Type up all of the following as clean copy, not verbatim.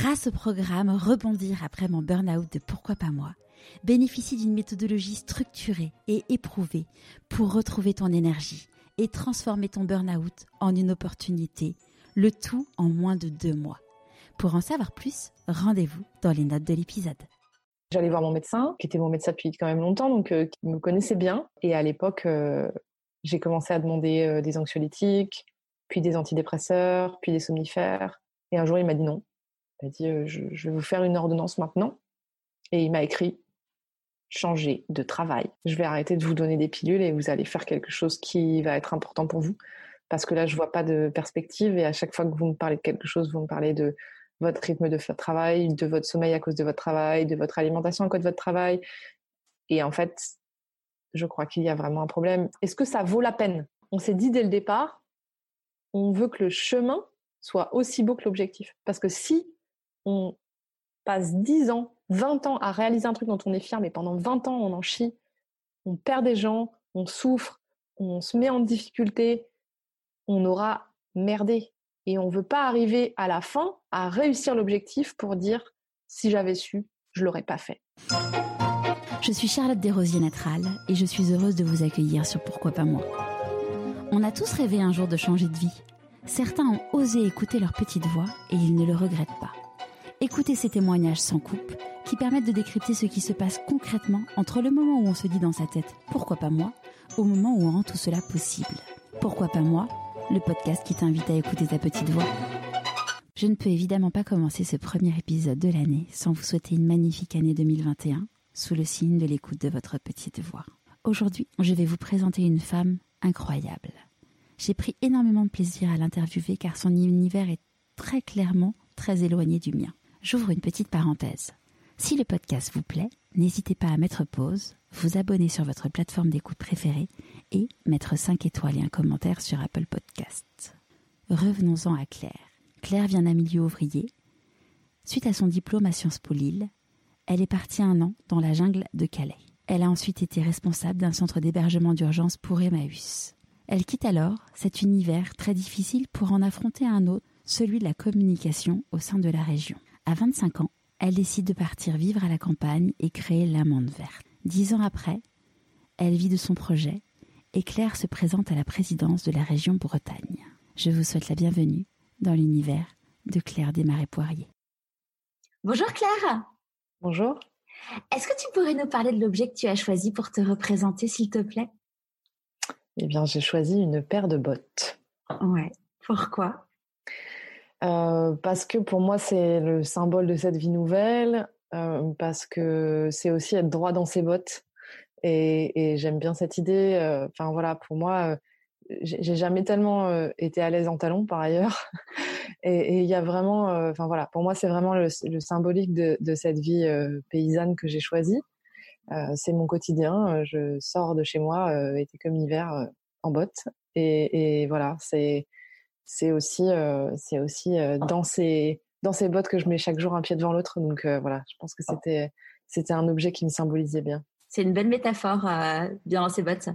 grâce au programme Rebondir après mon burn-out de Pourquoi pas moi, bénéficie d'une méthodologie structurée et éprouvée pour retrouver ton énergie et transformer ton burn-out en une opportunité, le tout en moins de 2 mois. Pour en savoir plus, rendez-vous dans les notes de l'épisode. J'allais voir mon médecin, qui était mon médecin depuis quand même longtemps, donc qui me connaissait bien. Et à l'époque, j'ai commencé à demander des anxiolytiques, puis des antidépresseurs, puis des somnifères. Et un jour, il m'a dit non. Il m'a dit je vais vous faire une ordonnance maintenant. Et il m'a écrit changer de travail. Je vais arrêter de vous donner des pilules et vous allez faire quelque chose qui va être important pour vous. Parce que là, je vois pas de perspective. Et à chaque fois que vous me parlez de quelque chose, vous me parlez de votre rythme de travail, de votre sommeil à cause de votre travail, de votre alimentation à cause de votre travail. Et en fait, je crois qu'il y a vraiment un problème. Est-ce que ça vaut la peine ? On s'est dit dès le départ, on veut que le chemin soit aussi beau que l'objectif. Parce que si on passe 10 ans, 20 ans à réaliser un truc dont on est fier, mais pendant 20 ans, on en chie, on perd des gens, on souffre, on se met en difficulté, on aura merdé. Et on veut pas arriver à la fin à réussir l'objectif pour dire si j'avais su, je l'aurais pas fait. Je suis Charlotte Desrosiers-Natral et je suis heureuse de vous accueillir sur Pourquoi pas moi. On a tous rêvé un jour de changer de vie. Certains ont osé écouter leur petite voix et ils ne le regrettent pas. Écoutez ces témoignages sans coupe qui permettent de décrypter ce qui se passe concrètement entre le moment où on se dit dans sa tête « Pourquoi pas moi ?», au moment où on rend tout cela possible. Pourquoi pas moi ? Le podcast qui t'invite à écouter ta petite voix. Je ne peux évidemment pas commencer ce premier épisode de l'année sans vous souhaiter une magnifique année 2021 sous le signe de l'écoute de votre petite voix. Aujourd'hui, je vais vous présenter une femme incroyable. J'ai pris énormément de plaisir à l'interviewer car son univers est très clairement très éloigné du mien. J'ouvre une petite parenthèse. Si le podcast vous plaît, n'hésitez pas à mettre pause, vous abonner sur votre plateforme d'écoute préférée et mettre 5 étoiles et un commentaire sur Apple Podcasts. Revenons-en à Claire. Claire vient d'un milieu ouvrier. Suite à son diplôme à Sciences Po Lille, elle est partie 1 an dans la jungle de Calais. Elle a ensuite été responsable d'un centre d'hébergement d'urgence pour Emmaüs. Elle quitte alors cet univers très difficile pour en affronter un autre, celui de la communication au sein de la région. À 25 ans, elle décide de partir vivre à la campagne et créer l'Amande Verte. 10 ans après, elle vit de son projet et Claire se présente à la présidence de la région Bretagne. Je vous souhaite la bienvenue dans l'univers de Claire Desmarais-Poirier. Bonjour Claire. Bonjour. Est-ce que tu pourrais nous parler de l'objet que tu as choisi pour te représenter, s'il te plaît ? Eh bien, j'ai choisi une paire de bottes. Ouais. Pourquoi ? Parce que pour moi, c'est le symbole de cette vie nouvelle, parce que c'est aussi être droit dans ses bottes. Et j'aime bien cette idée. Enfin voilà, pour moi, j'ai jamais tellement été à l'aise en talons par ailleurs. Et il y a vraiment, enfin voilà, pour moi, c'est vraiment le symbolique de cette vie paysanne que j'ai choisie. C'est mon quotidien. Je sors de chez moi, été comme hiver, en bottes. Et voilà, c'est aussi dans ces bottes que je mets chaque jour un pied devant l'autre. Donc voilà, je pense que c'était un objet qui me symbolisait bien. C'est une bonne métaphore, bien dans ses bottes.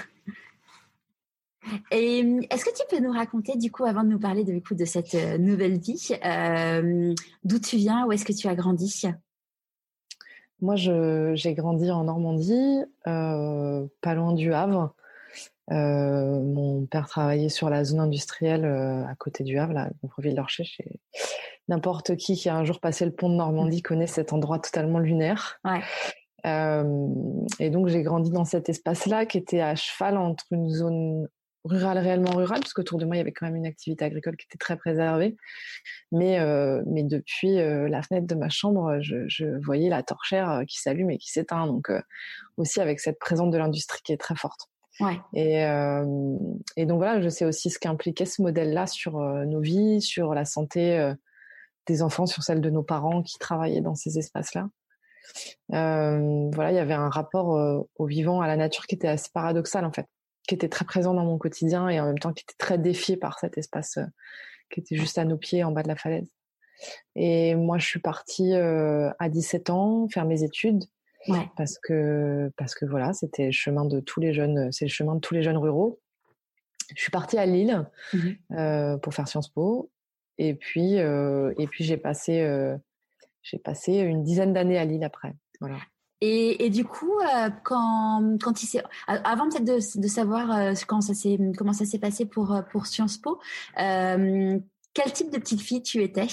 Et est-ce que tu peux nous raconter, du coup, avant de nous parler de cette nouvelle vie, d'où tu viens, où est-ce que tu as grandi ? Moi, j'ai grandi en Normandie, pas loin du Havre. Mon père travaillait sur la zone industrielle à côté du Havre, là, Gonfreville-Lorcher. N'importe qui a un jour passé le pont de Normandie connaît cet endroit totalement lunaire. Ouais. Et donc j'ai grandi dans cet espace-là qui était à cheval entre une zone rurale, réellement rurale, parce qu'autour de moi il y avait quand même une activité agricole qui était très préservée. Mais depuis la fenêtre de ma chambre, je voyais la torchère qui s'allume et qui s'éteint. Donc aussi avec cette présence de l'industrie qui est très forte. Ouais. Et donc voilà, je sais aussi ce qu'impliquait ce modèle-là sur nos vies, sur la santé des enfants, sur celle de nos parents qui travaillaient dans ces espaces-là. Voilà, il y avait un rapport au vivant, à la nature qui était assez paradoxal en fait, qui était très présent dans mon quotidien et en même temps qui était très défié par cet espace qui était juste à nos pieds en bas de la falaise. Et moi, je suis partie à 17 ans faire mes études. Ouais. Parce que voilà, c'était le chemin de tous les jeunes, c'est le chemin de tous les jeunes ruraux. Je suis partie à Lille pour faire Sciences Po Et puis j'ai passé une dizaine d'années à Lille après. Voilà. Et du coup, quand il s'est, avant peut-être de savoir comment ça s'est passé pour Sciences Po, quel type de petite fille tu étais?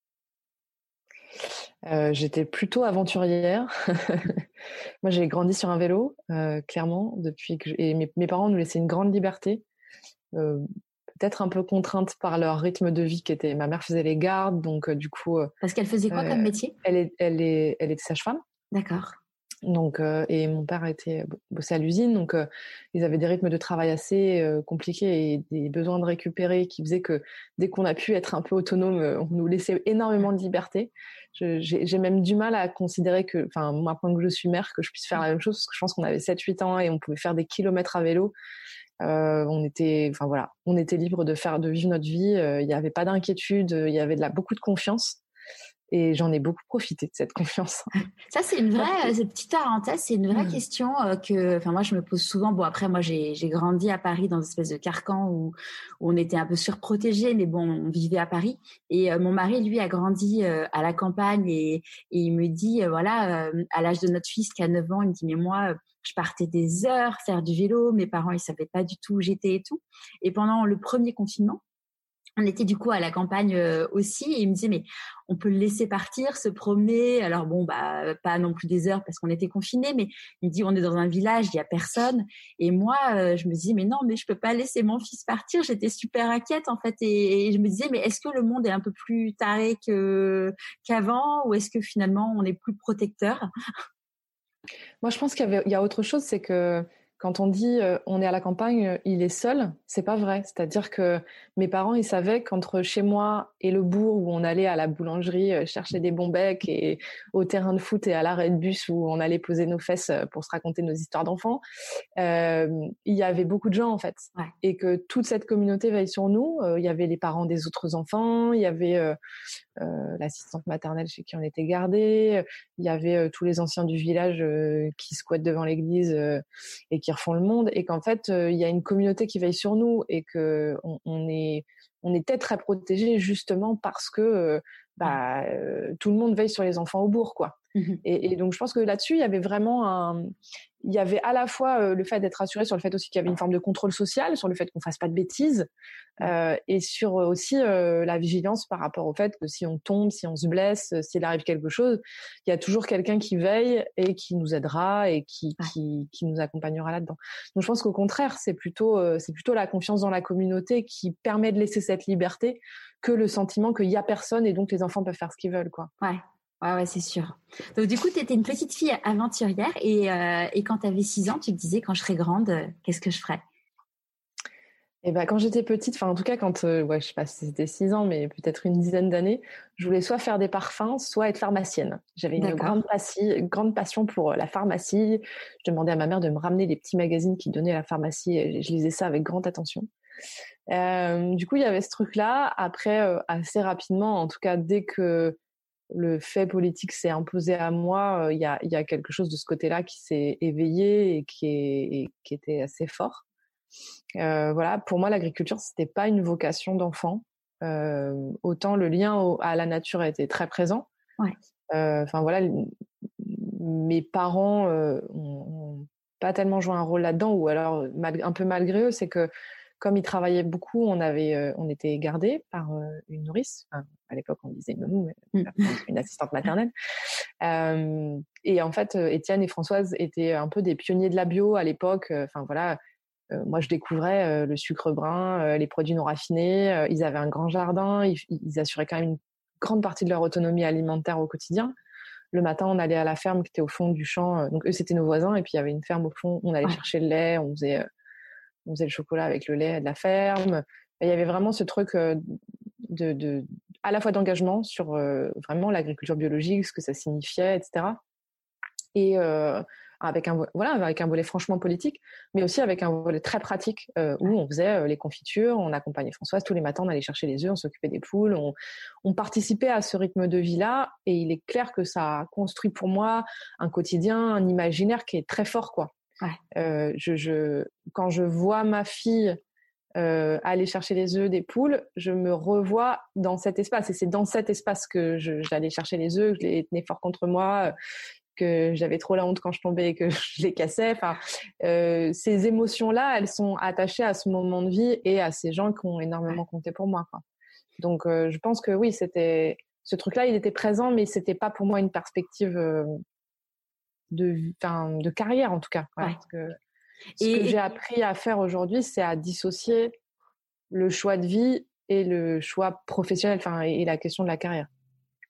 J'étais plutôt aventurière. Moi, j'ai grandi sur un vélo, clairement, depuis que et mes parents nous laissaient une grande liberté, euh, peut-être un peu contrainte par leur rythme de vie qui était. Ma mère faisait les gardes, donc du coup, Parce qu'elle faisait quoi comme métier? elle était sage-femme. D'accord. Donc, et mon père bossait à l'usine, donc ils avaient des rythmes de travail assez compliqués et des besoins de récupérer qui faisaient que dès qu'on a pu être un peu autonome, on nous laissait énormément de liberté. J'ai même du mal à considérer que, enfin, moi, maintenant que je suis mère, que je puisse faire la même chose, parce que je pense qu'on avait 7-8 ans et on pouvait faire des kilomètres à vélo. On était libre de vivre notre vie. Il n'y avait pas d'inquiétude, il y avait beaucoup de confiance. Et j'en ai beaucoup profité de cette confiance. Ça, c'est une vraie, cette petite parenthèse, c'est une vraie question que moi, je me pose souvent. Bon, après, moi, j'ai grandi à Paris dans une espèce de carcan où on était un peu surprotégés, mais bon, on vivait à Paris. Et mon mari, lui, a grandi à la campagne et il me dit, à l'âge de notre fils qui a 9 ans, il me dit, mais moi, je partais des heures faire du vélo. Mes parents, ils savaient pas du tout où j'étais et tout. Et pendant le premier confinement, on était du coup à la campagne aussi et il me disait mais on peut le laisser partir, se promener. Alors bon pas non plus des heures parce qu'on était confinés, mais il me dit on est dans un village, il y a personne. Et moi je me disais mais non mais je peux pas laisser mon fils partir. J'étais super inquiète en fait et je me disais mais est-ce que le monde est un peu plus taré qu'avant ou est-ce que finalement on est plus protecteur? Moi, je pense qu'il y a autre chose, c'est que quand on dit on est à la campagne, il est seul, c'est pas vrai. C'est-à-dire que mes parents, ils savaient qu'entre chez moi et le bourg où on allait à la boulangerie chercher des bons becs et au terrain de foot et à l'arrêt de bus où on allait poser nos fesses pour se raconter nos histoires d'enfants, il y avait beaucoup de gens en fait. Ouais. Et que toute cette communauté veille sur nous. Il y avait les parents des autres enfants, il y avait l'assistante maternelle chez qui on était gardés, il y avait tous les anciens du village qui squattent devant l'église et qui refont le monde, et qu'en fait il y a une communauté qui veille sur nous et que on était très protégés justement parce que tout le monde veille sur les enfants au bourg, quoi. Et donc je pense que là-dessus il y avait vraiment il y avait à la fois le fait d'être rassuré sur le fait aussi qu'il y avait une forme de contrôle social, sur le fait qu'on fasse pas de bêtises, et sur aussi la vigilance par rapport au fait que si on tombe, si on se blesse, s'il arrive quelque chose, il y a toujours quelqu'un qui veille et qui nous aidera et qui nous accompagnera là-dedans. Donc je pense qu'au contraire, c'est plutôt la confiance dans la communauté qui permet de laisser cette liberté que le sentiment qu'il y a personne et donc les enfants peuvent faire ce qu'ils veulent, quoi. Ouais. Ouais, c'est sûr. Donc, du coup, tu étais une petite fille aventurière et quand tu avais 6 ans, tu te disais, quand je serai grande, qu'est-ce que je ferais? Et quand j'étais petite, enfin en tout cas quand, je sais pas si c'était 6 ans, mais peut-être une dizaine d'années, je voulais soit faire des parfums, soit être pharmacienne. J'avais une grande passion pour la pharmacie. Je demandais à ma mère de me ramener des petits magazines qui donnaient à la pharmacie et je lisais ça avec grande attention. Du coup, il y avait ce truc-là. Après, assez rapidement, en tout cas, dès que le fait politique s'est imposé à moi, il y a quelque chose de ce côté-là qui s'est éveillé et qui était assez fort. Voilà, pour moi, l'agriculture, c'était pas une vocation d'enfant. Autant le lien à la nature était très présent. Ouais. Enfin voilà, mes parents ont pas tellement joué un rôle là-dedans, ou alors un peu malgré eux, c'est que comme ils travaillaient beaucoup, on était gardés par une nourrice. Enfin, à l'époque, on disait une nounou, mais une assistante maternelle. Et en fait, Étienne et Françoise étaient un peu des pionniers de la bio à l'époque. Enfin voilà, moi je découvrais le sucre brun, les produits non raffinés. Ils avaient un grand jardin. Ils assuraient quand même une grande partie de leur autonomie alimentaire au quotidien. Le matin, on allait à la ferme qui était au fond du champ. Donc eux, c'était nos voisins. Et puis il y avait une ferme au fond. On allait chercher le lait. On faisait le chocolat avec le lait de la ferme. Et il y avait vraiment ce truc à la fois d'engagement sur vraiment l'agriculture biologique, ce que ça signifiait, etc. Et avec un volet franchement politique, mais aussi avec un volet très pratique où on faisait les confitures, on accompagnait Françoise tous les matins, on allait chercher les œufs, on s'occupait des poules, on participait à ce rythme de vie-là. Et il est clair que ça a construit pour moi un quotidien, un imaginaire qui est très fort, quoi. Ouais. Quand je vois ma fille aller chercher les œufs des poules, je me revois dans cet espace. Et c'est dans cet espace que j'allais chercher les œufs, que je les tenais fort contre moi, que j'avais trop la honte quand je tombais et que je les cassais. Enfin, ces émotions-là, elles sont attachées à ce moment de vie et à ces gens qui ont énormément compté pour moi, quoi. Donc, je pense que oui, ce truc-là, il était présent, mais c'était pas pour moi une perspective de carrière, en tout cas. Voilà, parce que ce que j'ai appris à faire aujourd'hui, c'est à dissocier le choix de vie et le choix professionnel, et la question de la carrière. Pourquoi ?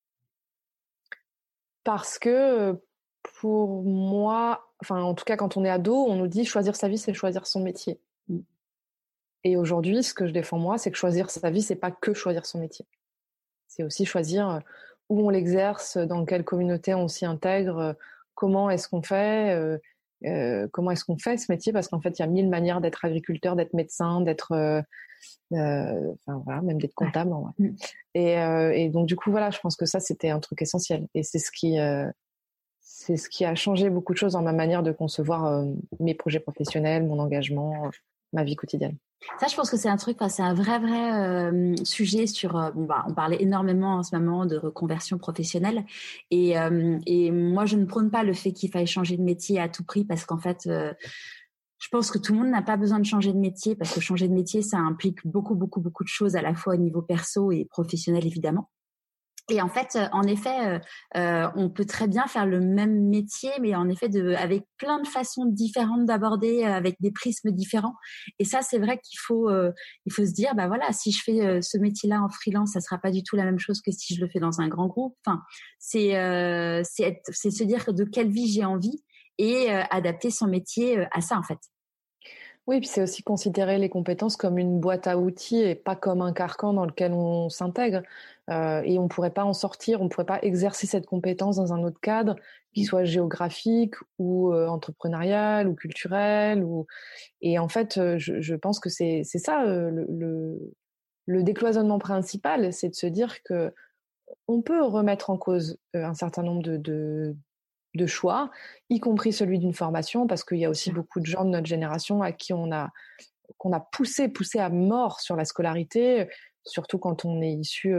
Parce que pour moi, en tout cas quand on est ado, on nous dit choisir sa vie, c'est choisir son métier. Et aujourd'hui, ce que je défends moi, c'est que choisir sa vie, c'est pas que choisir son métier. C'est aussi choisir où on l'exerce, dans quelle communauté on s'y intègre, comment est-ce qu'on fait, ce métier, parce qu'en fait, il y a 1000 manières d'être agriculteur, d'être médecin, d'être même d'être comptable. Ouais. Et donc du coup, voilà, je pense que ça, c'était un truc essentiel. Et c'est ce qui a changé beaucoup de choses dans ma manière de concevoir mes projets professionnels, mon engagement, ma vie quotidienne. Ça, je pense que c'est un truc, c'est un vrai sujet sur. On parlait énormément en ce moment de reconversion professionnelle, et moi, je ne prône pas le fait qu'il faille changer de métier à tout prix, parce qu'en fait, je pense que tout le monde n'a pas besoin de changer de métier, parce que changer de métier, ça implique beaucoup, beaucoup, beaucoup de choses, à la fois au niveau perso et professionnel, évidemment. Et en fait, en effet, on peut très bien faire le même métier, mais en effet, avec plein de façons différentes d'aborder, avec des prismes différents. Et ça, c'est vrai qu'il faut se dire, si je fais ce métier-là en freelance, ça sera pas du tout la même chose que si je le fais dans un grand groupe. Enfin, c'est se dire de quelle vie j'ai envie et adapter son métier à ça, en fait. Oui, puis c'est aussi considérer les compétences comme une boîte à outils et pas comme un carcan dans lequel on s'intègre. Et on pourrait pas en sortir, on pourrait pas exercer cette compétence dans un autre cadre, qui soit géographique ou entrepreneurial ou culturel. Et en fait, je pense que c'est ça le décloisonnement principal, c'est de se dire que on peut remettre en cause un certain nombre de choix, y compris celui d'une formation, parce qu'il y a aussi beaucoup de gens de notre génération à qui qu'on a poussé à mort sur la scolarité, surtout quand on est issu.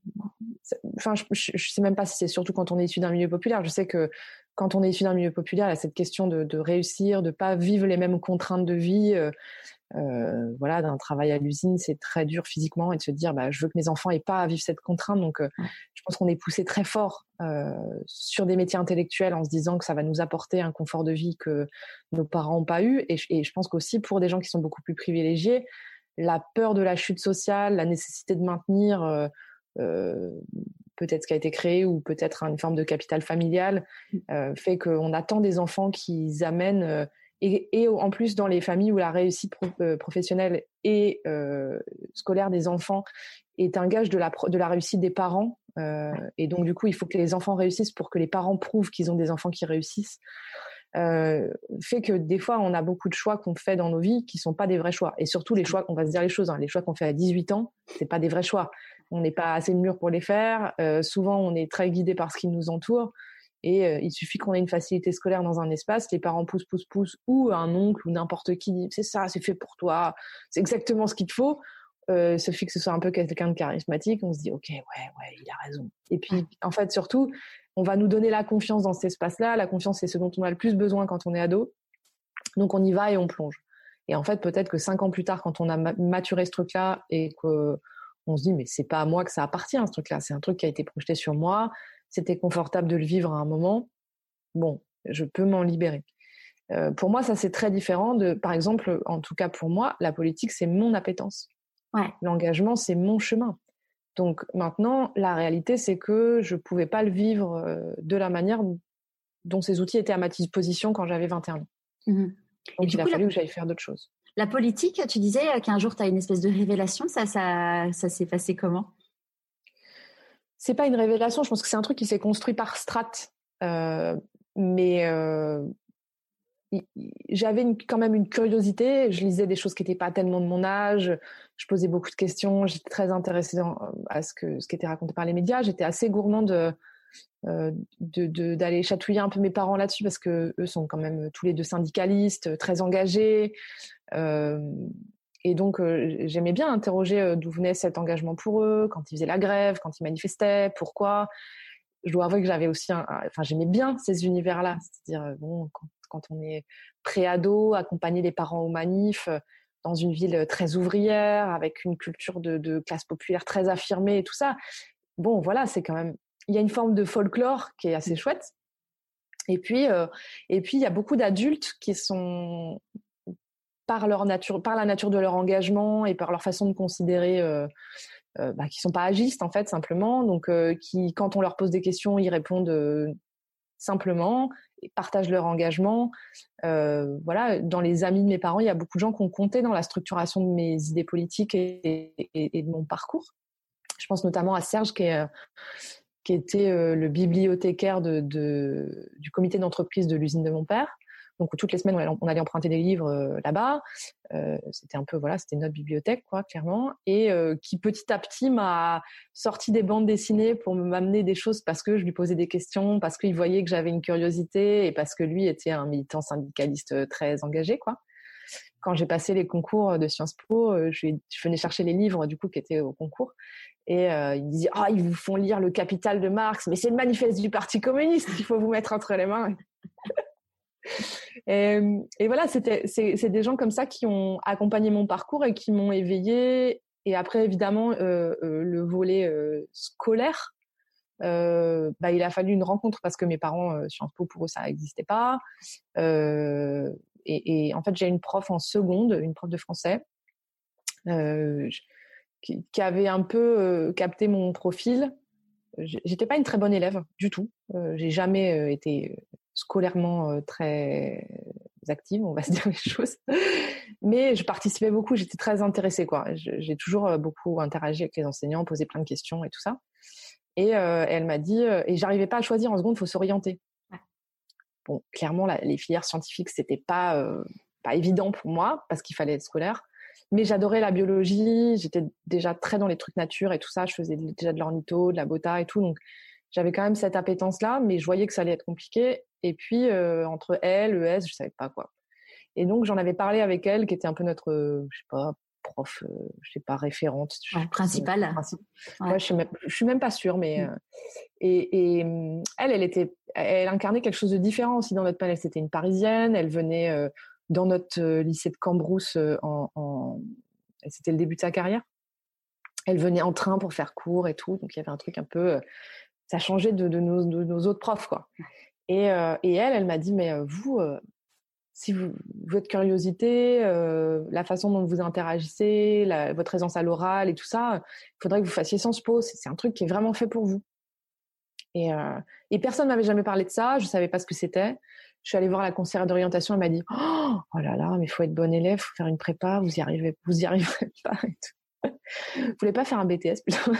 Je sais même pas si c'est surtout quand on est issu d'un milieu populaire. Je sais que quand on est issu d'un milieu populaire, il y a cette question de réussir, de pas vivre les mêmes contraintes de vie. D'un travail à l'usine, c'est très dur physiquement, et de se dire je veux que mes enfants aient pas à vivre cette contrainte. Donc je pense qu'on est poussé très fort sur des métiers intellectuels en se disant que ça va nous apporter un confort de vie que nos parents n'ont pas eu, et je pense qu'aussi pour des gens qui sont beaucoup plus privilégiés, la peur de la chute sociale, la nécessité de maintenir peut-être ce qui a été créé, ou peut-être une forme de capital familial, fait qu'on attend des enfants qui amènent et en plus, dans les familles où la réussite professionnelle et scolaire des enfants est un gage de la réussite des parents. Et donc, du coup, il faut que les enfants réussissent pour que les parents prouvent qu'ils ont des enfants qui réussissent. Fait que des fois, on a beaucoup de choix qu'on fait dans nos vies qui sont pas des vrais choix. Et surtout, les choix, on va se dire les choses, les choix qu'on fait à 18 ans, c'est pas des vrais choix. On n'est pas assez mûr pour les faire. Souvent, on est très guidé par ce qui nous entoure. Et il suffit qu'on ait une facilité scolaire dans un espace, les parents poussent, ou un oncle ou n'importe qui dit c'est ça, c'est fait pour toi, c'est exactement ce qu'il te faut. Suffit que ce soit un peu quelqu'un de charismatique, on se dit ok, ouais, il a raison. Et puis en fait, surtout, on va nous donner la confiance dans cet espace-là. La confiance, c'est ce dont on a le plus besoin quand on est ado. Donc on y va et on plonge. Et en fait, peut-être que 5 ans plus tard, quand on a maturé ce truc-là et qu'on se dit mais c'est pas à moi que ça appartient, ce truc-là, c'est un truc qui a été projeté sur moi. C'était confortable de le vivre à un moment. Bon, je peux m'en libérer. Pour moi, ça, c'est très différent de, par exemple, en tout cas pour moi, la politique, c'est mon appétence. Ouais. L'engagement, c'est mon chemin. Donc maintenant, la réalité, c'est que je pouvais pas le vivre de la manière dont ces outils étaient à ma disposition quand j'avais 21 ans. Mmh. Donc il a fallu que j'aille faire d'autres choses. La politique, tu disais qu'un jour, tu as une espèce de révélation. Ça s'est passé comment ? C'est pas une révélation, je pense que c'est un truc qui s'est construit par strates. J'avais quand même une curiosité. Je lisais des choses qui n'étaient pas tellement de mon âge. Je posais beaucoup de questions. J'étais très intéressée à ce qui était raconté par les médias. J'étais assez gourmande d'aller chatouiller un peu mes parents là-dessus parce que eux sont quand même tous les deux syndicalistes, très engagés. Et donc, j'aimais bien interroger d'où venait cet engagement pour eux, quand ils faisaient la grève, quand ils manifestaient, pourquoi. Je dois avouer que j'avais aussi j'aimais bien ces univers-là. C'est-à-dire, quand on est pré-ado, accompagner les parents aux manifs, dans une ville très ouvrière, avec une culture de classe populaire très affirmée et tout ça. Bon, voilà, c'est quand même, il y a une forme de folklore qui est assez chouette. Et puis, il y a beaucoup d'adultes qui sont, par la nature de leur engagement et par leur façon de considérer, qui sont pas agistes en fait simplement. Donc, qui, quand on leur pose des questions, ils répondent simplement, et partagent leur engagement. Voilà, dans les amis de mes parents, il y a beaucoup de gens qui ont compté dans la structuration de mes idées politiques et de mon parcours. Je pense notamment à Serge qui était le bibliothécaire du comité d'entreprise de l'usine de mon père. Donc toutes les semaines, on allait emprunter des livres là-bas. C'était un peu, voilà, c'était notre bibliothèque, quoi, clairement. Et qui petit à petit m'a sorti des bandes dessinées pour m'amener des choses parce que je lui posais des questions, parce qu'il voyait que j'avais une curiosité et parce que lui était un militant syndicaliste très engagé, quoi. Quand j'ai passé les concours de Sciences Po, je venais chercher les livres du coup qui étaient au concours et il me disait ils vous font lire Le Capital de Marx, mais c'est le manifeste du Parti communiste qu'il faut vous mettre entre les mains. Et voilà, c'est des gens comme ça qui ont accompagné mon parcours et qui m'ont éveillée. Et après, évidemment, le volet scolaire, il a fallu une rencontre parce que mes parents, Sciences Po, pour eux, ça n'existait pas. Et en fait, j'ai une prof en seconde, une prof de français, qui avait un peu capté mon profil. J'étais pas une très bonne élève du tout. J'ai jamais été scolairement très active, on va se dire les choses. Mais je participais beaucoup, j'étais très intéressée, quoi. J'ai toujours beaucoup interagi avec les enseignants, posé plein de questions et tout ça. Et elle m'a dit, et j'arrivais pas à choisir en seconde, il faut s'orienter. Bon, clairement, les filières scientifiques, c'était pas évident pour moi parce qu'il fallait être scolaire. Mais j'adorais la biologie, j'étais déjà très dans les trucs nature et tout ça. Je faisais déjà de l'ornitho, de la bota et tout, donc j'avais quand même cette appétence-là, mais je voyais que ça allait être compliqué. Et puis entre L, ES, je savais pas quoi. Et donc j'en avais parlé avec elle, qui était un peu notre, je sais pas, prof, je sais pas, référente, principale. Ouais. Ouais, je suis même pas sûre, mais et elle incarnait quelque chose de différent aussi dans notre panel. C'était une Parisienne, elle venait dans notre lycée de Cambrousse c'était le début de sa carrière. Elle venait en train pour faire cours et tout, donc il y avait un truc un peu, ça changeait de nos autres profs, quoi. Et elle m'a dit, mais vous, si votre curiosité, la façon dont vous interagissez, votre aisance à l'oral et tout ça, il faudrait que vous fassiez Sciences Po. C'est un truc qui est vraiment fait pour vous. Et personne m'avait jamais parlé de ça. Je savais pas ce que c'était. Je suis allée voir la conseillère d'orientation. Elle m'a dit, oh là là, mais faut être bonne élève, faut faire une prépa, vous y arriverez pas. Et tout. Vous voulez pas faire un BTS plutôt?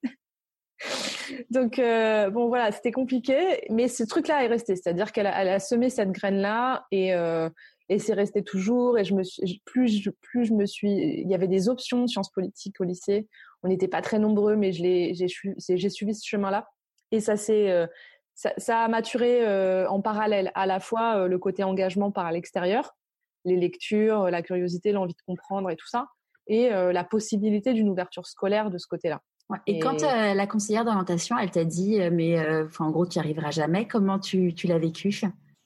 Donc bon voilà, c'était compliqué, mais ce truc-là est resté. C'est-à-dire qu'elle a semé cette graine-là et c'est resté toujours. Et il y avait des options de sciences politiques au lycée. On n'était pas très nombreux, mais j'ai suivi ce chemin-là. Et ça a maturé en parallèle, à la fois le côté engagement par l'extérieur, les lectures, la curiosité, l'envie de comprendre et tout ça, et la possibilité d'une ouverture scolaire de ce côté-là. Ouais. Et quand la conseillère d'orientation, elle t'a dit, en gros, tu n'y arriveras jamais, comment tu l'as vécu?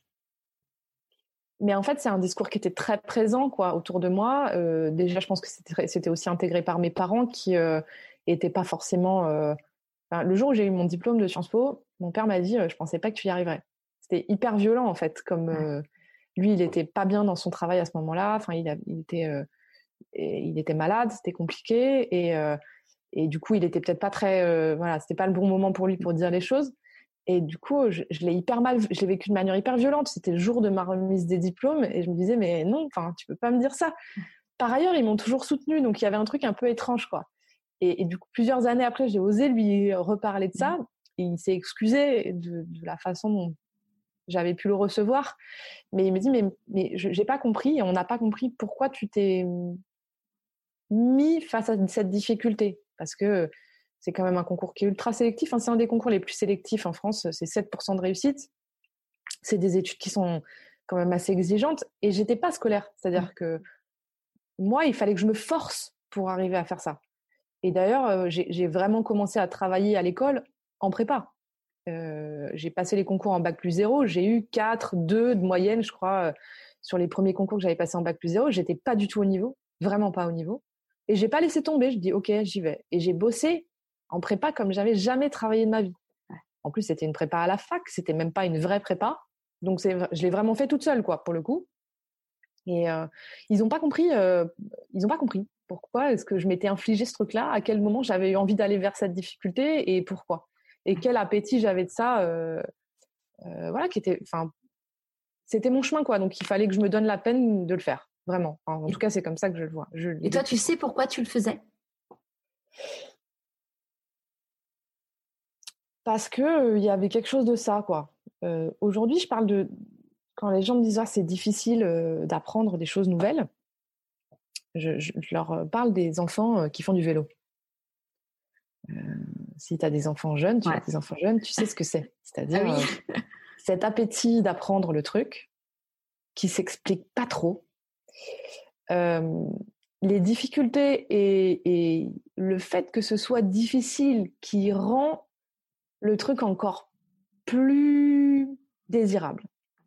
Mais en fait, c'est un discours qui était très présent, quoi, autour de moi. Déjà, je pense que c'était aussi intégré par mes parents qui étaient pas forcément. Le jour où j'ai eu mon diplôme de Sciences Po, mon père m'a dit, je pensais pas que tu y arriverais. C'était hyper violent, en fait, comme lui, il était pas bien dans son travail à ce moment-là. Enfin, il était malade, c'était compliqué et du coup, il était peut-être pas très, c'était pas le bon moment pour lui pour dire les choses. Et du coup, je l'ai vécu de manière hyper violente. C'était le jour de ma remise des diplômes et je me disais, mais non, enfin, tu peux pas me dire ça. Par ailleurs, ils m'ont toujours soutenue, donc il y avait un truc un peu étrange, quoi. Et du coup, plusieurs années après, j'ai osé lui reparler de ça. Et il s'est excusé de la façon dont j'avais pu le recevoir. Mais il me dit, mais j'ai pas compris et on n'a pas compris pourquoi tu t'es mis face à cette difficulté. Parce que C'est quand même un concours qui est ultra sélectif. C'est un des concours les plus sélectifs en France. C'est 7% de réussite. C'est des études qui sont quand même assez exigeantes. Et j'étais pas scolaire. C'est-à-dire que moi, il fallait que je me force pour arriver à faire ça. Et d'ailleurs, j'ai vraiment commencé à travailler à l'école en prépa. J'ai passé les concours en bac+0. J'ai eu 4, 2 de moyenne, je crois, sur les premiers concours que j'avais passés en bac+0. J'étais pas du tout au niveau. Vraiment pas au niveau. Et j'ai pas laissé tomber. Je dis, OK, j'y vais. Et j'ai bossé en prépa comme j'avais jamais travaillé de ma vie. En plus, c'était une prépa à la fac. C'était même pas une vraie prépa. Donc, je l'ai vraiment fait toute seule, quoi, pour le coup. Et ils ont pas compris. Ils ont pas compris. Pourquoi est-ce que je m'étais infligé ce truc-là? À quel moment j'avais eu envie d'aller vers cette difficulté et pourquoi? Et quel appétit j'avais de ça? Voilà, c'était mon chemin, quoi. Donc, il fallait que je me donne la peine de le faire, vraiment. En tout cas, c'est comme ça que je le vois. Et toi, tu sais pourquoi tu le faisais? Parce que il y avait quelque chose de ça, quoi. Aujourd'hui, je parle de quand les gens me disent c'est difficile d'apprendre des choses nouvelles. Je leur parle des enfants qui font du vélo. Si tu as des enfants jeunes, tu as des enfants jeunes, tu sais ce que c'est. C'est-à-dire cet appétit d'apprendre le truc qui s'explique pas trop. Les difficultés et le fait que ce soit difficile qui rend le truc encore plus désirable.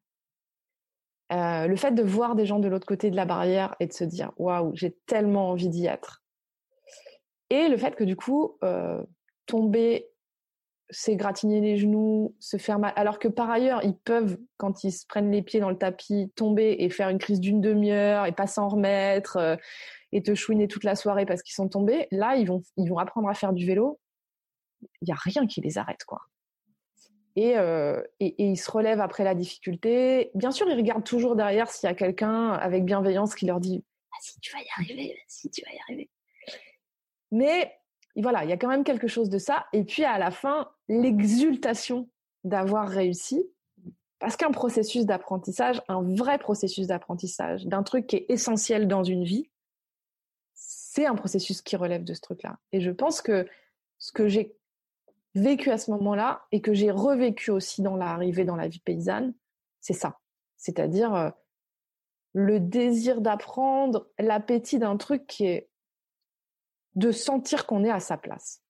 Le fait de voir des gens de l'autre côté de la barrière et de se dire « Waouh, j'ai tellement envie d'y être ». Et le fait que du coup, tomber, s'égratigner les genoux, se faire mal, alors que par ailleurs, ils peuvent, quand ils se prennent les pieds dans le tapis, tomber et faire une crise d'une demi-heure et pas s'en remettre et te chouiner toute la soirée parce qu'ils sont tombés. Là, ils vont apprendre à faire du vélo. Il n'y a rien qui les arrête, quoi. Et ils se relèvent après la difficulté. Bien sûr, ils regardent toujours derrière s'il y a quelqu'un avec bienveillance qui leur dit « Vas-y, tu vas y arriver, vas-y, tu vas y arriver ». Mais voilà, il y a quand même quelque chose de ça. Et puis à la fin, l'exultation d'avoir réussi. Parce qu'un processus d'apprentissage, un vrai processus d'apprentissage, d'un truc qui est essentiel dans une vie, c'est un processus qui relève de ce truc-là. Et je pense que ce que j'ai vécu à ce moment-là et que j'ai revécu aussi dans l'arrivée dans la vie paysanne, c'est ça. C'est-à-dire le désir d'apprendre, l'appétit d'un truc qui est de sentir qu'on est à sa place.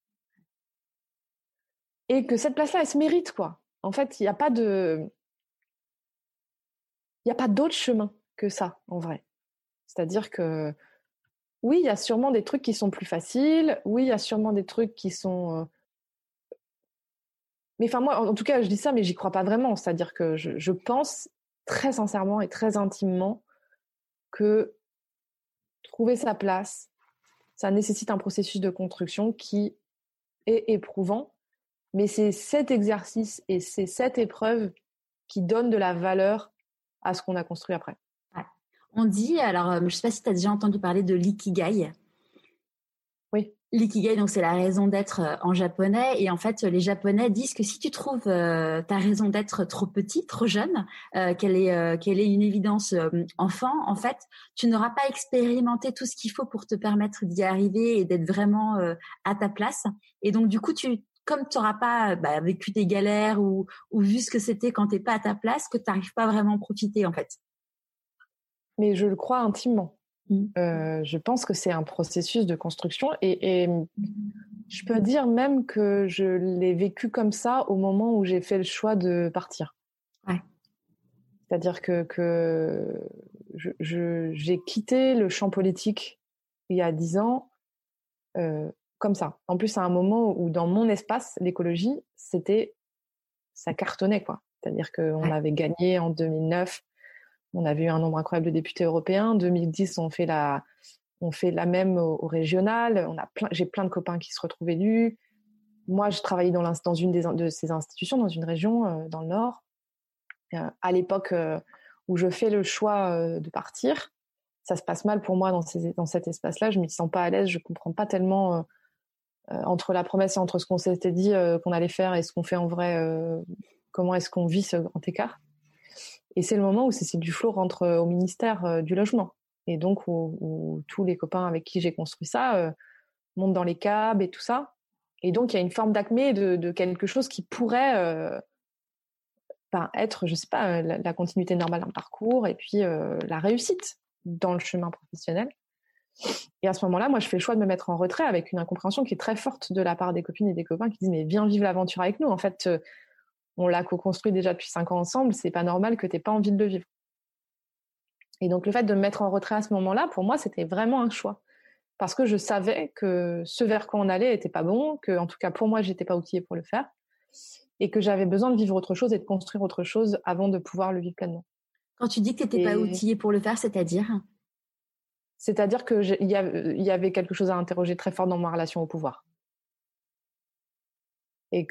Et que cette place-là, elle se mérite, quoi. En fait, il n'y a pas d'autre chemin que ça, en vrai. C'est-à-dire que, oui, il y a sûrement des trucs qui sont plus faciles. Oui, il y a sûrement des trucs qui sont... Mais enfin, moi, en tout cas, je dis ça, mais j'y crois pas vraiment. C'est-à-dire que je pense très sincèrement et très intimement que trouver sa place, ça nécessite un processus de construction qui est éprouvant, mais c'est cet exercice et c'est cette épreuve qui donne de la valeur à ce qu'on a construit après. Ouais. On dit, alors je ne sais pas si tu as déjà entendu parler de l'ikigai. Oui. L'ikigai, donc c'est la raison d'être en japonais. Et en fait, les Japonais disent que si tu trouves ta raison d'être trop petite, trop jeune, qu'elle est une évidence enfant, en fait, tu n'auras pas expérimenté tout ce qu'il faut pour te permettre d'y arriver et d'être vraiment à ta place. Et donc, du coup, comme tu n'auras pas vécu des galères ou vu ce que c'était quand tu n'es pas à ta place, que tu n'arrives pas vraiment à profiter, en fait. Mais je le crois intimement. Je pense que c'est un processus de construction et je peux dire même que je l'ai vécu comme ça au moment où j'ai fait le choix de partir. Ouais. C'est-à-dire que j'ai quitté le champ politique il y a 10 ans comme ça. En plus, à un moment où dans mon espace, l'écologie, ça cartonnait, quoi. C'est-à-dire qu'on avait gagné en 2009. On avait eu un nombre incroyable de députés européens. En 2010, on fait la même au régional. J'ai plein de copains qui se retrouvent élus. Moi, je travaillais dans une de ces institutions, dans une région dans le Nord. À l'époque où je fais le choix de partir, ça se passe mal pour moi dans cet espace-là. Je ne m'y sens pas à l'aise. Je ne comprends pas tellement entre la promesse et entre ce qu'on s'était dit qu'on allait faire et ce qu'on fait en vrai. Comment est-ce qu'on vit ce grand écart? Et c'est le moment où Cécile Duflot rentre au ministère du Logement. Et donc, où tous les copains avec qui j'ai construit ça montent dans les cabs et tout ça. Et donc, il y a une forme d'acmé de quelque chose qui pourrait être, je sais pas, la continuité normale d'un parcours et puis la réussite dans le chemin professionnel. Et à ce moment-là, moi, je fais le choix de me mettre en retrait avec une incompréhension qui est très forte de la part des copines et des copains qui disent « Mais viens vivre l'aventure avec nous. En fait, on l'a co-construit déjà depuis 5 ans ensemble. C'est pas normal que t'aies pas envie de le vivre. » Et donc, le fait de me mettre en retrait à ce moment-là, pour moi, c'était vraiment un choix. Parce que je savais que ce vers quoi on allait était pas bon, que, en tout cas, pour moi, j'étais pas outillée pour le faire. Et que j'avais besoin de vivre autre chose et de construire autre chose avant de pouvoir le vivre pleinement. Quand tu dis que tu n'étais pas outillée pour le faire, c'est-à-dire qu'il y avait quelque chose à interroger très fort dans ma relation au pouvoir. Et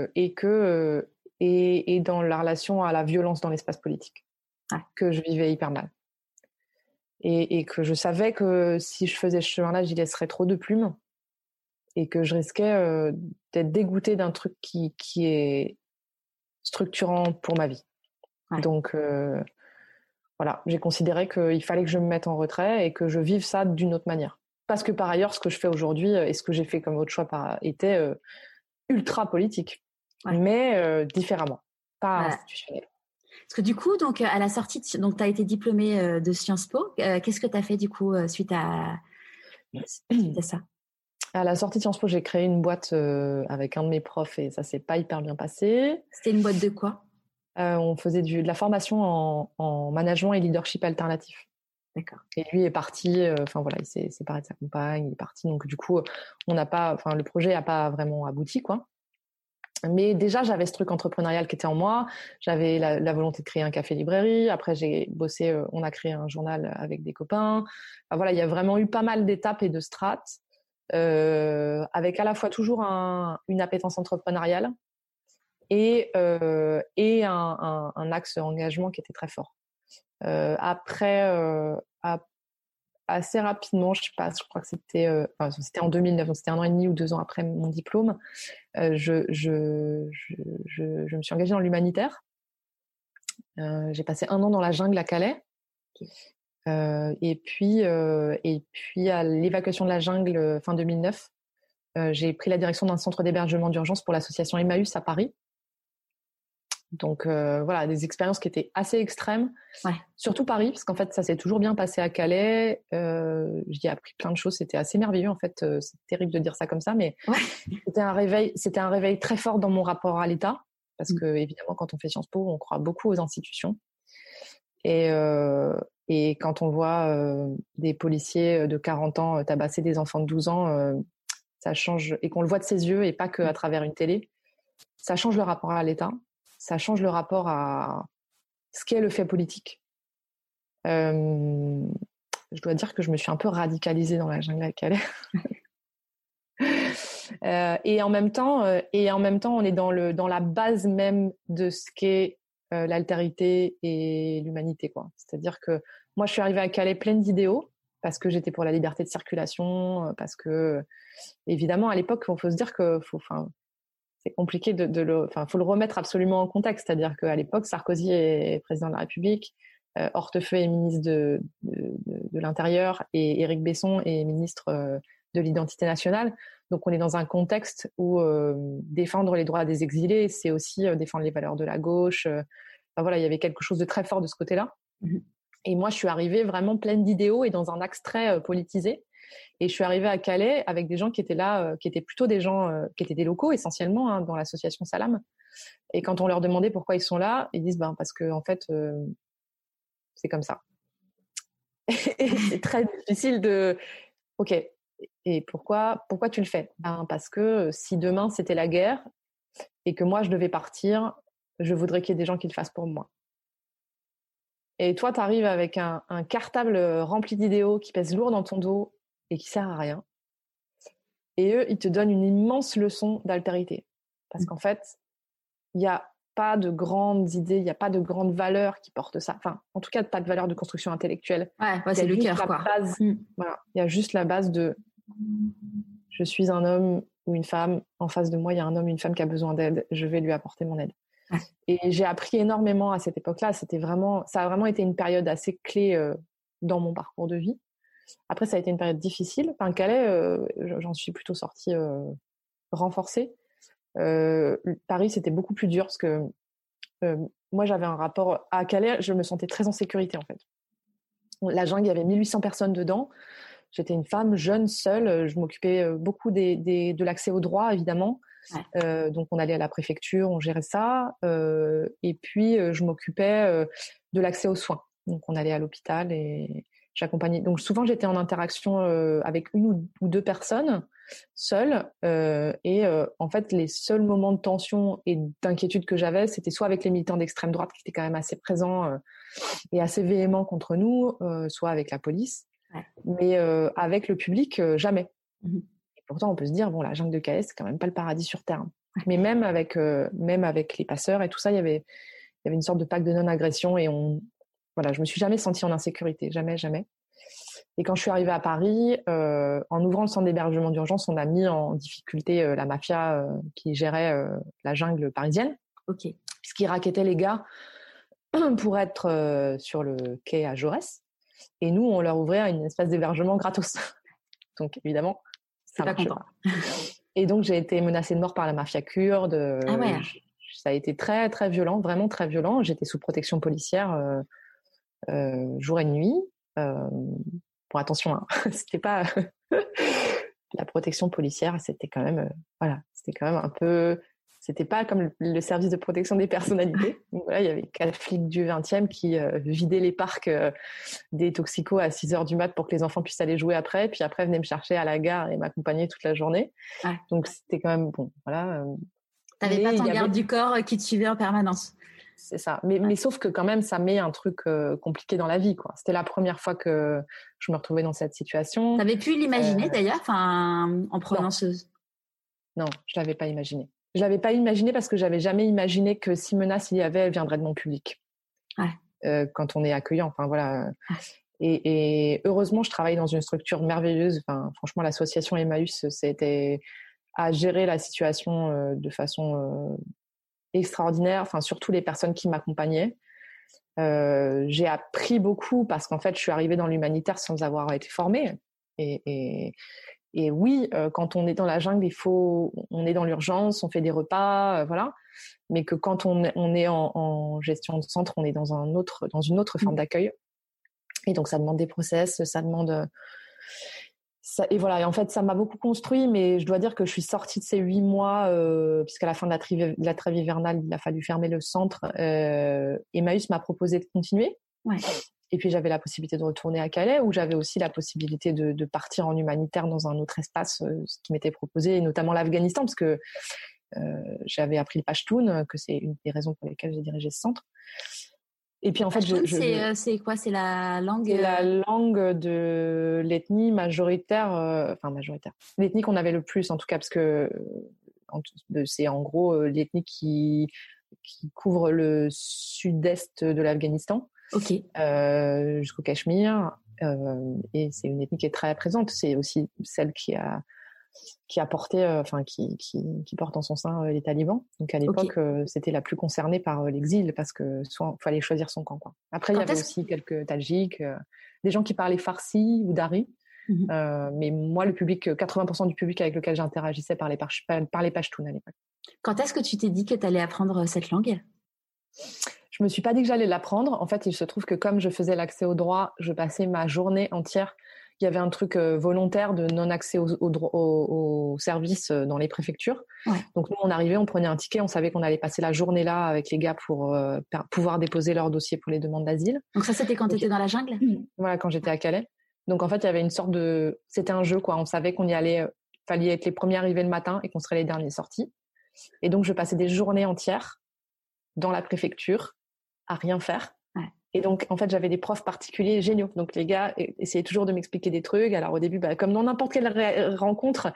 dans la relation à la violence dans l'espace politique, que je vivais hyper mal. Et que je savais que si je faisais ce chemin-là, j'y laisserais trop de plumes et que je risquais d'être dégoûtée d'un truc qui est structurant pour ma vie. Ouais. Donc, voilà, j'ai considéré qu'il fallait que je me mette en retrait et que je vive ça d'une autre manière. Parce que par ailleurs, ce que je fais aujourd'hui et ce que j'ai fait comme autre choix était ultra politique, mais différemment, pas institutionnel. Parce que du coup, donc, à la sortie, tu as été diplômée de Sciences Po. Qu'est-ce que tu as fait du coup suite à ça? À la sortie de Sciences Po, j'ai créé une boîte avec un de mes profs et ça s'est pas hyper bien passé. C'était une boîte de quoi? On faisait de la formation en management et leadership alternatif. D'accord. Et lui est parti, voilà, il s'est séparé de sa compagne, il est parti. Donc du coup, le projet n'a pas vraiment abouti, quoi. Mais déjà, j'avais ce truc entrepreneurial qui était en moi. J'avais la volonté de créer un café-librairie. Après, j'ai bossé, on a créé un journal avec des copains. Enfin, voilà, il y a vraiment eu pas mal d'étapes et de strates, avec à la fois toujours une appétence entrepreneuriale et un axe engagement qui était très fort. Après, assez rapidement, je sais pas, je crois que c'était en 2009, donc c'était 1 an et demi ou 2 ans après mon diplôme, je me suis engagée dans l'humanitaire. J'ai passé 1 an dans la jungle à Calais. Et puis à l'évacuation de la jungle fin 2009, j'ai pris la direction d'un centre d'hébergement d'urgence pour l'association Emmaüs à Paris. Donc voilà, des expériences qui étaient assez extrêmes, surtout Paris, parce qu'en fait ça s'est toujours bien passé à Calais. J'y ai appris plein de choses, c'était assez merveilleux en fait. C'est terrible de dire ça comme ça, mais c'était un réveil très fort dans mon rapport à l'État, parce que évidemment quand on fait Sciences Po, on croit beaucoup aux institutions. Et quand on voit des policiers de 40 ans tabasser des enfants de 12 ans, ça change, et qu'on le voit de ses yeux et pas qu'à travers une télé, ça change le rapport à l'État. Ça change le rapport à ce qu'est le fait politique. Je dois dire que je me suis un peu radicalisée dans la jungle à Calais. Et en même temps, on est dans la base même de ce qu'est l'altérité et l'humanité, quoi. C'est-à-dire que moi, je suis arrivée à Calais pleine d'idéaux parce que j'étais pour la liberté de circulation, parce que, évidemment, à l'époque, il faut se dire que c'est compliqué faut le remettre absolument en contexte. C'est-à-dire qu'à l'époque, Sarkozy est président de la République, Hortefeux est ministre de l'Intérieur et Éric Besson est ministre de l'Identité nationale. Donc, on est dans un contexte où défendre les droits des exilés, c'est aussi défendre les valeurs de la gauche. Voilà, il y avait quelque chose de très fort de ce côté-là. Et moi, je suis arrivée vraiment pleine d'idéaux et dans un axe très politisé. Et je suis arrivée à Calais avec des gens qui étaient là, qui étaient plutôt des gens qui étaient des locaux essentiellement, dans l'association Salam. Et quand on leur demandait pourquoi ils sont là, ils disent parce que en fait c'est comme ça. Et c'est très difficile de OK. Et pourquoi tu le fais? Parce que si demain c'était la guerre et que moi je devais partir, je voudrais qu'il y ait des gens qui le fassent pour moi. Et toi, tu arrives avec un cartable rempli d'idéaux qui pèse lourd dans ton dos et qui sert à rien. Et eux, ils te donnent une immense leçon d'altérité. Parce qu'en fait, il n'y a pas de grandes idées, il n'y a pas de grandes valeurs qui portent ça. Enfin, en tout cas, pas de valeur de construction intellectuelle. C'est le cœur, quoi. Voilà, il y a juste la base de « je suis un homme ou une femme, en face de moi, il y a un homme ou une femme qui a besoin d'aide, je vais lui apporter mon aide. » Et j'ai appris énormément à cette époque-là. Ça a vraiment été une période assez clé dans mon parcours de vie. Après, ça a été une période difficile. Calais, j'en suis plutôt sortie renforcée. Paris, c'était beaucoup plus dur parce que moi, j'avais un rapport à Calais, je me sentais très en sécurité en fait. La jungle, il y avait 1800 personnes dedans. J'étais une femme jeune, seule. Je m'occupais beaucoup de l'accès aux droits, évidemment. Ouais. Donc, on allait à la préfecture, on gérait ça. Et puis, je m'occupais de l'accès aux soins. Donc, on allait à l'hôpital et j'accompagnais. Donc, souvent, j'étais en interaction avec une ou deux personnes seule. En fait, les seuls moments de tension et d'inquiétude que j'avais, c'était soit avec les militants d'extrême droite qui étaient quand même assez présents et assez véhéments contre nous, soit avec la police. Ouais. Mais avec le public, jamais. Mmh. Et pourtant, on peut se dire, bon, la jungle de Calais, c'est quand même pas le paradis sur Terre. Ouais. Mais même avec les passeurs et tout ça, il y avait une sorte de pacte de non-agression et je me suis jamais sentie en insécurité, jamais. Et quand je suis arrivée à Paris, en ouvrant le centre d'hébergement d'urgence, on a mis en difficulté la mafia qui gérait la jungle parisienne. Ok. Puisqu'ils racketaient les gars pour être sur le quai à Jaurès. Et nous, on leur ouvrait une espèce d'hébergement gratos. Donc, évidemment, ça marche pas. Et donc, j'ai été menacée de mort par la mafia kurde. Ah ouais. Ça a été très, très violent, vraiment très violent. J'étais sous protection policière jour et nuit. Bon, attention, hein, c'était pas la protection policière, c'était quand même, c'était quand même un peu. C'était pas comme le service de protection des personnalités. Donc voilà, il y avait 4 flics du 20e qui vidaient les parcs des toxicos à 6h du mat pour que les enfants puissent aller jouer après. Puis après, venaient me chercher à la gare et m'accompagner toute la journée. Ouais. Donc c'était quand même bon. Voilà. T'avais pas ton garde du corps qui te suivait en permanence. C'est ça. Mais sauf que quand même, ça met un truc compliqué dans la vie, quoi. C'était la première fois que je me retrouvais dans cette situation. T'avais pu l'imaginer d'ailleurs, en prenant Non, je l'avais pas imaginé. Je l'avais pas imaginé parce que j'avais jamais imaginé que si menace il y avait, elle viendrait de mon public. Ouais. Quand on est accueillant, enfin voilà. Ouais. Et heureusement, je travaille dans une structure merveilleuse. Enfin, franchement, l'association Emmaüs, c'était à gérer la situation de façon extraordinaire. Enfin, surtout les personnes qui m'accompagnaient. J'ai appris beaucoup parce qu'en fait, je suis arrivée dans l'humanitaire sans avoir été formée. Et oui, quand on est dans la jungle, on est dans l'urgence, on fait des repas, voilà. Mais que quand on est en gestion de centre, on est dans une autre forme d'accueil. Et donc, ça demande des process, ça demande. Et voilà. Et en fait, ça m'a beaucoup construit, mais je dois dire que je suis sortie de ces 8 mois, puisqu'à la fin de la trêve hivernale, il a fallu fermer le centre. Emmaüs m'a proposé de continuer. Ouais. Et puis, j'avais la possibilité de retourner à Calais, où j'avais aussi la possibilité de partir en humanitaire dans un autre espace, ce qui m'était proposé, et notamment l'Afghanistan, parce que j'avais appris le Pashtun, que c'est une des raisons pour lesquelles j'ai dirigé ce centre. Et puis, en fait, c'est quoi? C'est la langue? C'est la langue de l'ethnie majoritaire, majoritaire. L'ethnie qu'on avait le plus, en tout cas, parce que c'est en gros l'ethnie qui couvre le sud-est de l'Afghanistan. Okay. Jusqu'au Cachemire, et c'est une ethnie qui est très présente. C'est aussi celle qui a porté, qui porte en son sein les talibans. Donc à l'époque, c'était la plus concernée par l'exil parce que soit fallait choisir son camp, quoi. Après, il y avait aussi quelques Tadjiks, des gens qui parlaient farsi ou dari. Mm-hmm. Mais moi, le public, 80% du public avec lequel j'interagissais parlait Pashtun à l'époque. Quand est-ce que tu t'es dit que tu allais apprendre cette langue? Je me suis pas dit que j'allais l'apprendre. En fait, il se trouve que comme je faisais l'accès au droit, je passais ma journée entière. Il y avait un truc volontaire de non-accès au service dans les préfectures. Ouais. Donc nous, on arrivait, on prenait un ticket, on savait qu'on allait passer la journée là avec les gars pour pouvoir déposer leur dossier pour les demandes d'asile. Donc ça, c'était quand tu étais dans la jungle? Voilà, quand j'étais à Calais. Donc en fait, il y avait une sorte de... C'était un jeu, quoi. On savait qu'on y allait... fallait être les premiers arrivés le matin et qu'on serait les derniers sortis. Et donc, je passais des journées entières dans la préfecture à rien faire. Ouais. Et donc, en fait, j'avais des profs particuliers géniaux. Donc, les gars essayaient toujours de m'expliquer des trucs. Alors, au début, comme dans n'importe quelle rencontre,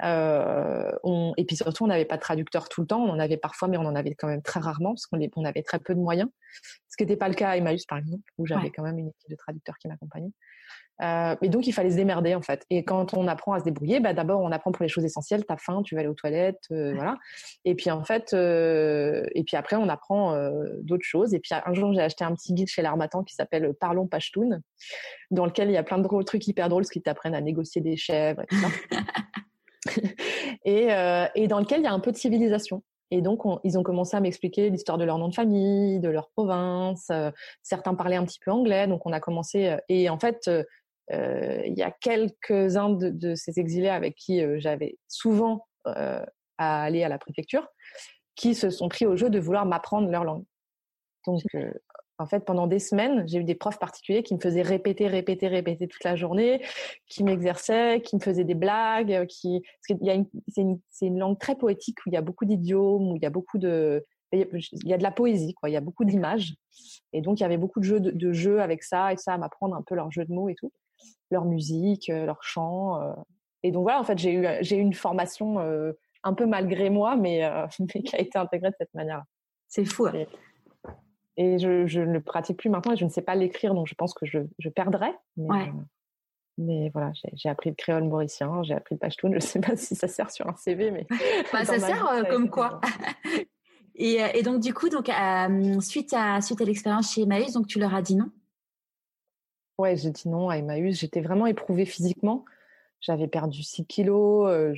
et puis surtout, on n'avait pas de traducteur tout le temps. On en avait parfois, mais on en avait quand même très rarement parce qu'on avait très peu de moyens. Ce qui n'était pas le cas à Emmaüs, par exemple, où j'avais quand même une équipe de traducteurs qui m'accompagnait. Et donc, il fallait se démerder, en fait. Et quand on apprend à se débrouiller, d'abord, on apprend pour les choses essentielles. T'as faim, tu vas aller aux toilettes, voilà. Et puis, en fait, et puis après, on apprend d'autres choses. Et puis, un jour, j'ai acheté un petit guide chez l'Harmattan qui s'appelle Parlons Pashtun, dans lequel il y a plein de trucs hyper drôles, ce qui t'apprennent à négocier des chèvres et tout ça. et dans lequel il y a un peu de civilisation. Et donc, ils ont commencé à m'expliquer l'histoire de leur nom de famille, de leur province. Certains parlaient un petit peu anglais, donc on a commencé. Et en fait, il y a quelques-uns de ces exilés avec qui j'avais souvent à aller à la préfecture, qui se sont pris au jeu de vouloir m'apprendre leur langue. Donc, en fait, pendant des semaines, j'ai eu des profs particuliers qui me faisaient répéter toute la journée, qui m'exerçaient, qui me faisaient des blagues, parce qu'il y a c'est une langue très poétique où il y a beaucoup d'idiomes, où il y a beaucoup il y a de la poésie, quoi. Il y a beaucoup d'images. Et donc, il y avait beaucoup de jeux avec ça, et ça, à m'apprendre un peu leurs jeux de mots et tout, leur musique, leur chant. Et donc, voilà, en fait, j'ai eu une formation un peu malgré moi, mais qui a été intégrée de cette manière-là. C'est fou. Hein. Et je ne le pratique plus maintenant et je ne sais pas l'écrire, donc je pense que je perdrais. Mais voilà, j'ai appris le créole mauricien, j'ai appris le pachtoun. Je ne sais pas si ça sert sur un CV, mais ça sert comme quoi. Et donc du coup, suite à l'expérience chez Emmaüs, donc tu leur as dit non? Ouais, j'ai dit non à Emmaüs. J'étais vraiment éprouvée physiquement. J'avais perdu 6 kilos.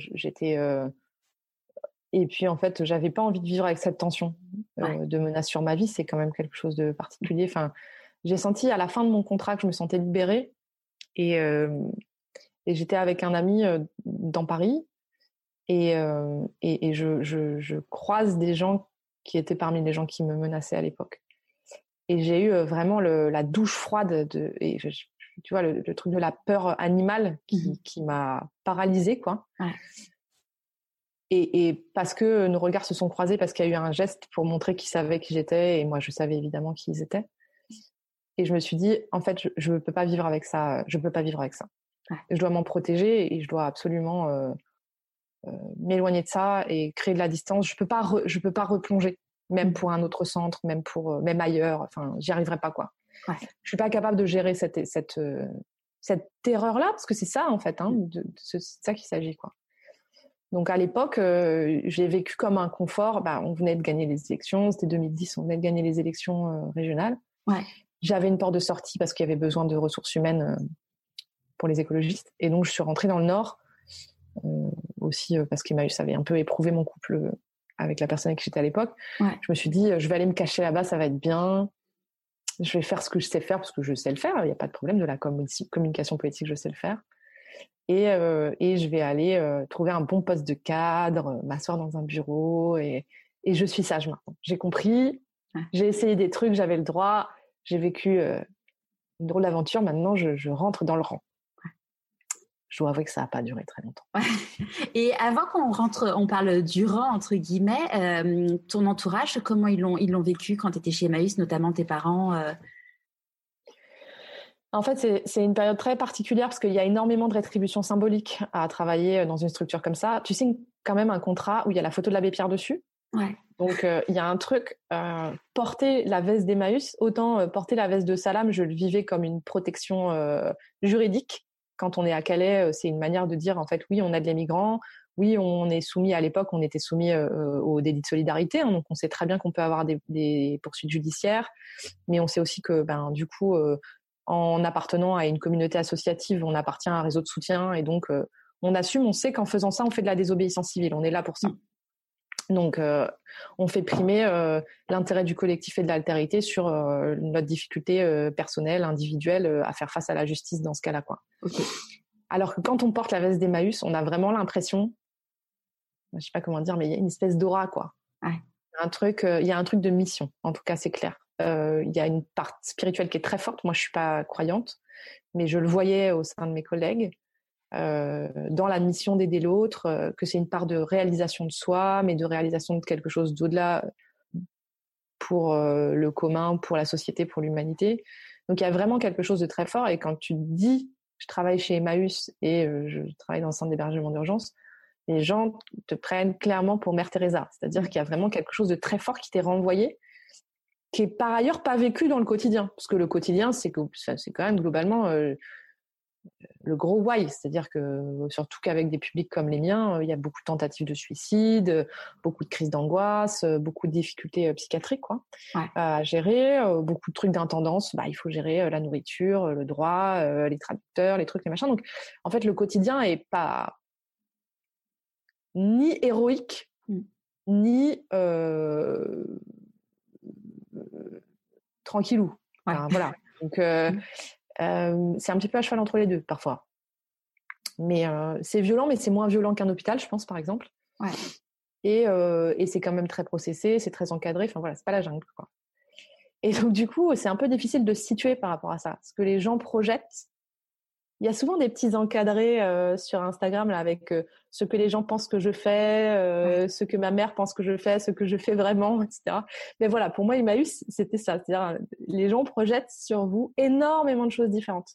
Et puis, en fait, j'avais pas envie de vivre avec cette tension de menace sur ma vie. C'est quand même quelque chose de particulier. Enfin, j'ai senti à la fin de mon contrat que je me sentais libérée. Et j'étais avec un ami dans Paris. Et je croise des gens qui étaient parmi les gens qui me menaçaient à l'époque. Et j'ai eu vraiment la douche froide. Tu vois, le truc de la peur animale qui m'a paralysée, quoi. Ouais. Et parce que nos regards se sont croisés, parce qu'il y a eu un geste pour montrer qu'ils savaient qui j'étais, et moi je savais évidemment qui ils étaient. Et je me suis dit, en fait, je peux pas vivre avec ça. Je peux pas vivre avec ça. Ouais. Je dois m'en protéger et je dois absolument m'éloigner de ça et créer de la distance. Je peux pas replonger, même pour un autre centre, même ailleurs. Enfin, j'y arriverai pas, quoi. Ouais. Je suis pas capable de gérer cette terreur-là, parce que c'est ça en fait, hein, c'est ça qu'il s'agit, quoi. Donc à l'époque, j'ai vécu comme un confort. On venait de gagner les élections, c'était 2010, on venait de gagner les élections régionales. Ouais. J'avais une porte de sortie parce qu'il y avait besoin de ressources humaines pour les écologistes. Et donc je suis rentrée dans le Nord, aussi parce qu'Emmaüs avait un peu éprouvé mon couple avec la personne avec qui j'étais à l'époque. Ouais. Je me suis dit, je vais aller me cacher là-bas, ça va être bien. Je vais faire ce que je sais faire parce que je sais le faire. Il n'y a pas de problème, de la communication politique, je sais le faire. Et je vais aller trouver un bon poste de cadre, m'asseoir dans un bureau et je suis sage maintenant. J'ai compris, j'ai essayé des trucs, j'avais le droit, j'ai vécu une drôle d'aventure. Maintenant, je rentre dans le rang. Je dois avouer que ça n'a pas duré très longtemps. Et avant on parle du rang entre guillemets, ton entourage, comment ils l'ont vécu quand tu étais chez Emmaüs, notamment tes parents En fait, c'est une période très particulière parce qu'il y a énormément de rétribution symbolique à travailler dans une structure comme ça. Tu signes quand même un contrat où il y a la photo de l'abbé Pierre dessus. Ouais. Donc, il y a un truc, porter la veste d'Emmaüs, autant porter la veste de Salam, je le vivais comme une protection juridique. Quand on est à Calais, c'est une manière de dire, en fait, oui, on aide les migrants. Oui, on est soumis, à l'époque, on était soumis au délit de solidarité. Hein, donc, on sait très bien qu'on peut avoir des poursuites judiciaires. Mais on sait aussi que, du coup... en appartenant à une communauté associative, on appartient à un réseau de soutien et donc on assume, on sait qu'en faisant ça, on fait de la désobéissance civile, on est là pour ça. Donc on fait primer l'intérêt du collectif et de l'altérité sur notre difficulté personnelle, individuelle à faire face à la justice dans ce cas-là, quoi. Okay. Alors que quand on porte la veste d'Emmaüs, on a vraiment l'impression, je sais pas comment dire, mais il y a une espèce d'aura, quoi. Ouais. Il y a un truc de mission, en tout cas c'est clair. Il y a une part spirituelle qui est très forte. Moi, je suis pas croyante, mais je le voyais au sein de mes collègues dans la mission d'aider l'autre, que c'est une part de réalisation de soi, mais de réalisation de quelque chose d'au-delà pour le commun, pour la société, pour l'humanité. Donc, il y a vraiment quelque chose de très fort. Et quand tu dis, je travaille chez Emmaüs et je travaille dans le centre d'hébergement d'urgence, les gens te prennent clairement pour Mère Teresa. C'est-à-dire qu'il y a vraiment quelque chose de très fort qui t'est renvoyé, qui est par ailleurs pas vécu dans le quotidien, parce que le quotidien c'est quand même globalement le gros why, c'est-à-dire que surtout qu'avec des publics comme les miens, il y a beaucoup de tentatives de suicide, beaucoup de crises d'angoisse, beaucoup de difficultés psychiatriques, quoi, à gérer, beaucoup de trucs d'intendance. Il faut gérer la nourriture, le droit, les traducteurs, les trucs, les machins. Donc en fait le quotidien est pas ni héroïque, ni tranquillou. Enfin, voilà. Donc, c'est un petit peu à cheval entre les deux, parfois. Mais c'est violent, mais c'est moins violent qu'un hôpital, je pense, par exemple. Ouais. Et c'est quand même très processé, c'est très encadré. Enfin, voilà, c'est pas la jungle, quoi. Et donc, du coup, c'est un peu difficile de se situer par rapport à ça. Ce que les gens projettent, il y a souvent des petits encadrés sur Instagram là, avec ce que les gens pensent que je fais, ce que ma mère pense que je fais, ce que je fais vraiment, etc. Mais voilà, pour moi, Emmaüs, c'était ça. C'est-à-dire, les gens projettent sur vous énormément de choses différentes.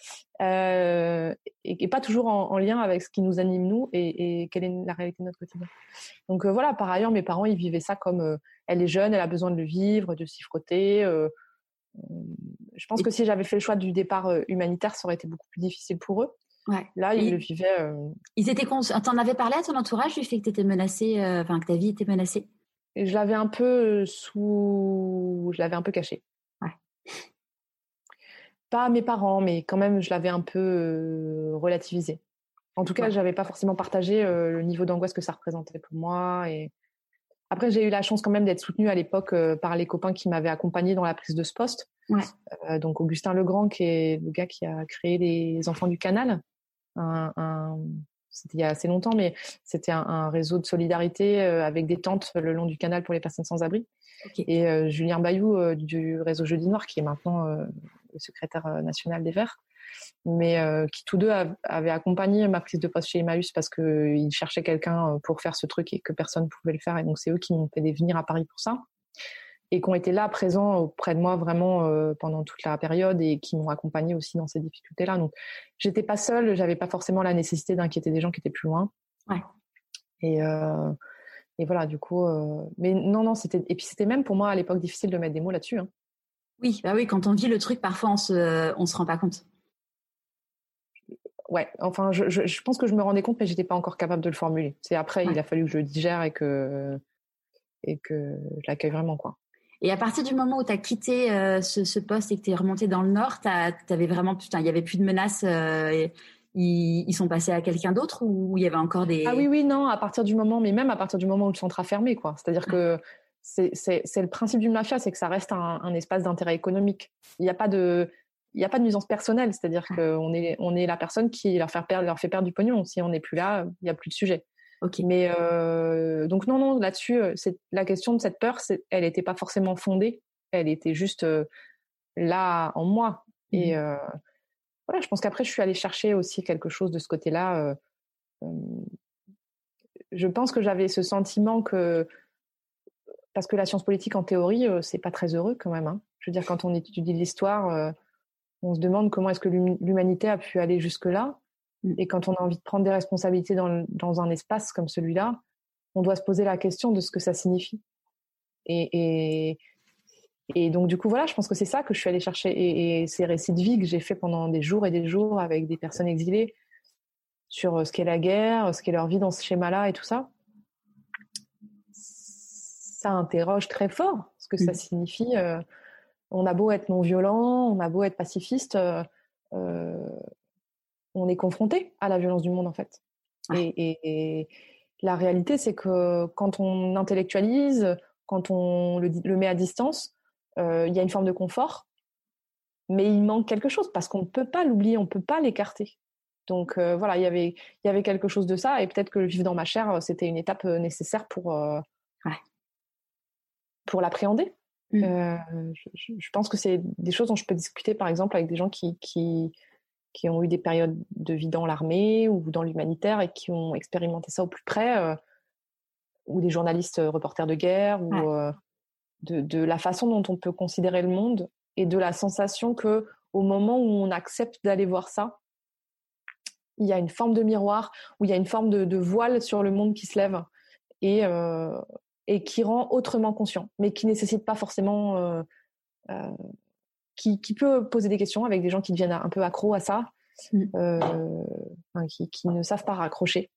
Et pas toujours en lien avec ce qui nous anime, nous, et quelle est la réalité de notre quotidien. Donc voilà, par ailleurs, mes parents, ils vivaient ça comme elle est jeune, elle a besoin de le vivre, de s'y frotter. Je pense que si j'avais fait le choix du départ humanitaire, ça aurait été beaucoup plus difficile pour eux. Ouais. Là, ils le vivaient. Ils étaient T'en avais parlé à ton entourage du fait que tu étais menacée, que ta vie était menacée? Et je l'avais un peu je l'avais un peu caché. Ouais. Pas à mes parents, mais quand même, je l'avais un peu relativisé. En tout cas, j'avais pas forcément partagé le niveau d'angoisse que ça représentait pour moi. Et après, j'ai eu la chance quand même d'être soutenue à l'époque par les copains qui m'avaient accompagnée dans la prise de ce poste. Ouais. Donc Augustin Legrand, qui est le gars qui a créé les Enfants du Canal. C'était il y a assez longtemps, mais c'était un réseau de solidarité avec des tentes le long du canal pour les personnes sans abri. Okay. Et Julien Bayou du réseau Jeudi Noir, qui est maintenant le secrétaire national des Verts, mais qui tous deux avaient accompagné ma prise de poste chez Emmaüs parce qu'ils cherchaient quelqu'un pour faire ce truc et que personne ne pouvait le faire. Et donc, c'est eux qui m'ont fait venir à Paris pour ça et qui ont été là, présents auprès de moi vraiment pendant toute la période et qui m'ont accompagné aussi dans ces difficultés-là. Donc, j'étais pas seule, j'avais pas forcément la nécessité d'inquiéter des gens qui étaient plus loin. Ouais. Et voilà, du coup... Mais non, et puis c'était même pour moi à l'époque difficile de mettre des mots là-dessus. Hein. Oui, bah oui, quand on vit le truc, parfois on se rend pas compte. Ouais, enfin, je pense que je me rendais compte, mais j'étais pas encore capable de le formuler. C'est après, il a fallu que je le digère et que je l'accueille vraiment, quoi. Et à partir du moment où tu as quitté ce poste et que tu es remonté dans le Nord, t'avais vraiment, il y avait plus de menaces. Ils sont passés à quelqu'un d'autre ou il y avait encore des... Ah oui, non, à partir du moment, mais même à partir du moment où le centre a fermé, quoi. C'est-à-dire que c'est le principe d'une mafia, c'est que ça reste un espace d'intérêt économique. Il n'y a pas de nuisance personnelle, c'est-à-dire qu'on est la personne qui leur fait perdre du pognon. Si on n'est plus là, il n'y a plus de sujet. Okay. Mais donc non, là-dessus, la question de cette peur, elle n'était pas forcément fondée. Elle était juste là en moi. Et voilà, je pense qu'après, je suis allée chercher aussi quelque chose de ce côté-là. Je pense que j'avais ce sentiment parce que la science politique, en théorie, c'est pas très heureux quand même. Hein. Je veux dire, quand on étudie l'histoire, on se demande comment est-ce que l'humanité a pu aller jusque-là. Et quand on a envie de prendre des responsabilités dans un espace comme celui-là, on doit se poser la question de ce que ça signifie. Et donc, du coup, voilà, je pense que c'est ça que je suis allée chercher. Et ces récits de vie que j'ai fait pendant des jours et des jours avec des personnes exilées sur ce qu'est la guerre, ce qu'est leur vie dans ce schéma-là et tout ça, ça interroge très fort ce que ça signifie. On a beau être non-violent, on a beau être pacifiste, on est confronté à la violence du monde, en fait. Et la réalité, c'est que quand on intellectualise, quand on le met à distance, il y a une forme de confort, mais il manque quelque chose parce qu'on ne peut pas l'oublier, on ne peut pas l'écarter. Donc voilà, il y avait quelque chose de ça, et peut-être que le vivre dans ma chair, c'était une étape nécessaire pour l'appréhender. Je pense que c'est des choses dont je peux discuter, par exemple, avec des gens qui ont eu des périodes de vie dans l'armée ou dans l'humanitaire et qui ont expérimenté ça au plus près, ou des journalistes reporters de guerre, ou de la façon dont on peut considérer le monde et de la sensation que au moment où on accepte d'aller voir ça, il y a une forme de miroir, où il y a une forme de voile sur le monde qui se lève et qui rend autrement conscient, mais qui nécessite pas forcément... qui peut poser des questions avec des gens qui deviennent un peu accros à ça, qui ne savent pas raccrocher,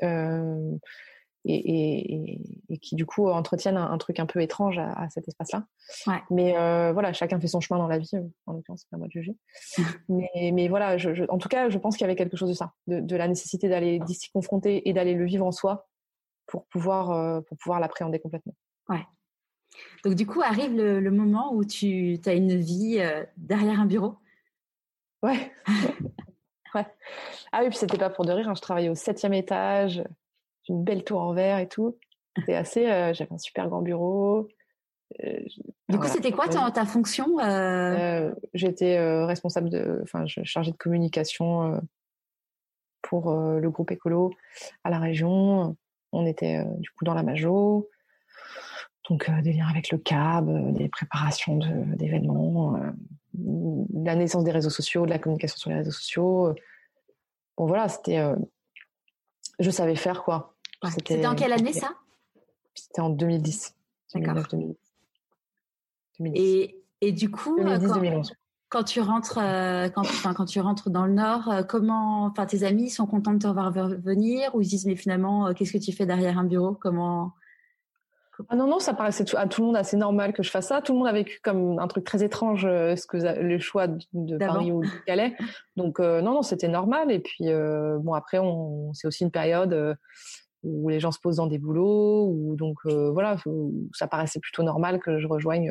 et qui du coup entretiennent un truc un peu étrange à cet espace-là. Ouais. Mais voilà, chacun fait son chemin dans la vie, en l'occurrence, c'est pas à moi de juger. mais voilà, en tout cas, je pense qu'il y avait quelque chose de ça, de la nécessité d'aller s'y confronter et d'aller le vivre en soi, pour pouvoir l'appréhender complètement. Ouais. Donc, du coup, arrive le moment où tu as une vie derrière un bureau. Ouais. Ouais. Ah oui, puis c'était pas pour de rire, hein. Je travaillais au 7e étage, une belle tour en verre et tout. C'était assez. J'avais un super grand bureau. Du coup, c'était quoi ta fonction J'étais responsable chargée de communication pour le groupe écolo à la région. On était du coup dans la Majo. Donc, des liens avec le CAB, des préparations d'événements, la naissance des réseaux sociaux, de la communication sur les réseaux sociaux. Bon, voilà, c'était... je savais faire, quoi. Ouais. C'était en quelle année, ça? C'était en 2010. D'accord. 2009, 2010. Et du coup, 2010-2011. Quand tu rentres dans le Nord, comment, tes amis sont contents de te voir venir ou ils disent mais finalement, qu'est-ce que tu fais derrière un bureau? Comment? Ah non, ça paraissait à tout le monde assez normal que je fasse ça. Tout le monde a vécu comme un truc très étrange, le choix de Paris ou de Calais. Donc non, c'était normal. Et puis bon, après, c'est aussi une période où les gens se posent dans des boulots, où donc voilà, ça paraissait plutôt normal que je rejoigne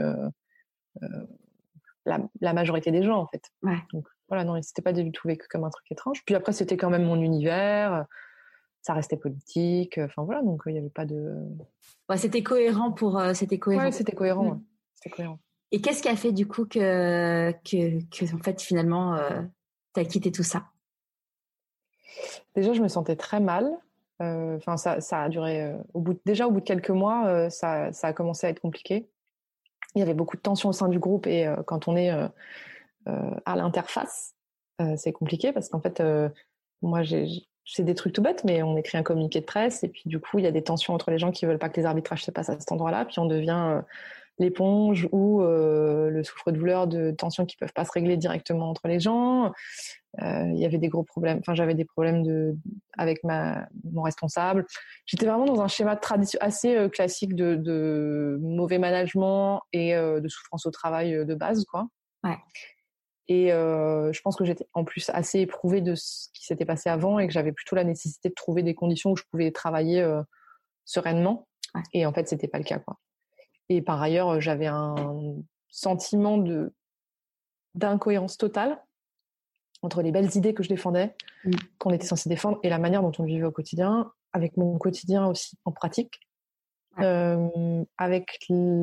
la majorité des gens en fait. Ouais. Donc voilà, non, c'était pas du tout vécu comme un truc étrange. Puis après, c'était quand même mon univers. Ça restait politique. Enfin voilà, donc il y avait pas de. Ouais, c'était cohérent c'était cohérent. Ouais, c'était cohérent. Ouais. C'était cohérent. Et qu'est-ce qui a fait du coup que en fait finalement t'as quitté tout ça? Déjà, je me sentais très mal. Enfin, ça a duré au bout de quelques mois, ça a commencé à être compliqué. Il y avait beaucoup de tensions au sein du groupe et quand on est à l'interface, c'est compliqué parce qu'en fait, moi, c'est des trucs tout bêtes, mais on écrit un communiqué de presse et puis du coup, il y a des tensions entre les gens qui veulent pas que les arbitrages se passent à cet endroit-là, puis on devient l'éponge ou le souffre-douleur de tensions qui peuvent pas se régler directement entre les gens. Il y avait des gros problèmes. Enfin, j'avais des problèmes avec mon responsable. J'étais vraiment dans un schéma assez classique de mauvais management et de souffrance au travail de base, quoi. Ouais. Et je pense que j'étais en plus assez éprouvée de ce qui s'était passé avant et que j'avais plutôt la nécessité de trouver des conditions où je pouvais travailler sereinement. Ouais. Et en fait, c'était pas le cas, quoi. Et par ailleurs, j'avais un sentiment d'incohérence totale entre les belles idées que je défendais, qu'on était censé défendre, et la manière dont on le vivait au quotidien, avec mon quotidien aussi en pratique, avec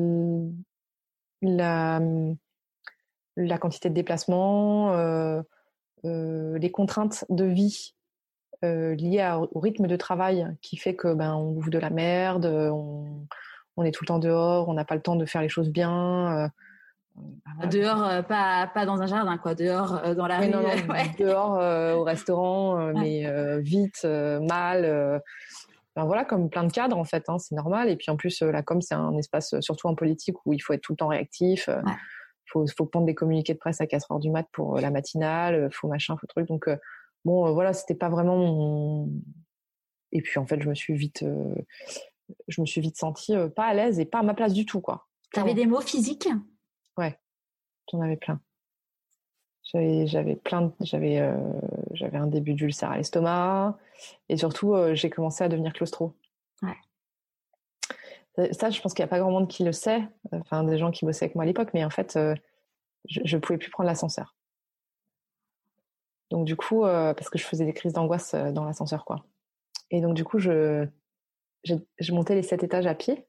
la quantité de déplacements, les contraintes de vie liées au rythme de travail qui fait que on bouffe de la merde, on est tout le temps dehors, on n'a pas le temps de faire les choses bien. Voilà. Dehors, pas dans un jardin, quoi. Dehors, dans la rue. Non, ouais. Dehors, au restaurant, mais vite, mal. Voilà, comme plein de cadres, en fait, hein, c'est normal. Et puis en plus, la com, c'est un espace, surtout en politique, où il faut être tout le temps réactif. Faut prendre des communiqués de presse à 4h du mat pour la matinale, faut machin, faut truc. Donc, voilà, c'était pas vraiment mon... Et puis, en fait, je me suis vite sentie pas à l'aise et pas à ma place du tout, quoi. T'avais des maux physiques? Ouais, j'en avais plein. J'avais un début d'ulcère à l'estomac et surtout j'ai commencé à devenir claustro. Ouais. Ça, je pense qu'il n'y a pas grand monde qui le sait, enfin des gens qui bossaient avec moi à l'époque, mais en fait je pouvais plus prendre l'ascenseur. Donc du coup parce que je faisais des crises d'angoisse dans l'ascenseur, quoi. Et donc du coup je montais les 7 étages à pied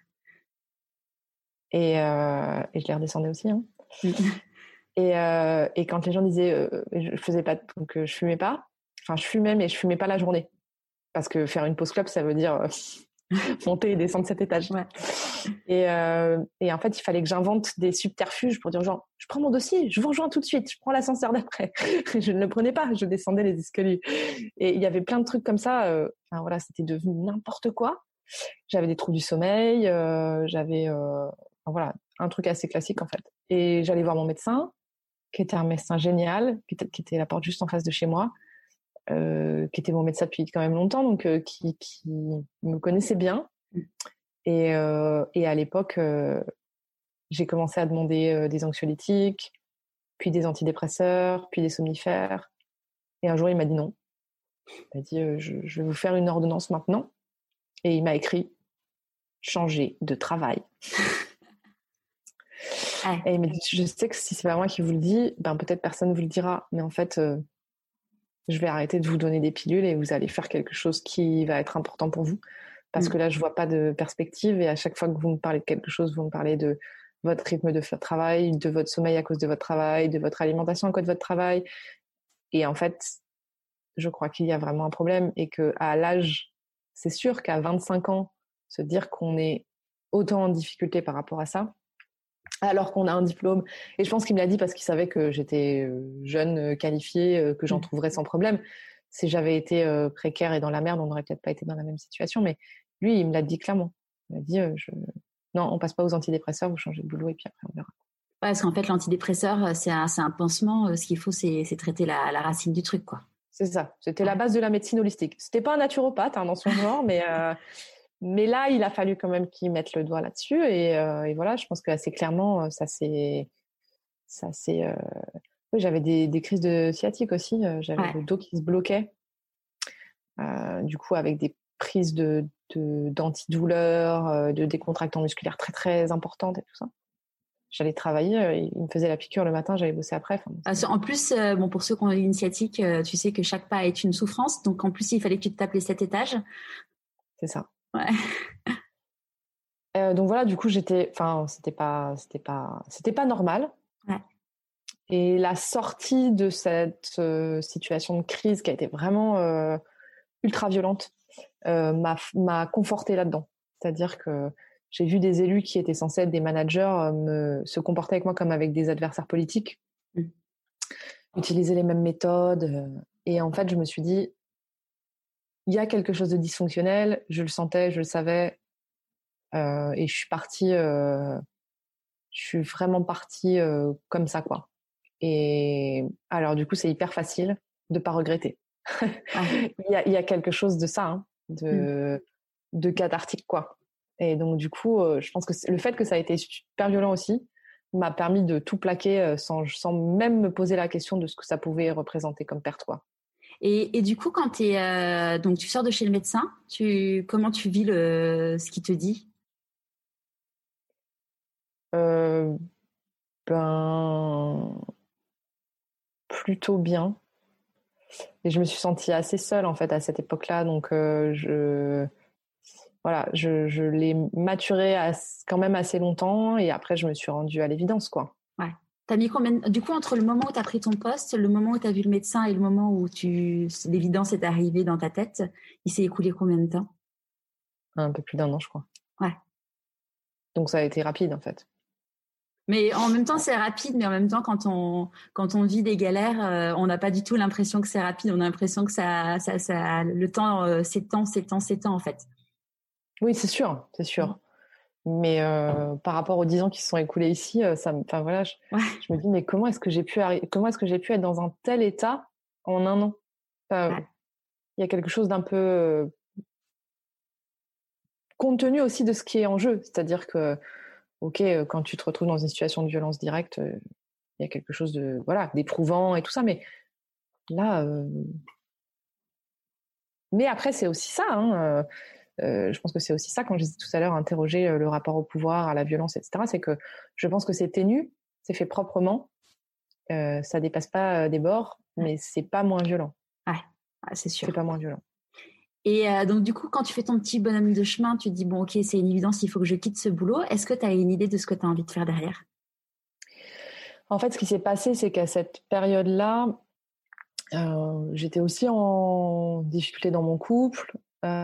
et je les redescendais aussi, hein. Et quand les gens disaient je faisais pas, donc je fumais pas, enfin je fumais mais je fumais pas la journée parce que faire une pause clope ça veut dire monter et descendre 7 étages. Ouais. Et en fait il fallait que j'invente des subterfuges pour dire genre je prends mon dossier, je vous rejoins tout de suite, je prends l'ascenseur d'après. Je ne le prenais pas, je descendais les escaliers et il y avait plein de trucs comme ça. Enfin voilà, c'était devenu n'importe quoi. J'avais des troubles du sommeil, j'avais voilà, un truc assez classique en fait. Et j'allais voir mon médecin qui était un médecin génial, qui était à la porte juste en face de chez moi, qui était mon médecin depuis quand même longtemps, donc qui me connaissait bien. Et à l'époque, j'ai commencé à demander des anxiolytiques, puis des antidépresseurs, puis des somnifères. Et un jour, il m'a dit non. Il m'a dit je vais vous faire une ordonnance maintenant. Et il m'a écrit « changer de travail ». Et il m'a dit « je sais que si c'est pas moi qui vous le dis, ben peut-être personne ne vous le dira, mais en fait, je vais arrêter de vous donner des pilules et vous allez faire quelque chose qui va être important pour vous. Parce que là, je vois pas de perspective et à chaque fois que vous me parlez de quelque chose, vous me parlez de votre rythme de travail, de votre sommeil à cause de votre travail, de votre alimentation à cause de votre travail. Et en fait, je crois qu'il y a vraiment un problème et qu'à l'âge, c'est sûr qu'à 25 ans, se dire qu'on est autant en difficulté par rapport à ça, alors qu'on a un diplôme. Et je pense qu'il me l'a dit parce qu'il savait que j'étais jeune, qualifiée, que j'en trouverais sans problème. Si j'avais été précaire et dans la merde, on n'aurait peut-être pas été dans la même situation. Mais lui, il me l'a dit clairement. Il m'a dit non, on passe pas aux antidépresseurs, vous changez de boulot et puis après on verra. Ouais, parce qu'en fait, l'antidépresseur, c'est un pansement. Ce qu'il faut, c'est traiter la racine du truc, quoi. C'est ça. C'était la base de la médecine holistique. C'était pas un naturopathe dans son genre, mais là, il a fallu quand même qu'il mette le doigt là-dessus. Et voilà, je pense que assez clairement, ça c'est. Oui, j'avais des crises de sciatique aussi. J'avais le dos qui se bloquait. Du coup, avec des prises d'antidouleurs, de décontractants musculaires très, très importantes et tout ça. J'allais travailler, il me faisait la piqûre le matin, j'allais bosser après. En plus, pour ceux qui ont une sciatique, tu sais que chaque pas est une souffrance. Donc, en plus, il fallait que tu te tapes les 7 étages. C'est ça. Ouais. Donc voilà, du coup, c'était pas normal. Ouais. Et la sortie de cette situation de crise qui a été vraiment ultra violente m'a confortée là-dedans. C'est-à-dire que j'ai vu des élus qui étaient censés être des managers se comporter avec moi comme avec des adversaires politiques, utiliser les mêmes méthodes. Et en fait, je me suis dit, il y a quelque chose de dysfonctionnel. Je le sentais, je le savais. Et je suis partie, je suis vraiment partie comme ça, quoi. Et alors, du coup, c'est hyper facile de pas regretter. Il y a quelque chose de ça, hein, de cathartique, quoi. Et donc, du coup, je pense que le fait que ça a été super violent aussi m'a permis de tout plaquer sans même me poser la question de ce que ça pouvait représenter comme perte, quoi. Et du coup, quand donc tu sors de chez le médecin, comment tu vis ce qu'il te dit? Plutôt bien. Et je me suis sentie assez seule en fait à cette époque-là, donc je l'ai maturé quand même assez longtemps et après je me suis rendue à l'évidence, quoi. Ouais. T'as mis combien du coup entre le moment où t'as pris ton poste, le moment où t'as vu le médecin et le moment où l'évidence est arrivée dans ta tête, il s'est écoulé combien de temps? Un peu plus d'1 an, je crois. Ouais. Donc ça a été rapide en fait. Mais en même temps, c'est rapide, mais en même temps, quand on vit des galères, on n'a pas du tout l'impression que c'est rapide. On a l'impression que le temps s'étend en fait. Oui, c'est sûr. Mais par rapport aux 10 ans qui se sont écoulés ici, je me dis, mais comment est-ce que j'ai pu être dans un tel état en 1 an? Il y a quelque chose d'un peu compte tenu aussi de ce qui est en jeu. C'est-à-dire que, ok, quand tu te retrouves dans une situation de violence directe, il y a quelque chose d'éprouvant et tout ça, mais là, mais après c'est aussi ça, hein, je pense que c'est aussi ça, quand je disais tout à l'heure, interroger le rapport au pouvoir, à la violence, etc. C'est que je pense que c'est ténu, c'est fait proprement, ça dépasse pas des bords, mais c'est pas moins violent. Ouais, c'est sûr. C'est pas moins violent. Et donc du coup, quand tu fais ton petit bonhomme de chemin, tu te dis bon, ok, c'est une évidence, il faut que je quitte ce boulot. Est-ce que tu as une idée de ce que tu as envie de faire derrière? En fait, ce qui s'est passé, c'est qu'à cette période-là, j'étais aussi en difficulté dans mon couple.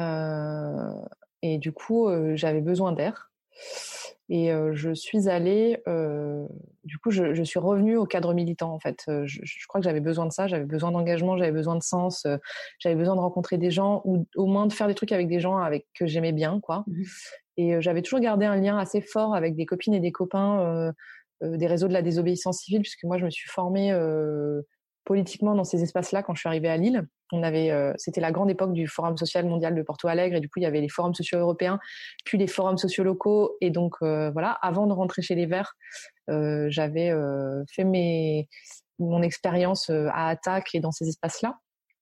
Et du coup, j'avais besoin d'air. Et je suis allée... du coup, je suis revenue au cadre militant, en fait. Je crois que j'avais besoin de ça. J'avais besoin d'engagement, j'avais besoin de sens. J'avais besoin de rencontrer des gens ou au moins de faire des trucs avec des gens que j'aimais bien, quoi. Et j'avais toujours gardé un lien assez fort avec des copines et des copains des réseaux de la désobéissance civile, puisque moi, je me suis formée... politiquement dans ces espaces-là quand je suis arrivée à Lille. C'était la grande époque du Forum social mondial de Porto Alegre et du coup il y avait les forums sociaux européens, puis les forums sociaux locaux et donc voilà. Avant de rentrer chez les Verts, j'avais fait mon expérience à Attaque et dans ces espaces-là.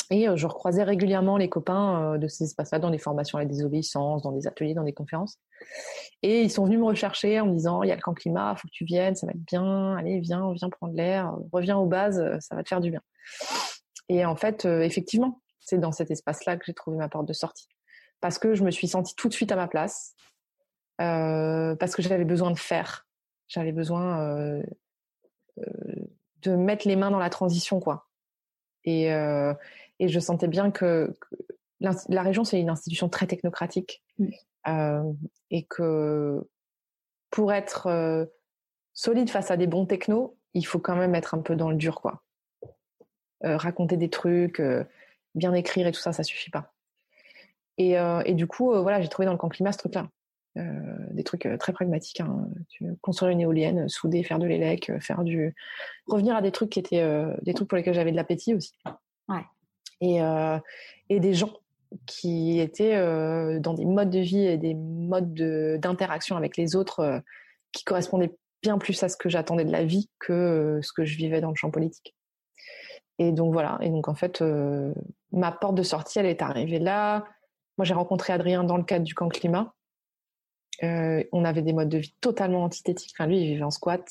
Et je recroisais régulièrement les copains de ces espaces-là dans des formations à la désobéissance, dans des ateliers, dans des conférences. Et ils sont venus me rechercher en me disant, il y a le camp climat, il faut que tu viennes, ça va être bien, allez, viens prendre l'air, reviens aux bases, ça va te faire du bien. Et en fait, effectivement, c'est dans cet espace-là que j'ai trouvé ma porte de sortie. Parce que je me suis sentie tout de suite à ma place, parce que j'avais besoin de faire. J'avais besoin de mettre les mains dans la transition, quoi. Et je sentais bien que la région, c'est une institution très technocratique. Et que pour être solide face à des bons technos, il faut quand même être un peu dans le dur, quoi. Raconter des trucs, bien écrire et tout ça, ça suffit pas. Et du coup, voilà, j'ai trouvé dans le camp climat ce truc-là. Des trucs très pragmatiques, hein. Construire une éolienne, souder, faire de l'élec, revenir à des trucs qui étaient des trucs pour lesquels j'avais de l'appétit aussi. Ouais. Et des gens qui étaient dans des modes de vie et des modes d'interaction avec les autres qui correspondaient bien plus à ce que j'attendais de la vie que ce que je vivais dans le champ politique. Et donc voilà. Et donc en fait, ma porte de sortie, elle est arrivée là. Moi, j'ai rencontré Adrien dans le cadre du camp climat. On avait des modes de vie totalement antithétiques. Enfin, lui, il vivait en squat.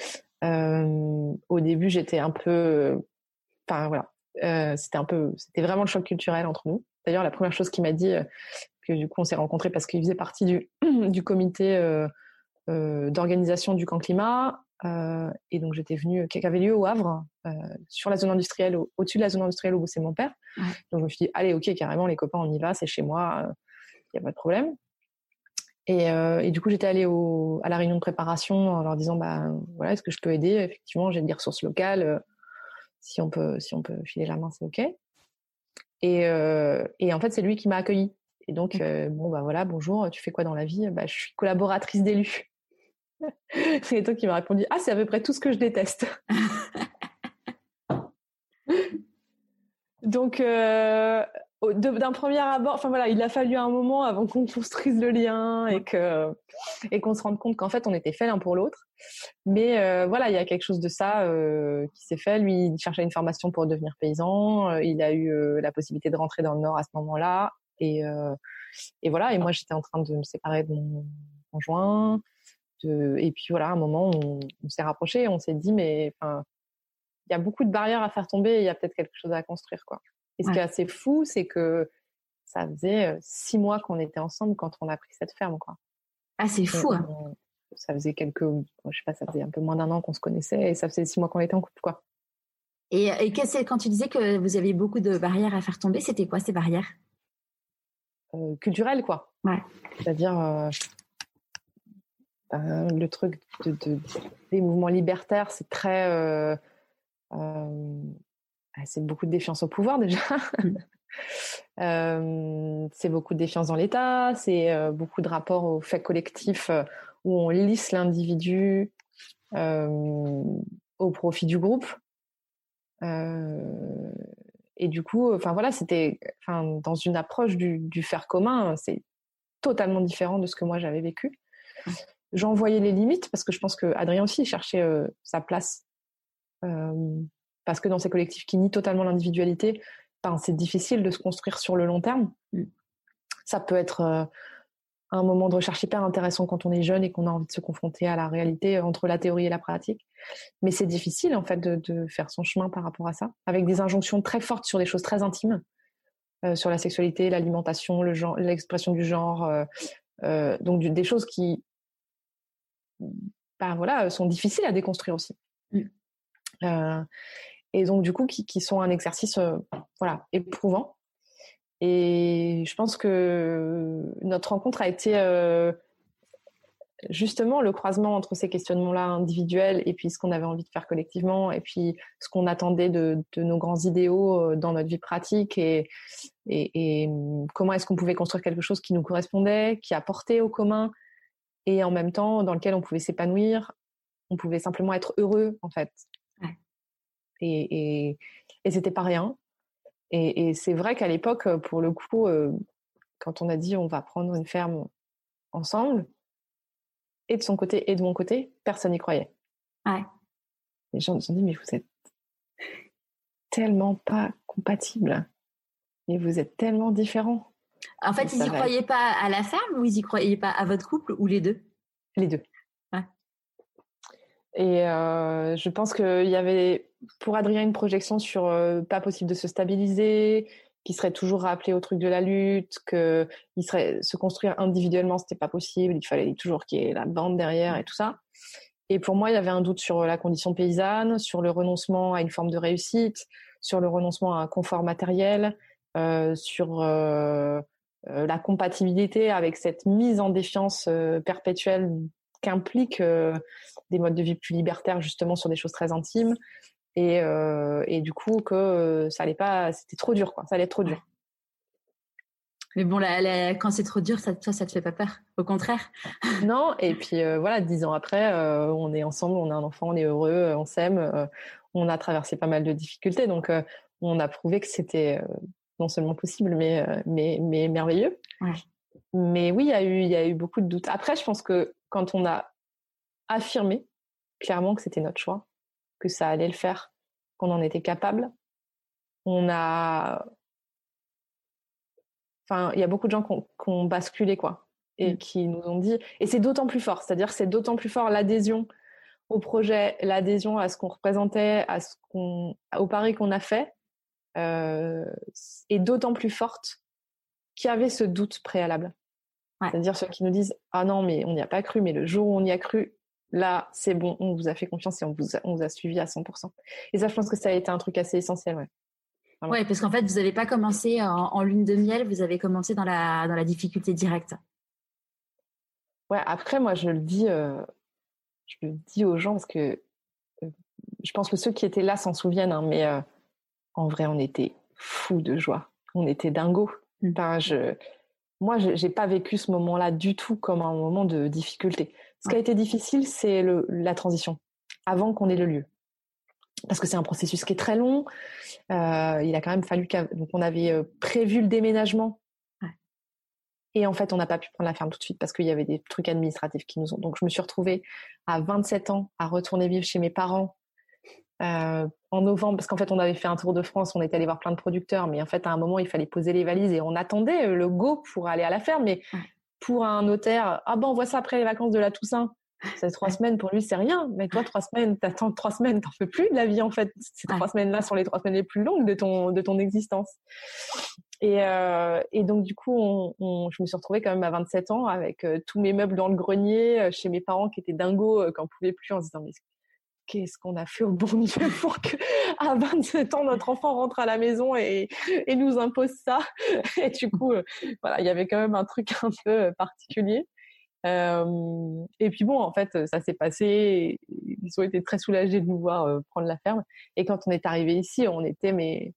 Au début, j'étais un peu... Enfin, voilà. C'était vraiment le choc culturel entre nous. D'ailleurs, la première chose qu'il m'a dit, que du coup, on s'est rencontrés parce qu'il faisait partie du comité d'organisation du camp climat. Et donc, j'étais venue, qui avait lieu au Havre, sur la zone industrielle, au-dessus de la zone industrielle où bossait mon père. Ouais. Donc, je me suis dit, allez, ok, carrément, les copains, on y va, c'est chez moi, il n'y a pas de problème. Et du coup, j'étais allée à la réunion de préparation en leur disant, bah, voilà, est-ce que je peux aider? Effectivement, j'ai des ressources locales. Si on peut filer la main, c'est ok. Et en fait, c'est lui qui m'a accueillie. Et donc, bon, bah voilà, bonjour, tu fais quoi dans la vie? Bah, je suis collaboratrice d'élus. C'est toi qui m'a répondu, ah, c'est à peu près tout ce que je déteste. Donc, d'un premier abord, enfin voilà, il a fallu un moment avant qu'on construise le lien et qu'on se rende compte qu'en fait, on était faits l'un pour l'autre. Mais voilà, il y a quelque chose de ça qui s'est fait. Lui, il cherchait une formation pour devenir paysan. Il a eu la possibilité de rentrer dans le Nord à ce moment-là. Et voilà, et moi, j'étais en train de me séparer de mon conjoint. Et puis voilà, à un moment, on s'est rapprochés et on s'est dit, mais enfin, il y a beaucoup de barrières à faire tomber et il y a peut-être quelque chose à construire, quoi. Et ce qui est assez fou, c'est que ça faisait 6 mois qu'on était ensemble quand on a pris cette ferme, quoi. Ah, c'est fou, hein. Ça faisait je sais pas, ça faisait un peu moins d'1 an qu'on se connaissait et ça faisait 6 mois qu'on était en couple, quoi. Et quand tu disais que vous aviez beaucoup de barrières à faire tomber, c'était quoi ces barrières? Culturelles, quoi. Ouais. C'est-à-dire le truc des mouvements libertaires, c'est très... c'est beaucoup de défiance au pouvoir déjà. C'est beaucoup de défiance dans l'État, c'est beaucoup de rapport au fait collectif où on lisse l'individu au profit du groupe. Et du coup, enfin voilà, dans une approche du faire commun, c'est totalement différent de ce que moi j'avais vécu. J'en voyais les limites parce que je pense que Adrien aussi cherchait sa place. Parce que dans ces collectifs qui nient totalement l'individualité, c'est difficile de se construire sur le long terme. Ça peut être un moment de recherche hyper intéressant quand on est jeune et qu'on a envie de se confronter à la réalité entre la théorie et la pratique. Mais c'est difficile en fait de faire son chemin par rapport à ça, avec des injonctions très fortes sur des choses très intimes, sur la sexualité, l'alimentation, le genre, l'expression du genre, donc des choses qui sont difficiles à déconstruire aussi. Et donc du coup qui sont un exercice éprouvant. Et je pense que notre rencontre a été justement le croisement entre ces questionnements-là individuels et puis ce qu'on avait envie de faire collectivement et puis ce qu'on attendait de nos grands idéaux dans notre vie pratique et comment est-ce qu'on pouvait construire quelque chose qui nous correspondait, qui apportait au commun et en même temps dans lequel on pouvait s'épanouir, on pouvait simplement être heureux en fait. Ouais. Et c'était pas rien. Et c'est vrai qu'à l'époque, pour le coup, quand on a dit on va prendre une ferme ensemble, et de son côté et de mon côté, personne n'y croyait. Ouais. Les gens nous ont dit mais vous êtes tellement pas compatibles. Mais vous êtes tellement différents. En fait, ils y croyaient pas à la ferme ou ils y croyaient pas à votre couple ou les deux? Les deux. Ouais. Et je pense qu'il y avait pour Adrien une projection sur pas possible de se stabiliser, qu'il serait toujours rappelé au truc de la lutte, que il serait se construire individuellement, c'était pas possible, il fallait toujours qu'il y ait la bande derrière et tout ça. Et pour moi, il y avait un doute sur la condition paysanne, sur le renoncement à une forme de réussite, sur le renoncement à un confort matériel, sur la compatibilité avec cette mise en défiance perpétuelle qu'implique des modes de vie plus libertaires justement sur des choses très intimes et du coup que ça allait pas, c'était trop dur quoi, ça allait être trop dur. Mais bon, quand c'est trop dur, ça te fait pas peur, au contraire. Non, et puis voilà, 10 ans après, on est ensemble, on a un enfant, on est heureux, on s'aime, on a traversé pas mal de difficultés, donc on a prouvé que c'était non seulement possible, mais merveilleux. Ouais. Mais oui, il y a eu beaucoup de doutes. Après, je pense que quand on a affirmé clairement que c'était notre choix, que ça allait le faire, qu'on en était capable, il y a beaucoup de gens qui ont basculé, quoi, et qui nous ont dit, et c'est d'autant plus fort, c'est-à-dire c'est d'autant plus fort l'adhésion au projet, l'adhésion à ce qu'on représentait, au pari qu'on a fait, est d'autant plus forte qu'il y avait ce doute préalable. Ouais. C'est-à-dire ceux qui nous disent « Ah non, mais on n'y a pas cru, mais le jour où on y a cru, là, c'est bon, on vous a fait confiance et on vous a suivi à 100%. » Et ça, je pense que ça a été un truc assez essentiel, ouais. Oui, parce qu'en fait, vous n'avez pas commencé en lune de miel, vous avez commencé dans la difficulté directe. Ouais, après, moi, je le dis aux gens parce que je pense que ceux qui étaient là s'en souviennent, hein, mais en vrai, on était fous de joie. On était dingos. Enfin, moi, j'ai pas vécu ce moment-là du tout comme un moment de difficulté. Ce qui a été difficile, c'est la transition, avant qu'on ait le lieu. Parce que c'est un processus qui est très long. Il a quand même fallu donc on avait prévu le déménagement. Ouais. Et en fait, on n'a pas pu prendre la ferme tout de suite parce qu'il y avait des trucs administratifs qui nous ont... Donc, je me suis retrouvée à 27 ans à retourner vivre chez mes parents en novembre, parce qu'en fait, on avait fait un tour de France, on était allé voir plein de producteurs, mais en fait, à un moment, il fallait poser les valises et on attendait le go pour aller à la ferme. Mais pour un notaire, ah ben, on voit ça après les vacances de la Toussaint. C'est 3 semaines, pour lui, c'est rien. Mais toi, 3 semaines, t'attends 3 semaines, t'en fais plus de la vie, en fait. Ces 3 semaines-là sont les 3 semaines les plus longues de ton existence. Et donc, du coup, je me suis retrouvée quand même à 27 ans avec tous mes meubles dans le grenier, chez mes parents qui étaient dingos, qui n'en pouvaient plus, en se disant, mais qu'est-ce qu'on a fait au bon Dieu pour que, à 27 ans, notre enfant rentre à la maison et nous impose ça. Et du coup, voilà, il y avait quand même un truc un peu particulier. Et puis bon, en fait, ça s'est passé. Ils ont été très soulagés de nous voir prendre la ferme. Et quand on est arrivé ici, on était,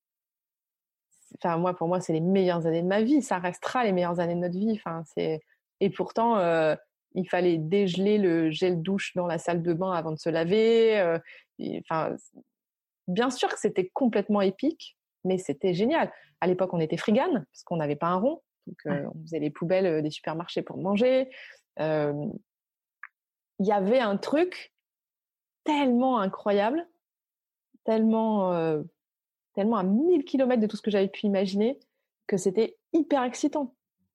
enfin, pour moi, c'est les meilleures années de ma vie. Ça restera les meilleures années de notre vie. Enfin, et pourtant, il fallait dégeler le gel douche dans la salle de bain avant de se laver. Enfin, bien sûr que c'était complètement épique, mais c'était génial. À l'époque, on était frigane parce qu'on n'avait pas un rond. Donc, on faisait les poubelles des supermarchés pour manger. Il y avait un truc tellement incroyable, tellement à 1000 km de tout ce que j'avais pu imaginer, que c'était hyper excitant.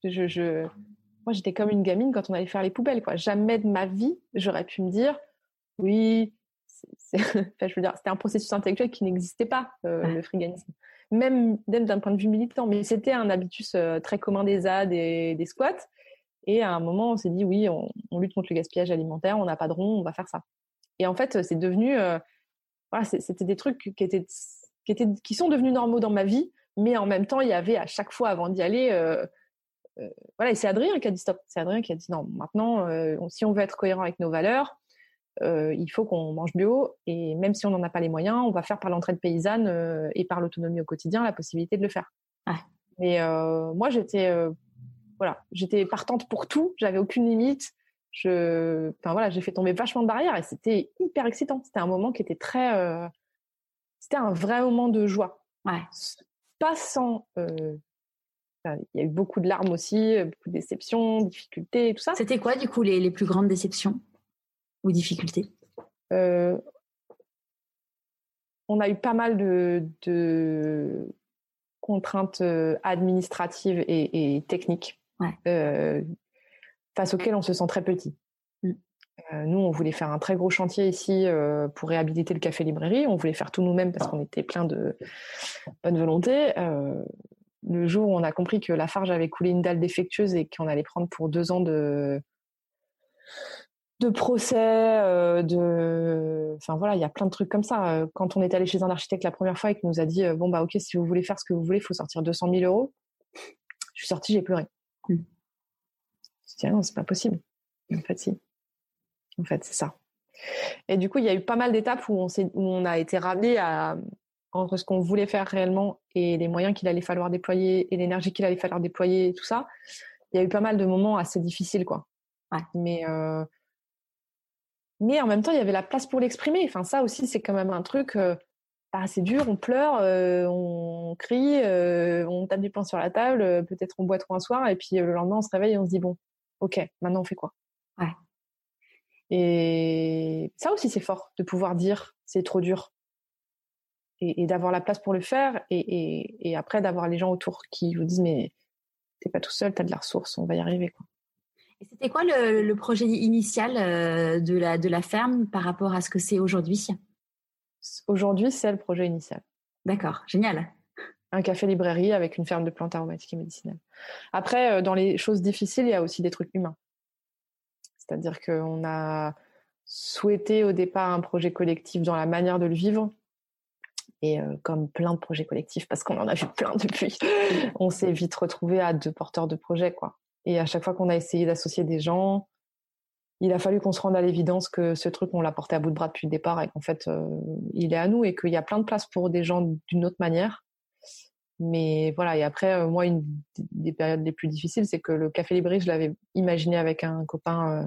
Moi, j'étais comme une gamine quand on allait faire les poubelles, quoi. Jamais de ma vie, j'aurais pu me dire, oui, enfin, je veux dire, c'était un processus intellectuel qui n'existait pas, le friganisme. Même d'un point de vue militant, mais c'était un habitus très commun des ZAD et des squats. Et à un moment, on s'est dit, oui, on lutte contre le gaspillage alimentaire, on n'a pas de rond, on va faire ça. Et en fait, c'est devenu, voilà, c'était des trucs qui sont devenus normaux dans ma vie, mais en même temps, il y avait à chaque fois avant d'y aller, voilà, et c'est Adrien qui a dit stop. C'est Adrien qui a dit non, maintenant, si on veut être cohérent avec nos valeurs, il faut qu'on mange bio, et même si on n'en a pas les moyens, on va faire par l'entraide paysanne et par l'autonomie au quotidien la possibilité de le faire. Mais moi, j'étais partante pour tout, j'avais aucune limite. Enfin voilà, j'ai fait tomber vachement de barrières et c'était hyper excitant. C'était un moment qui était c'était un vrai moment de joie. Ouais. Pas sans. Il y a eu beaucoup de larmes aussi, beaucoup de déceptions, difficultés, tout ça. C'était quoi, du coup, les plus grandes déceptions ou difficultés ? On a eu pas mal de contraintes administratives et techniques face auxquelles on se sent très petit. Nous, on voulait faire un très gros chantier ici pour réhabiliter le café-librairie. On voulait faire tout nous-mêmes parce qu'on était plein de bonne volonté. Le jour où on a compris que Lafarge avait coulé une dalle défectueuse et qu'on allait prendre pour 2 ans de procès, enfin voilà, il y a plein de trucs comme ça. Quand on est allé chez un architecte la première fois et qu'il nous a dit bon bah ok, si vous voulez faire ce que vous voulez, il faut sortir 200 000 €. Je suis sortie, j'ai pleuré. Je me suis dit non, c'est pas possible. En fait, si. En fait, c'est ça. Et du coup, il y a eu pas mal d'étapes où on a été ramené entre ce qu'on voulait faire réellement et les moyens qu'il allait falloir déployer et l'énergie qu'il allait falloir déployer et tout ça. Il y a eu pas mal de moments assez difficiles, quoi. Ouais. Mais en même temps, il y avait la place pour l'exprimer. Enfin, ça aussi, c'est quand même un truc. C'est dur, on pleure, on crie, on tape du poing sur la table, peut-être on boit trop un soir, et puis le lendemain, on se réveille et on se dit bon, ok, maintenant on fait quoi ? Ouais. Et ça aussi, c'est fort de pouvoir dire c'est trop dur et d'avoir la place pour le faire et après d'avoir les gens autour qui vous disent mais t'es pas tout seul, t'as de la ressource, on va y arriver, quoi. Et c'était quoi le projet initial de la ferme par rapport à ce que c'est aujourd'hui ? Aujourd'hui, c'est le projet initial. D'accord, génial. Un café-librairie avec une ferme de plantes aromatiques et médicinales. Après, dans les choses difficiles, il y a aussi des trucs humains. C'est-à-dire qu'on a souhaité au départ un projet collectif dans la manière de le vivre. Et comme plein de projets collectifs, parce qu'on en a vu plein depuis, on s'est vite retrouvé à 2 porteurs de projets, quoi. Et à chaque fois qu'on a essayé d'associer des gens, il a fallu qu'on se rende à l'évidence que ce truc, on l'a porté à bout de bras depuis le départ et qu'en fait, il est à nous et qu'il y a plein de place pour des gens d'une autre manière. Mais voilà, et après, moi, une des périodes les plus difficiles, c'est que le café-librairie, je l'avais imaginé avec un copain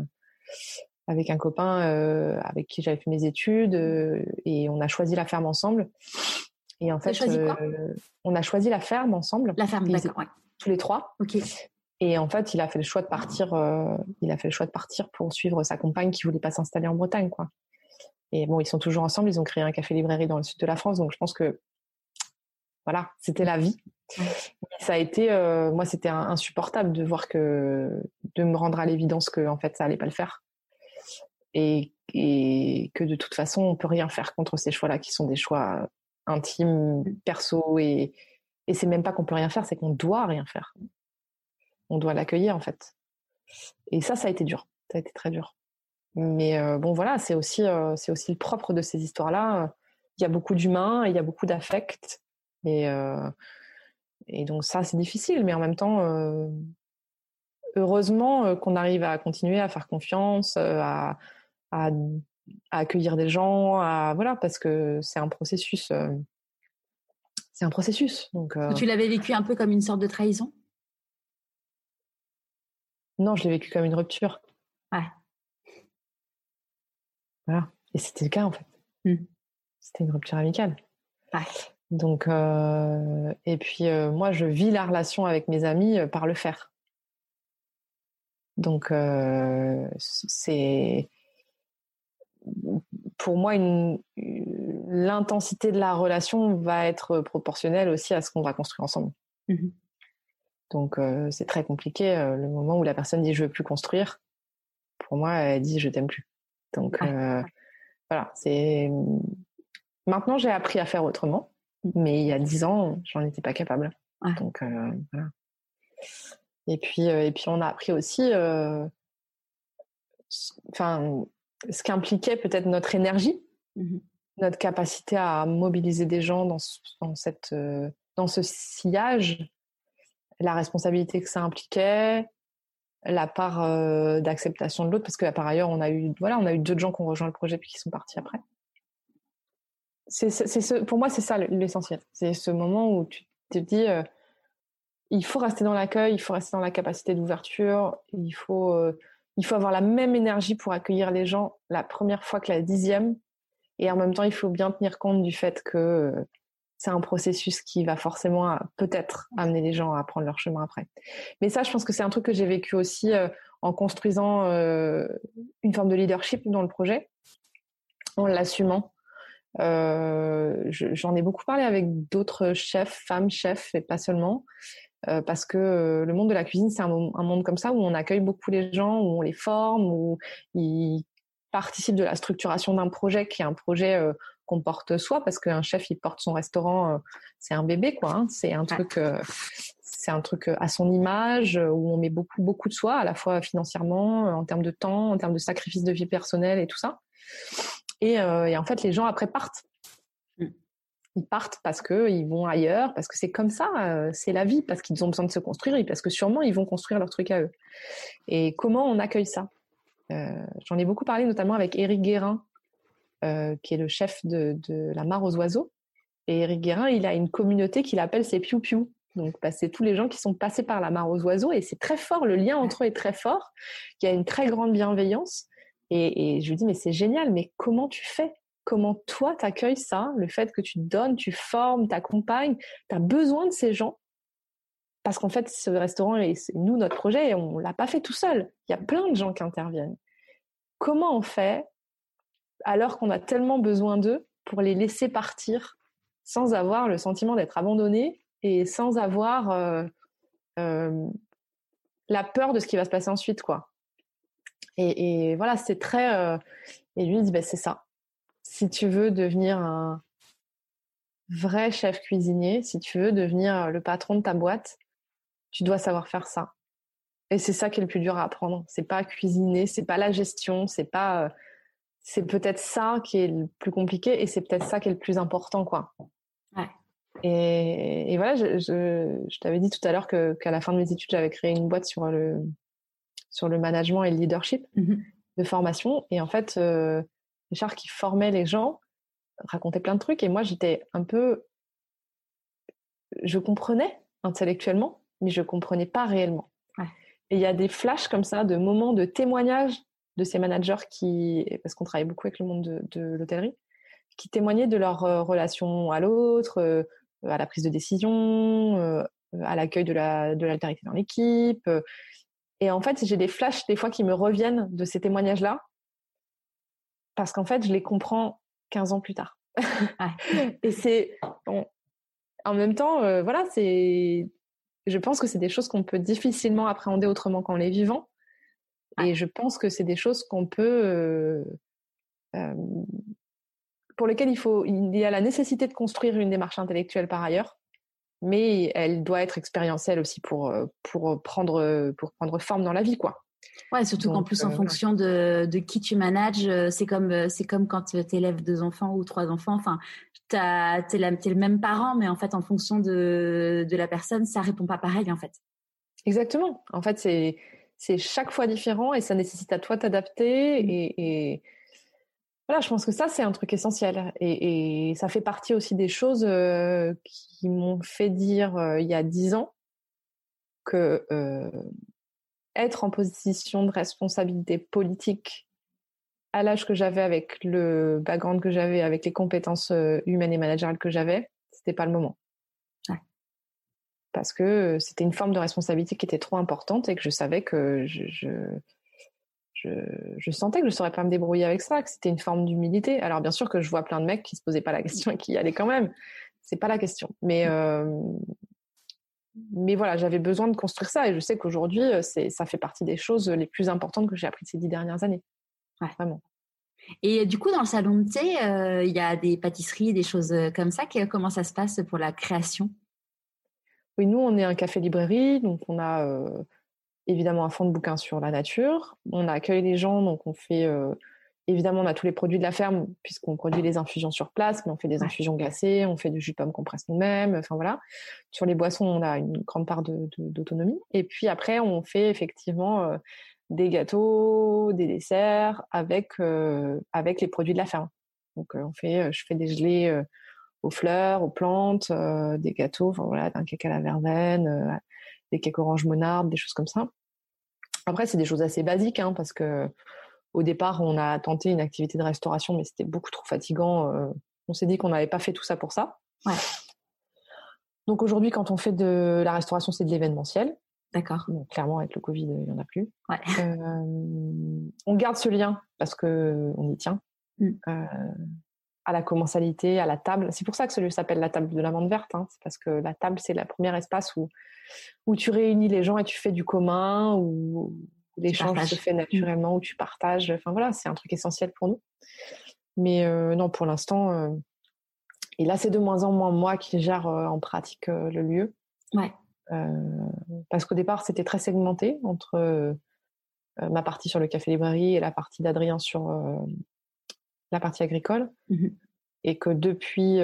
avec qui j'avais fait mes études et on a choisi la ferme ensemble. Et en fait, choisi quoi ? On a choisi la ferme ensemble. La ferme, d'accord, ouais. Tous les 3. Ok. Et en fait, il a fait le choix de partir. Pour suivre sa compagne qui voulait pas s'installer en Bretagne, quoi. Et bon, ils sont toujours ensemble. Ils ont créé un café-librairie dans le sud de la France, donc je pense que voilà, c'était la vie. Ouais. Ça a été, moi, c'était insupportable de me rendre à l'évidence que en fait, ça allait pas le faire. Et que de toute façon, on peut rien faire contre ces choix-là, qui sont des choix intimes, perso, et c'est même pas qu'on peut rien faire, c'est qu'on doit rien faire. On doit l'accueillir, en fait. Et ça a été dur. Ça a été très dur. Mais bon, voilà, c'est aussi le propre de ces histoires-là. Il y a beaucoup d'humains, il y a beaucoup d'affect. Et donc ça, c'est difficile. Mais en même temps, heureusement qu'on arrive à continuer à faire confiance, à accueillir des gens, voilà, parce que c'est un processus. C'est un processus. Donc, tu l'avais vécu un peu comme une sorte de trahison ? Non, je l'ai vécu comme une rupture. Ouais. Voilà. Et c'était le cas, en fait. C'était une rupture amicale. Ouais. Donc, et puis, moi, je vis la relation avec mes amis par le faire. Donc, c'est... Pour moi, l'intensité de la relation va être proportionnelle aussi à ce qu'on va construire ensemble. Mmh. Donc, c'est très compliqué. Le moment où la personne dit « je veux plus construire », pour moi, elle dit « je t'aime plus ». Donc, voilà. Maintenant, j'ai appris à faire autrement. Mais il y a 10 ans, j'en étais pas capable. Ouais. Donc, voilà. Et puis, on a appris aussi... ce qu'impliquait peut-être notre énergie, notre capacité à mobiliser des gens dans ce sillage, la responsabilité que ça impliquait, la part d'acceptation de l'autre, parce que par ailleurs on a eu d'autres gens qui ont rejoint le projet puis qui sont partis après. Pour moi, c'est ça l'essentiel. C'est ce moment où tu te dis il faut rester dans l'accueil, il faut rester dans la capacité d'ouverture, il faut avoir la même énergie pour accueillir les gens la première fois que la 10e. Et en même temps, il faut bien tenir compte du fait que c'est un processus qui va forcément peut-être amener les gens à prendre leur chemin après. Mais ça, je pense que c'est un truc que j'ai vécu aussi en construisant une forme de leadership dans le projet, en l'assumant. J'en ai beaucoup parlé avec d'autres chefs, femmes chefs, et pas seulement, parce que le monde de la cuisine, c'est un monde comme ça où on accueille beaucoup les gens, où on les forme, où ils participent de la structuration d'un projet qui est un projet qu'on porte soi, parce qu'un chef, il porte son restaurant, c'est un bébé, quoi. Hein, c'est un truc à son image, où on met beaucoup, beaucoup de soi, à la fois financièrement, en termes de temps, en termes de sacrifice de vie personnelle et tout ça. Et en fait, les gens après partent. Ils partent parce qu'ils vont ailleurs, parce que c'est comme ça, c'est la vie, parce qu'ils ont besoin de se construire et parce que sûrement ils vont construire leur truc à eux. Et comment on accueille ça? J'en ai beaucoup parlé notamment avec Éric Guérin, qui est le chef de la Mare aux Oiseaux. Et Éric Guérin, il a une communauté qu'il appelle ses piou-piou. Donc, c'est tous les gens qui sont passés par la Mare aux Oiseaux et c'est très fort, le lien entre eux est très fort. Il y a une très grande bienveillance. Et je lui dis, mais c'est génial, mais comment tu fais? Comment toi t'accueilles ça, le fait que tu donnes, tu formes, t'accompagnes, t'as besoin de ces gens, parce qu'en fait ce restaurant et nous notre projet, on l'a pas fait tout seul. Il y a plein de gens qui interviennent. Comment on fait alors qu'on a tellement besoin d'eux pour les laisser partir sans avoir le sentiment d'être abandonné et sans avoir la peur de ce qui va se passer ensuite, quoi. Et voilà, c'est très. Et lui il dit, c'est ça. Si tu veux devenir un vrai chef cuisinier, si tu veux devenir le patron de ta boîte, tu dois savoir faire ça. Et c'est ça qui est le plus dur à apprendre. C'est pas cuisiner, c'est pas la gestion, c'est peut-être ça qui est le plus compliqué et c'est peut-être ça qui est le plus important, quoi. Ouais. Et voilà, je t'avais dit tout à l'heure qu'à la fin de mes études, j'avais créé une boîte sur le management et le leadership de formation. Et en fait, Richard qui formait les gens racontait plein de trucs et moi j'étais je comprenais intellectuellement mais je comprenais pas réellement. Et il y a des flashs comme ça de moments de témoignages de ces managers parce qu'on travaille beaucoup avec le monde de l'hôtellerie, qui témoignaient de leur relation à l'autre, à la prise de décision, à l'accueil de l'altérité dans l'équipe. Et en fait, j'ai des flashs des fois qui me reviennent de ces témoignages-là parce qu'en fait, je les comprends 15 ans plus tard. Et c'est en même temps, voilà, je pense que c'est des choses qu'on peut difficilement appréhender autrement qu'en les vivant. Et je pense que c'est des choses qu'on peut, pour lesquelles il y a la nécessité de construire une démarche intellectuelle par ailleurs, mais elle doit être expérientielle aussi pour prendre forme dans la vie, quoi. Ouais, surtout qu'en plus, en fonction de qui tu manages, c'est comme quand tu élèves 2 enfants ou 3 enfants. Enfin, t'es le même parent, mais en fait, en fonction de la personne, ça répond pas pareil, en fait. Exactement. En fait, c'est chaque fois différent et ça nécessite à toi t'adapter. Et voilà, je pense que ça, c'est un truc essentiel. Et ça fait partie aussi des choses qui m'ont fait dire il y a 10 ans que être en position de responsabilité politique à l'âge que j'avais, avec le background que j'avais, avec les compétences humaines et managériales que j'avais, c'était pas le moment. Parce que c'était une forme de responsabilité qui était trop importante et que je savais que je sentais que je ne saurais pas me débrouiller avec ça, que c'était une forme d'humilité. Alors bien sûr que je vois plein de mecs qui se posaient pas la question et qui y allaient quand même. C'est pas la question. Mais voilà, j'avais besoin de construire ça et je sais qu'aujourd'hui, ça fait partie des choses les plus importantes que j'ai apprises ces 10 dernières années. Ouais. Vraiment. Et du coup, dans le salon de thé, il y a des pâtisseries, des choses comme ça. Comment ça se passe pour la création? Oui, nous, on est un café-librairie, donc on a évidemment un fond de bouquins sur la nature. On accueille les gens, donc on fait... évidemment, on a tous les produits de la ferme, puisqu'on produit les infusions sur place, mais on fait des infusions glacées, on fait du jus de pomme qu'on presse nous-mêmes, enfin voilà. Sur les boissons, on a une grande part d'autonomie. Et puis après, on fait effectivement des gâteaux, des desserts avec les produits de la ferme. Donc je fais des gelées aux fleurs, aux plantes, des gâteaux, enfin voilà, un cake à la verveine, des cakes orange monarde, des choses comme ça. Après, c'est des choses assez basiques, hein, parce que au départ, on a tenté une activité de restauration, mais c'était beaucoup trop fatigant. On s'est dit qu'on n'avait pas fait tout ça pour ça. Ouais. Donc aujourd'hui, quand on fait de la restauration, c'est de l'événementiel. D'accord. Donc, clairement, avec le Covid, il n'y en a plus. Ouais. On garde ce lien parce qu'on y tient. à la commensalité, à la table. C'est pour ça que ce lieu s'appelle la table de l'amande verte. C'est parce que la table, c'est le premier espace où tu réunis les gens et tu fais du commun, où l'échange se fait naturellement, où tu partages. Enfin voilà, c'est un truc essentiel pour nous. Mais non, pour l'instant, et là, c'est de moins en moins moi qui gère en pratique le lieu. Ouais. Parce qu'au départ, c'était très segmenté entre ma partie sur le café-librairie et la partie d'Adrien sur la partie agricole. Et que depuis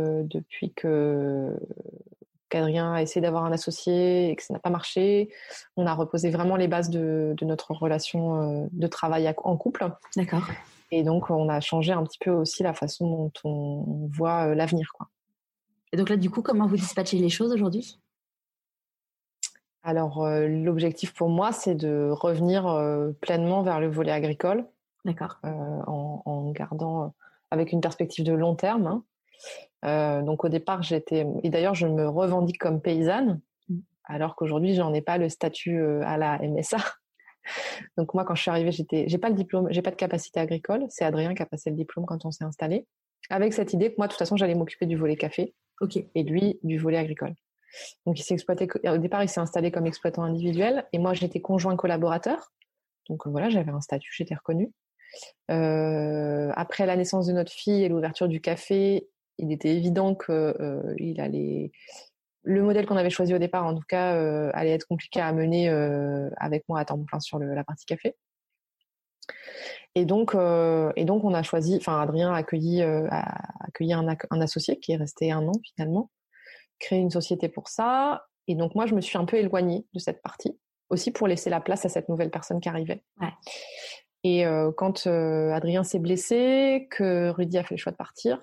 qu'Adrien a essayé d'avoir un associé et que ça n'a pas marché, on a reposé vraiment les bases de notre relation de travail en couple. D'accord. Et donc, on a changé un petit peu aussi la façon dont on voit l'avenir, quoi. Et donc là, du coup, comment vous dispatchez les choses aujourd'hui ? Alors, l'objectif pour moi, c'est de revenir pleinement vers le volet agricole. D'accord. En gardant avec une perspective de long terme. Donc au départ, et d'ailleurs je me revendique comme paysanne, alors qu'aujourd'hui j'en ai pas le statut à la MSA. Donc moi, quand je suis arrivée, j'ai pas le diplôme, j'ai pas de capacité agricole. C'est Adrien qui a passé le diplôme quand on s'est installé, avec cette idée que moi, de toute façon, j'allais m'occuper du volet café, et lui du volet agricole. Donc au départ, il s'est installé comme exploitant individuel, et moi j'étais conjoint collaborateur. Donc voilà, j'avais un statut, j'étais reconnue. Après la naissance de notre fille et l'ouverture du café, il était évident que le modèle qu'on avait choisi au départ, en tout cas, allait être compliqué à mener avec moi à temps plein sur la partie café. Et donc on a choisi, Adrien a accueilli un associé qui est resté 1 an finalement, créé une société pour ça. Et donc moi, je me suis un peu éloignée de cette partie, aussi pour laisser la place à cette nouvelle personne qui arrivait. Ouais. Et quand Adrien s'est blessé, que Rudy a fait le choix de partir,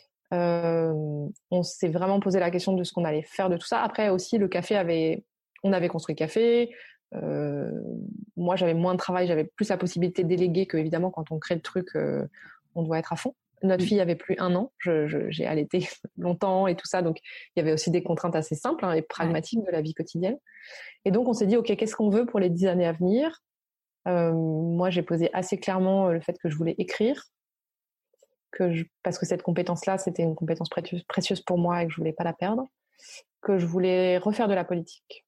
on s'est vraiment posé la question de ce qu'on allait faire de tout ça. Après aussi, on avait construit le café. Moi, j'avais moins de travail, j'avais plus la possibilité de déléguer que, évidemment, quand on crée le truc, on doit être à fond. Notre fille avait plus 1 an, j'ai allaité longtemps et tout ça, donc il y avait aussi des contraintes assez simples et pragmatiques de la vie quotidienne. Et donc on s'est dit, ok, qu'est-ce qu'on veut pour les 10 années à venir ? Moi, j'ai posé assez clairement le fait que je voulais écrire, parce que cette compétence-là, c'était une compétence précieuse pour moi et que je voulais pas la perdre, que je voulais refaire de la politique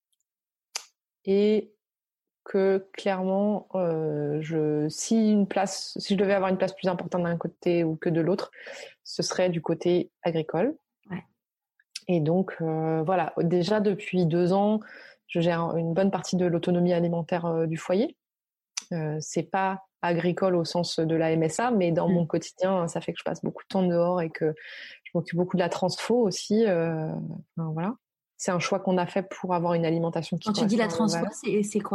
et que clairement, si je devais avoir une place plus importante d'un côté ou que de l'autre, ce serait du côté agricole. Ouais. Et donc, voilà, déjà depuis 2 ans, je gère une bonne partie de l'autonomie alimentaire du foyer. C'est pas agricole au sens de la MSA, mais dans mon quotidien, ça fait que je passe beaucoup de temps dehors et que je m'occupe beaucoup de la transfo aussi. Voilà. C'est un choix qu'on a fait pour avoir une alimentation qui... Quand tu dis la transfo, c'est quoi ?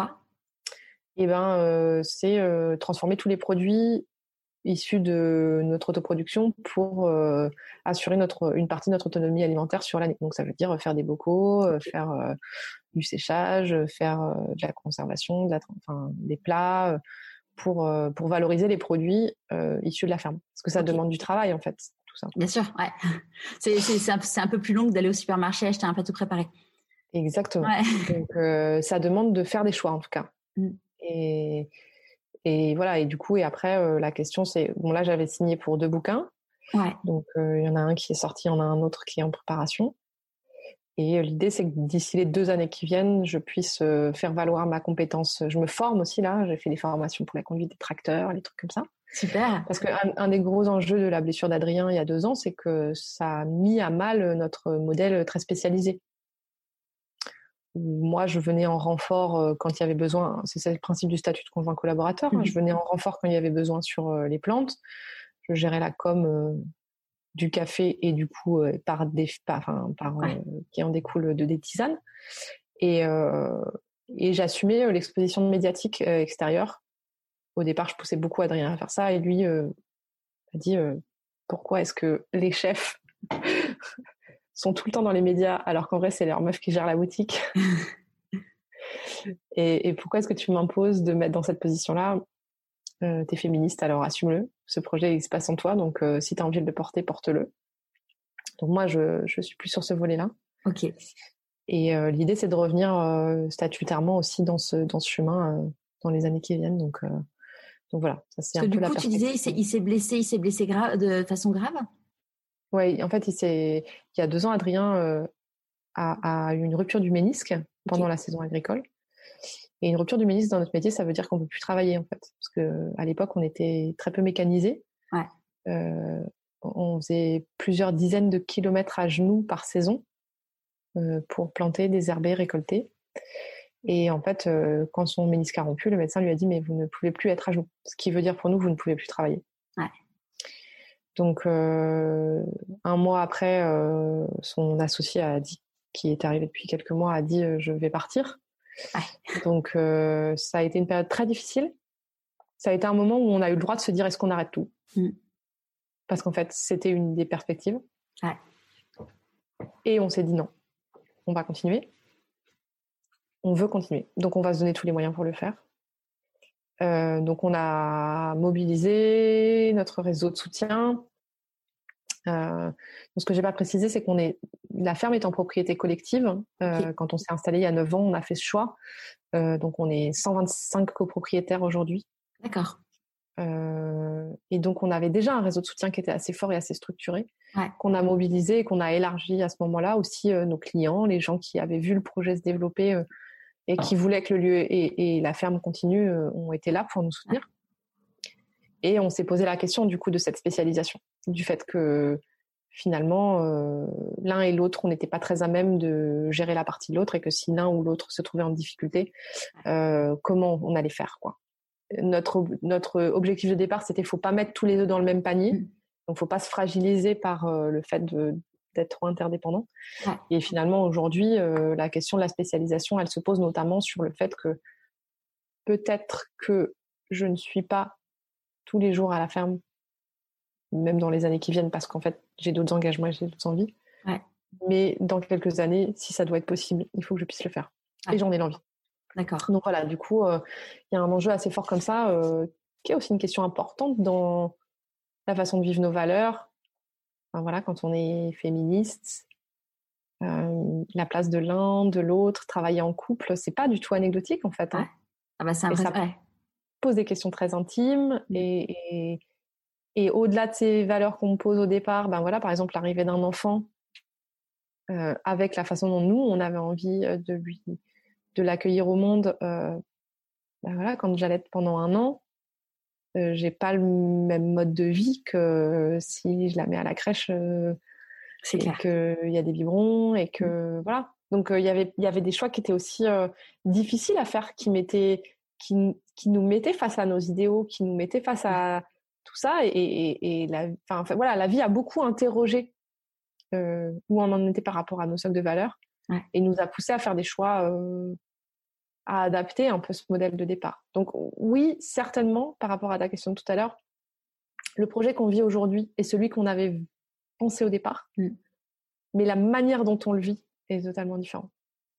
C'est transformer tous les produits issus de notre autoproduction pour assurer une partie de notre autonomie alimentaire sur l'année. Donc ça veut dire faire des bocaux, faire du séchage, faire de la conservation, des plats, pour valoriser les produits issus de la ferme. Parce que ça demande du travail, en fait, tout ça. Bien sûr, ouais. C'est un peu plus long que d'aller au supermarché acheter un plat tout préparé. Exactement. Ouais. Donc ça demande de faire des choix, en tout cas. Et voilà, et du coup, et après, la question c'est, bon là j'avais signé pour 2 bouquins, donc il y en a un qui est sorti, il y en a un autre qui est en préparation, et l'idée c'est que d'ici les 2 années qui viennent, je puisse faire valoir ma compétence. Je me forme aussi là, j'ai fait des formations pour la conduite des tracteurs, les trucs comme ça. Super. Parce qu'un des gros enjeux de la blessure d'Adrien il y a 2 ans, c'est que ça a mis à mal notre modèle très spécialisé. Moi, je venais en renfort quand il y avait besoin. C'est le principe du statut de conjoint collaborateur. Je venais en renfort quand il y avait besoin sur les plantes. Je gérais la com du café et du coup qui en découle des tisanes. Et j'assumais l'exposition médiatique extérieure. Au départ, je poussais beaucoup Adrien à faire ça et lui a dit pourquoi est-ce que les chefs sont tout le temps dans les médias alors qu'en vrai c'est leur meuf qui gère la boutique. Et pourquoi est-ce que tu m'imposes de mettre dans cette position-là ? T'es féministe, alors assume-le. Ce projet il se passe en toi, donc si t'as envie de le porter, porte-le. Donc moi je suis plus sur ce volet-là. Ok. Et l'idée c'est de revenir statutairement aussi dans ce chemin dans les années qui viennent. Donc Donc voilà, ça c'est Parce un que peu du la coup, tu disais, il s'est blessé de façon grave? Ouais, en fait, il y a 2 ans, Adrien a eu une rupture du ménisque pendant la saison agricole. Et une rupture du ménisque dans notre métier, ça veut dire qu'on ne peut plus travailler, en fait. Parce qu'à l'époque, on était très peu mécanisés. Ouais. On faisait plusieurs dizaines de kilomètres à genoux par saison pour planter, désherber, récolter. Et en fait, quand son ménisque a rompu, le médecin lui a dit « Mais vous ne pouvez plus être à genoux. » Ce qui veut dire pour nous, vous ne pouvez plus travailler. Ouais. Donc, un mois après, son associé qui est arrivé depuis quelques mois, a dit je vais partir. Ouais. Donc, ça a été une période très difficile. Ça a été un moment où on a eu le droit de se dire est-ce qu'on arrête tout ? Parce qu'en fait, c'était une des perspectives. Ouais. Et on s'est dit non, on va continuer. On veut continuer. Donc, on va se donner tous les moyens pour le faire. Donc, on a mobilisé notre réseau de soutien. Donc, ce que j'ai pas précisé, c'est la ferme est en propriété collective. Okay. Quand on s'est installé il y a 9 ans, on a fait ce choix. Donc, on est 125 copropriétaires aujourd'hui. D'accord. Et donc, on avait déjà un réseau de soutien qui était assez fort et assez structuré, qu'on a mobilisé et qu'on a élargi à ce moment-là. Aussi, nos clients, les gens qui avaient vu le projet se développer et qui voulaient que le lieu et la ferme continuent, ont été là pour nous soutenir. Et on s'est posé la question du coup de cette spécialisation, du fait que finalement, l'un et l'autre, on n'était pas très à même de gérer la partie de l'autre et que si l'un ou l'autre se trouvait en difficulté, comment on allait faire, quoi. Notre objectif de départ, c'était faut pas mettre tous les œufs dans le même panier, donc faut pas se fragiliser par le fait d'être trop interdépendant. Et finalement, aujourd'hui, la question de la spécialisation, elle se pose notamment sur le fait que peut-être que je ne suis pas tous les jours à la ferme, même dans les années qui viennent, parce qu'en fait, j'ai d'autres engagements et j'ai d'autres envies. Mais dans quelques années, si ça doit être possible, il faut que je puisse le faire. Et j'en ai l'envie. D'accord. Donc voilà, du coup, il y a un enjeu assez fort comme ça, qui est aussi une question importante dans la façon de vivre nos valeurs. Enfin, voilà, quand on est féministe, la place de l'un, de l'autre, travailler en couple, c'est pas du tout anecdotique en fait. Hein. Ah bah c'est un vrai. Ça pose des questions très intimes et au-delà de ces valeurs qu'on me pose au départ, ben voilà, par exemple l'arrivée d'un enfant, avec la façon dont nous on avait envie de l'accueillir au monde. Ben voilà, quand j'allaite pendant 1 an, j'ai pas le même mode de vie que si je la mets à la crèche. C'est clair. Qu'il y a des biberons et que voilà. Donc il y avait des choix qui étaient aussi difficiles à faire, qui nous mettaient face à nos idéaux, qui nous mettaient face à tout ça et la vie a beaucoup interrogé où on en était par rapport à nos socles de valeurs et nous a poussé à faire des choix, à adapter un peu ce modèle de départ. Donc oui, certainement, par rapport à ta question de tout à l'heure, le projet qu'on vit aujourd'hui est celui qu'on avait pensé au départ, mais la manière dont on le vit est totalement différente.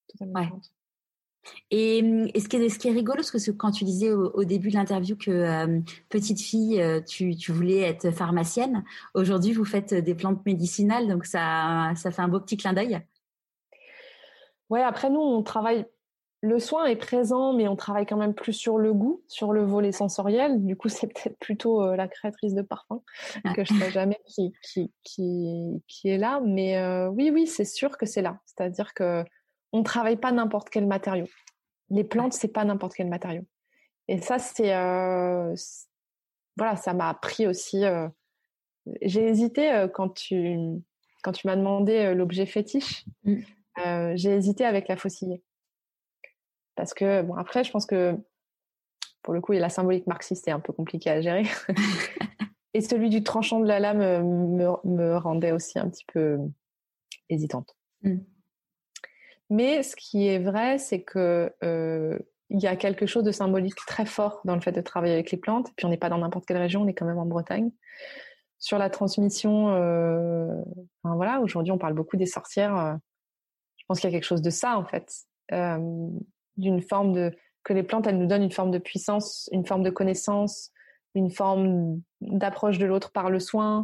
Et ce qui est rigolo, parce que quand tu disais au début de l'interview que petite fille, tu voulais être pharmacienne, aujourd'hui vous faites des plantes médicinales, donc ça fait un beau petit clin d'œil. Ouais, après nous on travaille, le soin est présent, mais on travaille quand même plus sur le goût, sur le volet sensoriel. Du coup, c'est peut-être plutôt la créatrice de parfum que je ne sais jamais qui est là. Mais oui, c'est sûr que c'est là. C'est-à-dire que on ne travaille pas n'importe quel matériau. Les plantes, c'est pas n'importe quel matériau. Et ça, voilà, ça m'a appris aussi. J'ai hésité quand tu m'as demandé l'objet fétiche. J'ai hésité avec la faucillée. Parce que, bon, après, je pense que, pour le coup, la symbolique marxiste est un peu compliquée à gérer. Et celui du tranchant de la lame me rendait aussi un petit peu hésitante. Mais ce qui est vrai, c'est que il y a quelque chose de symbolique très fort dans le fait de travailler avec les plantes. Et puis, on n'est pas dans n'importe quelle région, on est quand même en Bretagne. Sur la transmission, enfin, voilà, aujourd'hui, on parle beaucoup des sorcières. Je pense qu'il y a quelque chose de ça, en fait. D'une forme que les plantes, elles nous donnent une forme de puissance, une forme de connaissance, une forme d'approche de l'autre par le soin,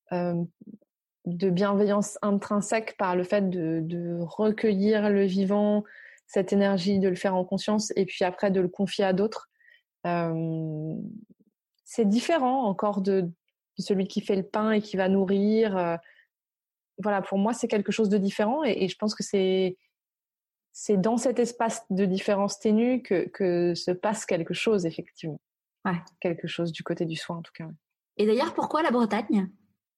de bienveillance intrinsèque par le fait de recueillir le vivant, cette énergie, de le faire en conscience et puis après de le confier à d'autres. c'est différent encore de celui qui fait le pain et qui va nourrir. Voilà, pour moi, c'est quelque chose de différent et je pense que c'est dans cet espace de différence ténue que se passe quelque chose, effectivement. Ouais. Quelque chose du côté du soin, en tout cas. Et d'ailleurs, pourquoi la Bretagne ?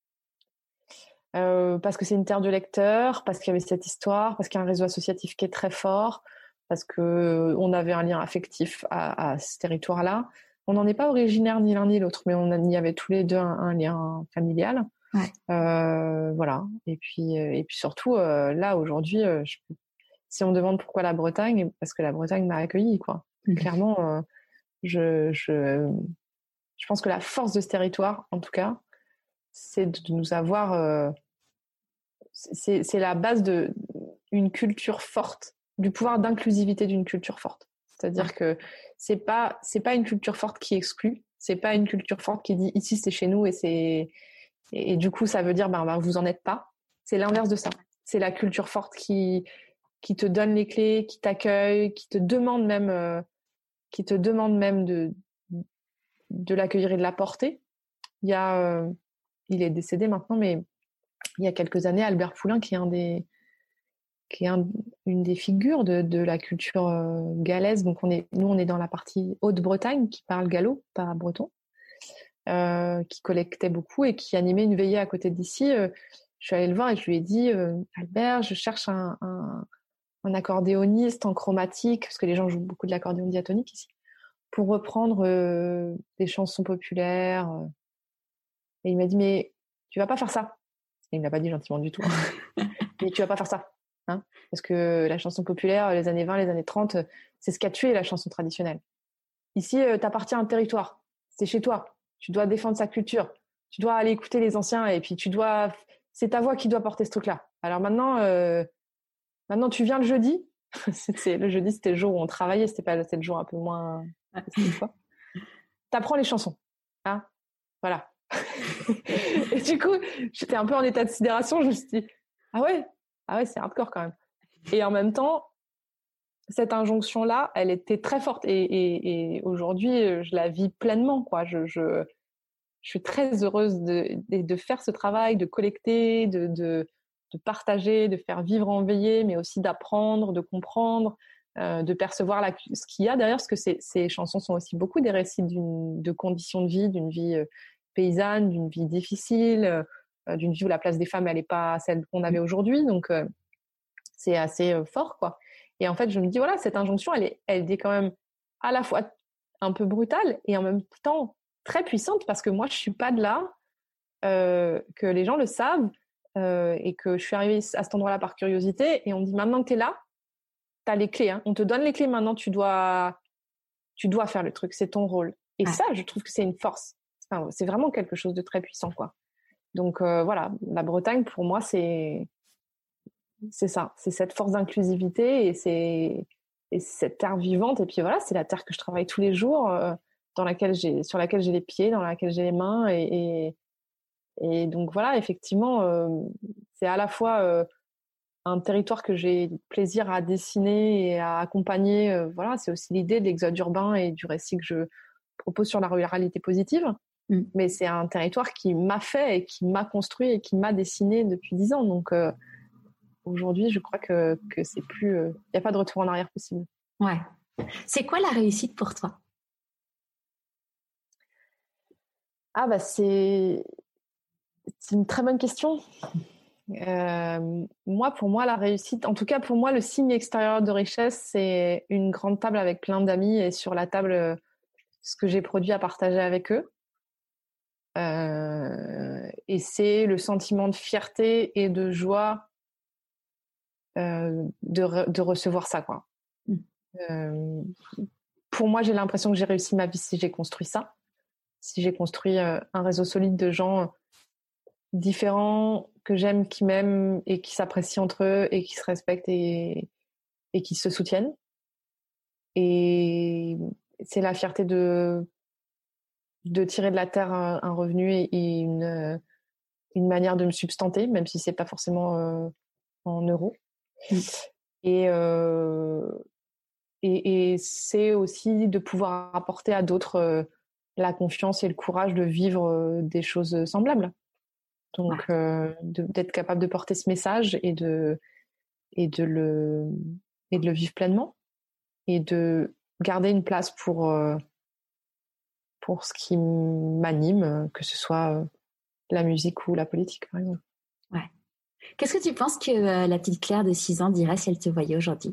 Parce que c'est une terre de lecteurs, parce qu'il y avait cette histoire, parce qu'il y a un réseau associatif qui est très fort, parce qu'on avait un lien affectif à ce territoire-là. On n'en est pas originaire ni l'un ni l'autre, mais on y avait tous les deux un lien familial. Ouais. Voilà. Et puis surtout, là, aujourd'hui, si on me demande pourquoi la Bretagne, parce que la Bretagne m'a accueilli, quoi. Clairement, je pense que la force de ce territoire, en tout cas, c'est de nous avoir... c'est la base d'une culture forte, du pouvoir d'inclusivité d'une culture forte. C'est-à-dire que c'est pas une culture forte qui exclut, c'est pas une culture forte qui dit ici c'est chez nous et du coup ça veut dire vous en êtes pas. C'est l'inverse de ça. C'est la culture forte qui te donne les clés, qui t'accueille, qui te demande même de l'accueillir et de la porter. Il est décédé maintenant, mais il y a quelques années, Albert Poulain, qui est une des figures de la culture galaise. Donc nous on est dans la partie Haute-Bretagne, qui parle gallo, pas breton, qui collectait beaucoup et qui animait une veillée à côté d'ici. Je suis allée le voir et je lui ai dit Albert, je cherche un accordéoniste en chromatique, parce que les gens jouent beaucoup de l'accordéon diatonique ici, pour reprendre des chansons populaires. Et il m'a dit mais tu vas pas faire ça. Et il me l'a pas dit gentiment du tout. Mais tu vas pas faire ça. Hein, parce que la chanson populaire, les années 20, les années 30, c'est ce qu'a tué la chanson traditionnelle. Ici, t'appartiens à un territoire. C'est chez toi. Tu dois défendre sa culture. Tu dois aller écouter les anciens et puis c'est ta voix qui doit porter ce truc-là. Alors maintenant tu viens le jeudi. Le jeudi, c'était le jour où on travaillait. C'était le jour un peu moins. T'apprends les chansons. Hein, voilà. Et du coup, j'étais un peu en état de sidération. Je me suis dit, ah ouais, c'est hardcore quand même. Et en même temps, cette injonction-là, elle était très forte. Et aujourd'hui, je la vis pleinement, quoi. Je suis très heureuse de faire ce travail, de collecter, de partager, de faire vivre en veillée, mais aussi d'apprendre, de comprendre, de percevoir ce qu'il y a derrière, parce que ces chansons sont aussi beaucoup des récits de conditions de vie, d'une vie paysanne, d'une vie difficile, d'une vie où la place des femmes, elle n'est pas celle qu'on avait aujourd'hui. Donc, c'est assez fort, quoi. Et en fait, je me dis, voilà, cette injonction, elle est quand même à la fois un peu brutale et en même temps très puissante, parce que moi, je suis pas de là, que les gens le savent, et que je suis arrivée à cet endroit-là par curiosité, et on me dit, maintenant que tu es là, tu as les clés, hein. On te donne les clés, maintenant tu dois faire le truc, c'est ton rôle. Et ça, je trouve que c'est une force. Enfin, c'est vraiment quelque chose de très puissant, quoi. Donc voilà, la Bretagne, pour moi, c'est ça, c'est cette force d'inclusivité et c'est cette terre vivante. Et puis voilà, c'est la terre que je travaille tous les jours, sur laquelle j'ai les pieds, dans laquelle j'ai les mains. Et donc voilà, effectivement, c'est à la fois un territoire que j'ai plaisir à dessiner et à accompagner. Voilà, c'est aussi l'idée de l'exode urbain et du récit que je propose sur la ruralité positive. Mais c'est un territoire qui m'a fait et qui m'a construit et qui m'a dessiné depuis 10 ans. Donc aujourd'hui, je crois que c'est plus, il n'y a pas de retour en arrière possible. Ouais. C'est quoi la réussite pour toi ? C'est une très bonne question. Pour moi, la réussite, en tout cas pour moi, le signe extérieur de richesse, c'est une grande table avec plein d'amis et sur la table, ce que j'ai produit à partager avec eux. Et c'est le sentiment de fierté et de joie de recevoir ça, quoi. Pour moi, j'ai l'impression que j'ai réussi ma vie si j'ai construit ça, si j'ai construit un réseau solide de gens différents que j'aime, qui m'aiment et qui s'apprécient entre eux et qui se respectent et qui se soutiennent. Et c'est la fierté de tirer de la terre un revenu et une manière de me substanter, même si c'est pas forcément en euros. Et c'est aussi de pouvoir apporter à d'autres la confiance et le courage de vivre des choses semblables. Donc, d'être capable de porter ce message et de le vivre pleinement et de garder une place pour ce qui m'anime, que ce soit la musique ou la politique, par exemple. Ouais. Qu'est-ce que tu penses que la petite Claire de 6 ans dirait si elle te voyait aujourd'hui?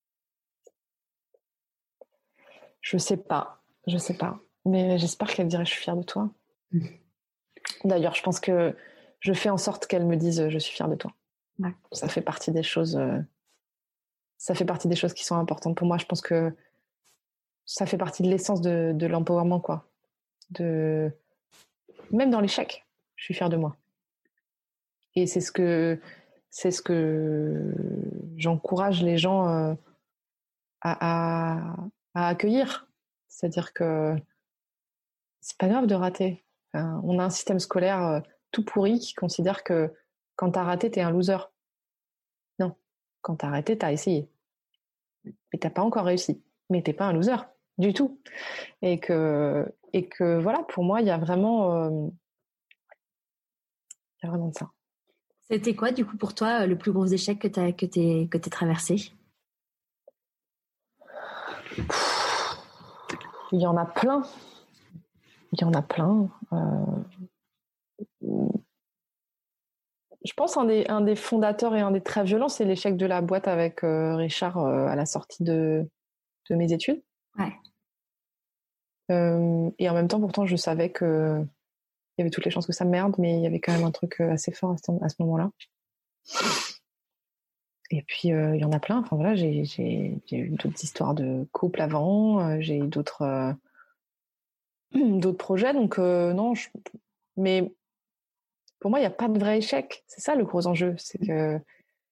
Je sais pas. Mais j'espère qu'elle dirait je suis fière de toi. D'ailleurs, je pense que je fais en sorte qu'elle me dise je suis fière de toi. Ouais. Ça fait partie des choses. Ça fait partie des choses qui sont importantes pour moi. Je pense que ça fait partie de l'essence de l'empowerment, quoi. Même dans l'échec, je suis fière de moi. Et c'est ce que j'encourage les gens à accueillir. C'est-à-dire que c'est pas grave de rater. Enfin, on a un système scolaire tout pourri qui considère que quand t'as raté, t'es un loser. Non, quand t'as raté, t'as essayé. Mais t'as pas encore réussi. Mais t'es pas un loser du tout. Et que voilà, pour moi, il y a vraiment de ça. C'était quoi, du coup, pour toi, le plus gros échec que t'es traversé? Il y en a plein. Je pense un des fondateurs et un des très violents, c'est l'échec de la boîte avec Richard à la sortie de mes études. Ouais. Et en même temps, pourtant, je savais que il y avait toutes les chances que ça merde, mais il y avait quand même un truc assez fort à ce moment-là. Et puis, il y en a plein. Enfin, voilà, j'ai eu d'autres histoires de couple avant, j'ai eu d'autres projets. Donc, non, mais pour moi, il n'y a pas de vrai échec. C'est ça le gros enjeu. C'est que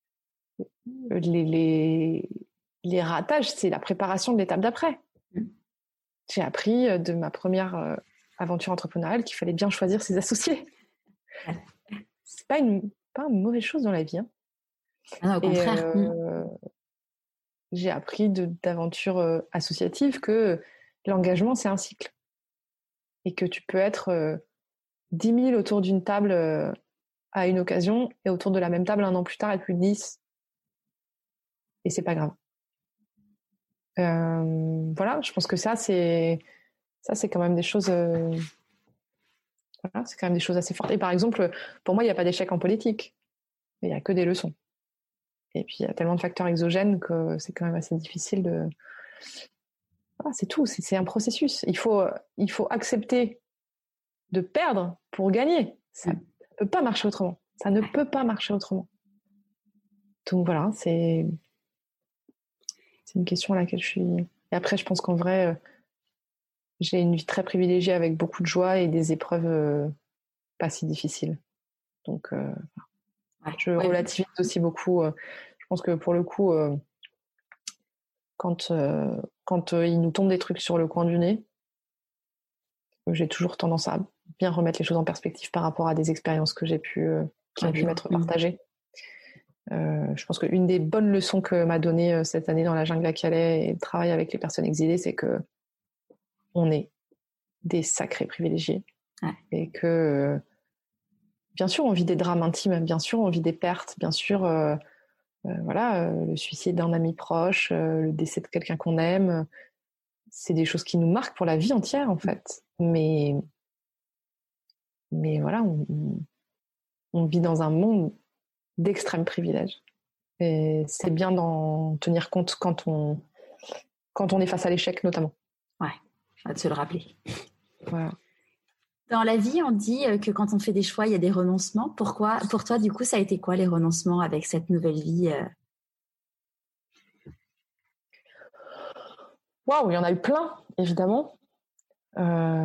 les ratages, c'est la préparation de l'étape d'après. J'ai appris de ma première aventure entrepreneuriale qu'il fallait bien choisir ses associés. C'est pas une mauvaise chose dans la vie. Hein. Ah non, au contraire. J'ai appris d'aventures associatives que l'engagement, c'est un cycle. Et que tu peux être 10 000 autour d'une table à une occasion et autour de la même table un an plus tard et plus 10. Et c'est pas grave. Voilà, je pense que ça, c'est quand même des choses... Voilà, c'est quand même des choses assez fortes. Et par exemple, pour moi, il n'y a pas d'échec en politique. Il n'y a que des leçons. Et puis, il y a tellement de facteurs exogènes que c'est quand même assez difficile de... Voilà, c'est tout. C'est un processus. Il faut accepter de perdre pour gagner. Ça ne peut pas marcher autrement. Ça ne peut pas marcher autrement. Donc voilà, c'est une question à laquelle je suis... Et après, je pense qu'en vrai, j'ai une vie très privilégiée avec beaucoup de joie et des épreuves pas si difficiles. Donc, je relativise aussi beaucoup. Je pense que pour le coup, quand il nous tombe des trucs sur le coin du nez, j'ai toujours tendance à bien remettre les choses en perspective par rapport à des expériences que qui ont pu m'être partagées. Je pense qu'une des bonnes leçons que m'a donné cette année dans la jungle à Calais et le travail avec les personnes exilées, c'est que on est des sacrés privilégiés. Ouais. Et que bien sûr on vit des drames intimes, bien sûr on vit des pertes, bien sûr le suicide d'un ami proche, le décès de quelqu'un qu'on aime, c'est des choses qui nous marquent pour la vie entière en fait. Mais voilà, on vit dans un monde d'extrême privilège. Et c'est bien d'en tenir compte quand on est face à l'échec notamment. Ouais, faut se le rappeler. Voilà. Dans la vie, on dit que quand on fait des choix, il y a des renoncements. Pourquoi, pour toi, du coup, ça a été quoi les renoncements avec cette nouvelle vie Waouh, il y en a eu plein, évidemment. Le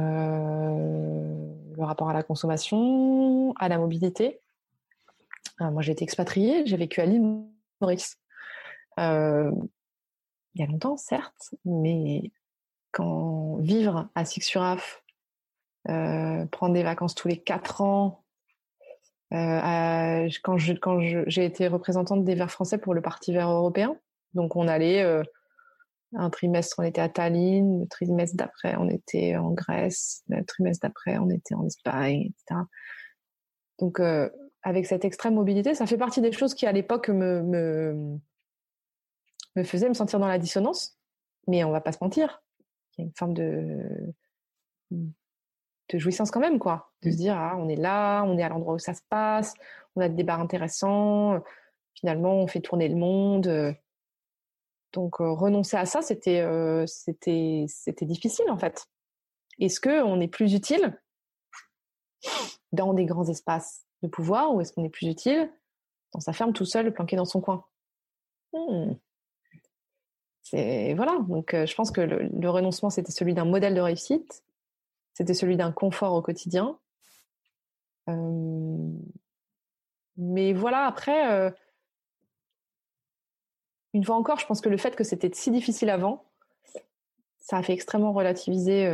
rapport à la consommation, à la mobilité. Moi, j'ai été expatriée, j'ai vécu à l'île Maurice. Il y a longtemps, certes, mais quand vivre à Six-sur-Af, prendre des vacances tous les 4 ans, quand j'ai été représentante des Verts français pour le Parti Vert européen, donc on allait Un trimestre, on était à Tallinn. Le trimestre d'après, on était en Grèce. Le trimestre d'après, on était en Espagne, etc. Donc, avec cette extrême mobilité, ça fait partie des choses qui, à l'époque, me faisaient me sentir dans la dissonance. Mais on va pas se mentir. Il y a une forme de jouissance quand même, quoi. De se dire, on est là, on est à l'endroit où ça se passe, on a des débats intéressants, finalement, on fait tourner le monde. Donc, renoncer à ça, c'était difficile, en fait. Est-ce qu'on est plus utile dans des grands espaces de pouvoir ou est-ce qu'on est plus utile dans sa ferme tout seul, planqué dans son coin? Voilà. Donc, je pense que le renoncement, c'était celui d'un modèle de réussite. C'était celui d'un confort au quotidien. Mais voilà, après, une fois encore, je pense que le fait que c'était si difficile avant, ça a fait extrêmement relativiser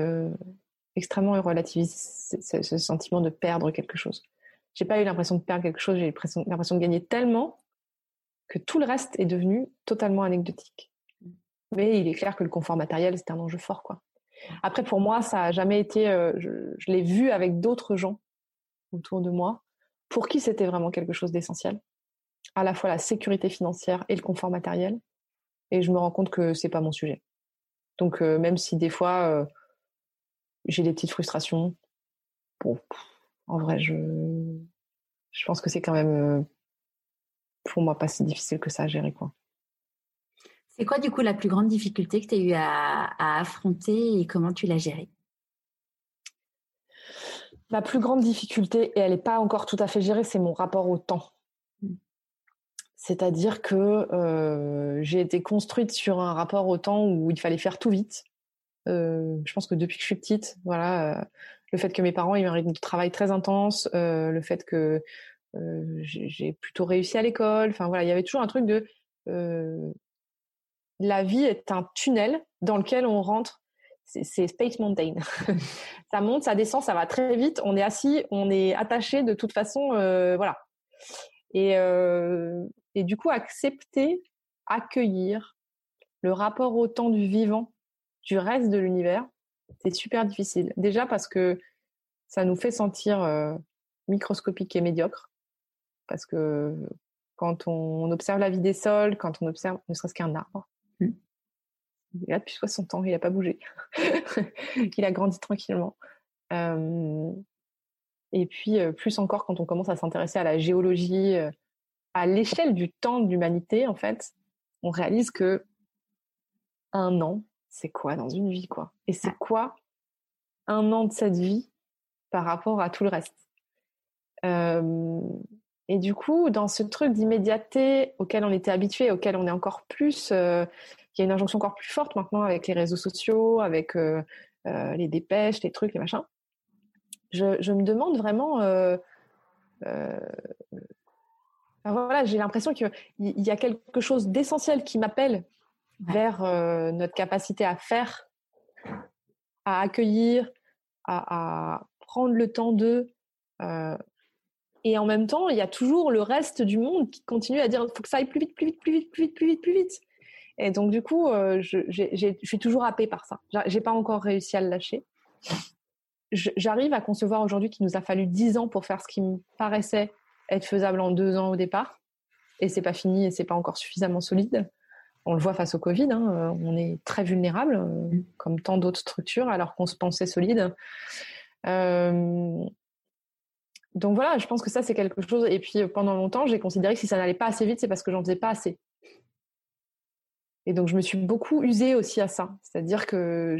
ce sentiment de perdre quelque chose. J'ai pas eu l'impression de perdre quelque chose, j'ai eu l'impression de gagner tellement que tout le reste est devenu totalement anecdotique. Mais il est clair que le confort matériel, c'était un enjeu fort, quoi. Après, pour moi, ça a jamais été... je l'ai vu avec d'autres gens autour de moi, pour qui c'était vraiment quelque chose d'essentiel. À la fois la sécurité financière et le confort matériel. Et je me rends compte que c'est pas mon sujet. Donc, même si des fois, j'ai des petites frustrations, bon, en vrai, je pense que c'est quand même, pour moi, pas si difficile que ça à gérer, quoi. C'est quoi, du coup, la plus grande difficulté que tu as eu à affronter et comment tu l'as gérée? La plus grande difficulté, et elle n'est pas encore tout à fait gérée, c'est mon rapport au temps. C'est-à-dire que j'ai été construite sur un rapport au temps où il fallait faire tout vite. Je pense que depuis que je suis petite, voilà, le fait que mes parents aient eu un rythme de travail très intense, le fait que j'ai plutôt réussi à l'école, enfin voilà, il y avait toujours un truc de la vie est un tunnel dans lequel on rentre. C'est Space Mountain. Ça monte, ça descend, ça va très vite. On est assis, on est attaché de toute façon, voilà. Et du coup, accueillir le rapport au temps du vivant, du reste de l'univers, c'est super difficile. Déjà parce que ça nous fait sentir microscopique et médiocre. Parce que quand on observe la vie des sols, quand on observe ne serait-ce qu'un arbre, il est là depuis 60 ans, il n'a pas bougé. Il a grandi tranquillement. Et puis, plus encore, quand on commence à s'intéresser à la géologie, à l'échelle du temps de l'humanité, en fait, on réalise que un an, c'est quoi dans une vie, quoi? Et c'est quoi un an de cette vie par rapport à tout le reste? Et du coup, dans ce truc d'immédiateté auquel on était habitué, auquel on est encore plus... il y a une injonction encore plus forte maintenant avec les réseaux sociaux, avec les dépêches, les trucs, les machins. Je me demande vraiment... voilà, j'ai l'impression qu'il y a quelque chose d'essentiel qui m'appelle vers notre capacité à faire, à accueillir, à prendre le temps d'eux. Et en même temps, il y a toujours le reste du monde qui continue à dire il faut que ça aille plus vite, plus vite, plus vite, plus vite, plus vite, plus vite. Et donc, du coup, je suis toujours happée par ça. J'ai pas encore réussi à le lâcher. J'arrive à concevoir aujourd'hui qu'il nous a fallu 10 ans pour faire ce qui me paraissait être faisable en 2 ans au départ. Et c'est pas fini et c'est pas encore suffisamment solide. On le voit face au Covid, hein, on est très vulnérable, comme tant d'autres structures, alors qu'on se pensait solide. Donc voilà, je pense que ça, c'est quelque chose. Et puis, pendant longtemps, j'ai considéré que si ça n'allait pas assez vite, c'est parce que j'en faisais pas assez. Et donc, je me suis beaucoup usée aussi à ça. C'est-à-dire que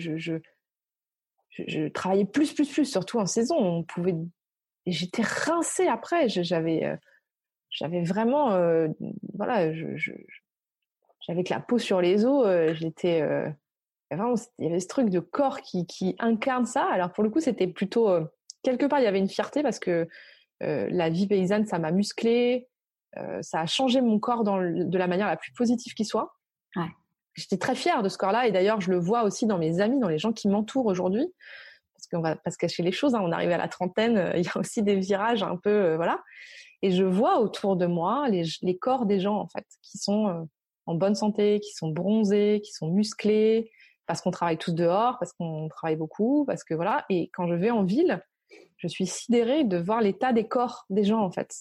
je travaillais plus, surtout en saison. Et j'étais rincée après. J'avais vraiment... voilà, j'avais que la peau sur les os. J'étais... vraiment, il y avait ce truc de corps qui incarne ça. Alors, pour le coup, c'était plutôt... quelque part, il y avait une fierté parce que la vie paysanne, ça m'a musclée. Ça a changé mon corps de la manière la plus positive qui soit. Ouais. J'étais très fière de ce corps-là et d'ailleurs je le vois aussi dans mes amis, dans les gens qui m'entourent aujourd'hui, parce qu'on va pas se cacher les choses, hein, on arrive à la trentaine, il y a aussi des virages un peu, voilà. Et je vois autour de moi les corps des gens en fait qui sont en bonne santé, qui sont bronzés, qui sont musclés, parce qu'on travaille tous dehors, parce qu'on travaille beaucoup, parce que voilà. Et quand je vais en ville, je suis sidérée de voir l'état des corps des gens, en fait.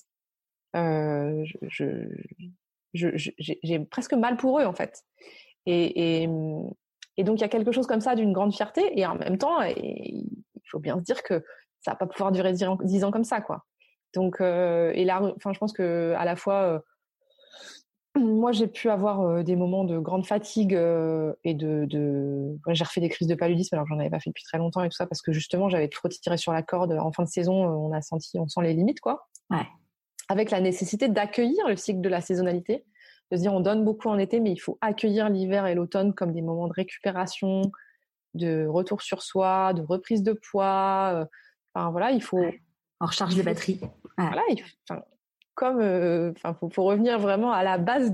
J'ai presque mal pour eux, en fait. Et donc, il y a quelque chose comme ça d'une grande fierté. Et en même temps, il faut bien se dire que ça va pas pouvoir durer 10 ans comme ça, quoi. Donc, et là, enfin, je pense que à la fois, moi, j'ai pu avoir des moments de grande fatigue et ouais, j'ai refait des crises de paludisme alors que j'en avais pas fait depuis très longtemps et tout ça parce que justement, j'avais trop tiré sur la corde. En fin de saison, on sent les limites, quoi. Ouais. Avec la nécessité d'accueillir le cycle de la saisonnalité, de se dire on donne beaucoup en été, mais il faut accueillir l'hiver et l'automne comme des moments de récupération, de retour sur soi, de reprise de poids. Enfin voilà, il faut. On recharge les batteries. Ouais. Voilà, faut revenir vraiment à la base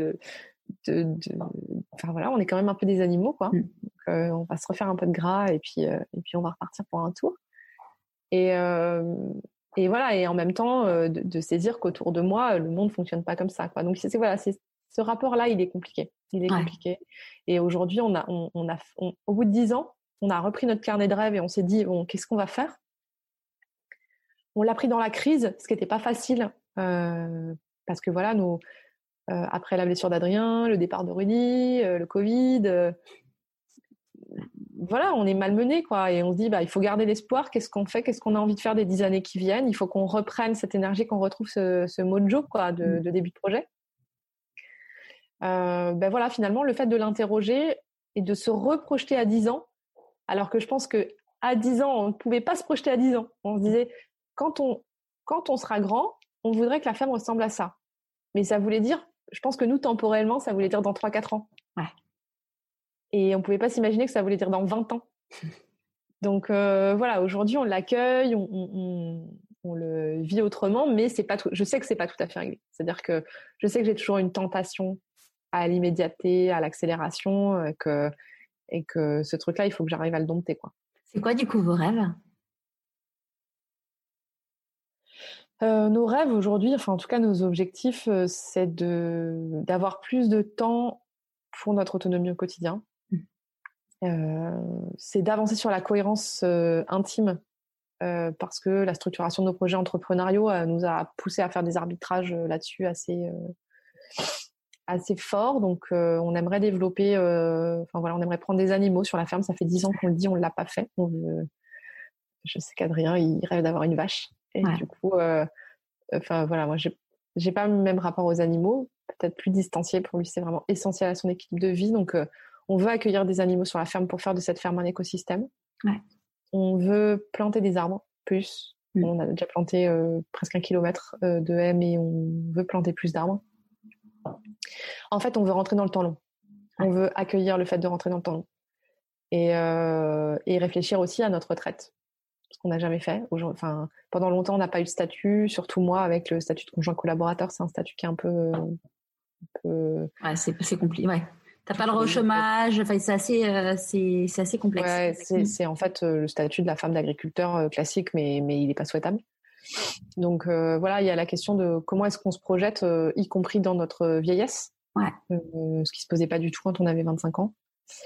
enfin voilà, on est quand même un peu des animaux, quoi. Donc, on va se refaire un peu de gras et puis on va repartir pour un tour. Et voilà, et en même temps de saisir qu'autour de moi le monde fonctionne pas comme ça, quoi. Donc voilà, c'est ce rapport-là, il est compliqué. Compliqué. Et aujourd'hui, au bout de 10 ans, on a repris notre carnet de rêve et on s'est dit bon, qu'est-ce qu'on va faire? On l'a pris dans la crise, ce qui n'était pas facile parce que voilà, après la blessure d'Adrien, le départ de Rudy, le Covid. Voilà, on est malmené, quoi, et on se dit il faut garder l'espoir. Qu'est-ce qu'on fait? Qu'est-ce qu'on a envie de faire des 10 années qui viennent? Il faut qu'on reprenne cette énergie, qu'on retrouve ce mojo, quoi, de début de projet. Voilà, finalement, le fait de l'interroger et de se reprojeter à 10 ans, alors que je pense que à 10 ans, on ne pouvait pas se projeter à 10 ans. On se disait quand on sera grand, on voudrait que la femme ressemble à ça. Mais ça voulait dire, je pense que nous, temporellement, ça voulait dire dans 3-4 ans. Ouais. Et on ne pouvait pas s'imaginer que ça voulait dire dans 20 ans. Donc voilà, aujourd'hui, on l'accueille, on le vit autrement, mais c'est pas tout. Je sais que c'est pas tout à fait réglé. C'est-à-dire que je sais que j'ai toujours une tentation à l'immédiateté, à l'accélération, et que ce truc-là, il faut que j'arrive à le dompter, quoi. C'est quoi, du coup, vos rêves? Nos rêves aujourd'hui, enfin en tout cas nos objectifs, c'est d'avoir plus de temps pour notre autonomie au quotidien. C'est d'avancer sur la cohérence intime parce que la structuration de nos projets entrepreneuriaux nous a poussé à faire des arbitrages là-dessus assez forts. Donc on aimerait développer, on aimerait prendre des animaux sur la ferme. Ça fait 10 ans qu'on le dit, on l'a pas fait. Je sais qu'Adrien, il rêve d'avoir une vache. Et du coup, voilà, moi, j'ai pas le même rapport aux animaux, peut-être plus distancié. Pour lui, c'est vraiment essentiel à son équilibre de vie. Donc, on veut accueillir des animaux sur la ferme pour faire de cette ferme un écosystème. Ouais. On veut planter des arbres, plus. On a déjà planté presque 1 kilomètre de haies, mais on veut planter plus d'arbres. En fait, on veut rentrer dans le temps long. On veut accueillir le fait de rentrer dans le temps long. Et réfléchir aussi à notre retraite. Ce qu'on n'a jamais fait. Pendant longtemps, on n'a pas eu de statut, surtout moi, avec le statut de conjoint collaborateur, c'est un statut qui est un peu... Ouais, c'est compliqué, ouais. T'as pas le re-chômage, c'est assez complexe. Ouais, c'est en fait le statut de la femme d'agriculteur classique, mais il n'est pas souhaitable. Donc voilà, il y a la question de comment est-ce qu'on se projette, y compris dans notre vieillesse, ce qui se posait pas du tout quand on avait 25 ans.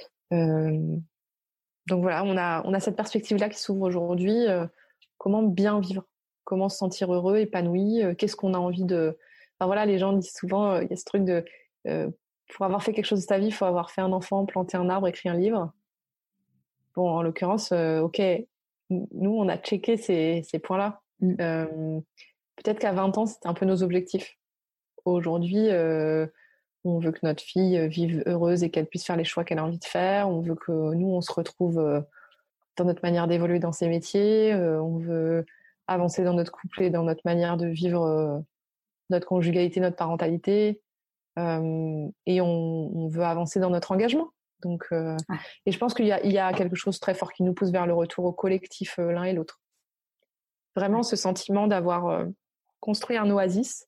Donc voilà, on a cette perspective-là qui s'ouvre aujourd'hui. Comment bien vivre, comment se sentir heureux, épanoui, qu'est-ce qu'on a envie de... Enfin voilà, les gens disent souvent, il y a ce truc de... pour avoir fait quelque chose de ta vie, il faut avoir fait un enfant, planté un arbre, écrit un livre. Bon, en l'occurrence, ok, nous, on a checké ces points-là. Peut-être qu'à 20 ans, c'était un peu nos objectifs. Aujourd'hui, on veut que notre fille vive heureuse et qu'elle puisse faire les choix qu'elle a envie de faire. On veut que nous, on se retrouve dans notre manière d'évoluer dans ces métiers. On veut avancer dans notre couple et dans notre manière de vivre notre conjugalité, notre parentalité. Et on veut avancer dans notre engagement. Donc, et je pense qu'il y a quelque chose de très fort qui nous pousse vers le retour au collectif l'un et l'autre. Vraiment ce sentiment d'avoir construit un oasis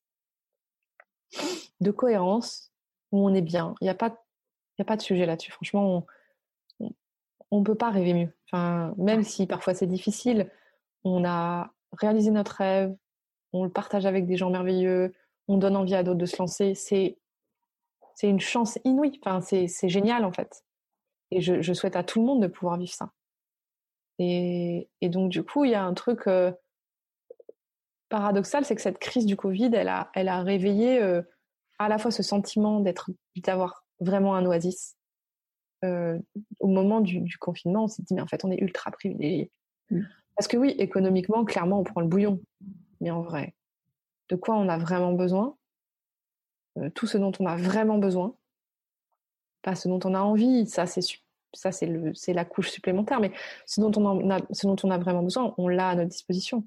de cohérence où on est bien. Il n'y a pas de sujet là-dessus. Franchement, on ne peut pas rêver mieux. Enfin, même si parfois c'est difficile, on a réalisé notre rêve, on le partage avec des gens merveilleux, on donne envie à d'autres de se lancer. c'est une chance inouïe. Enfin, c'est génial en fait. Et je souhaite à tout le monde de pouvoir vivre ça. Et donc du coup, il y a un truc paradoxal, c'est que cette crise du Covid, elle a réveillé à la fois ce sentiment d'avoir vraiment un oasis. Au moment du confinement, on s'est dit mais en fait on est ultra privilégiés. Parce que oui, économiquement, clairement, on prend le bouillon. Mais en vrai, de quoi on a vraiment besoin, tout ce dont on a vraiment besoin, pas ce dont on a envie, ça c'est la couche supplémentaire, mais ce dont on a vraiment besoin, on l'a à notre disposition.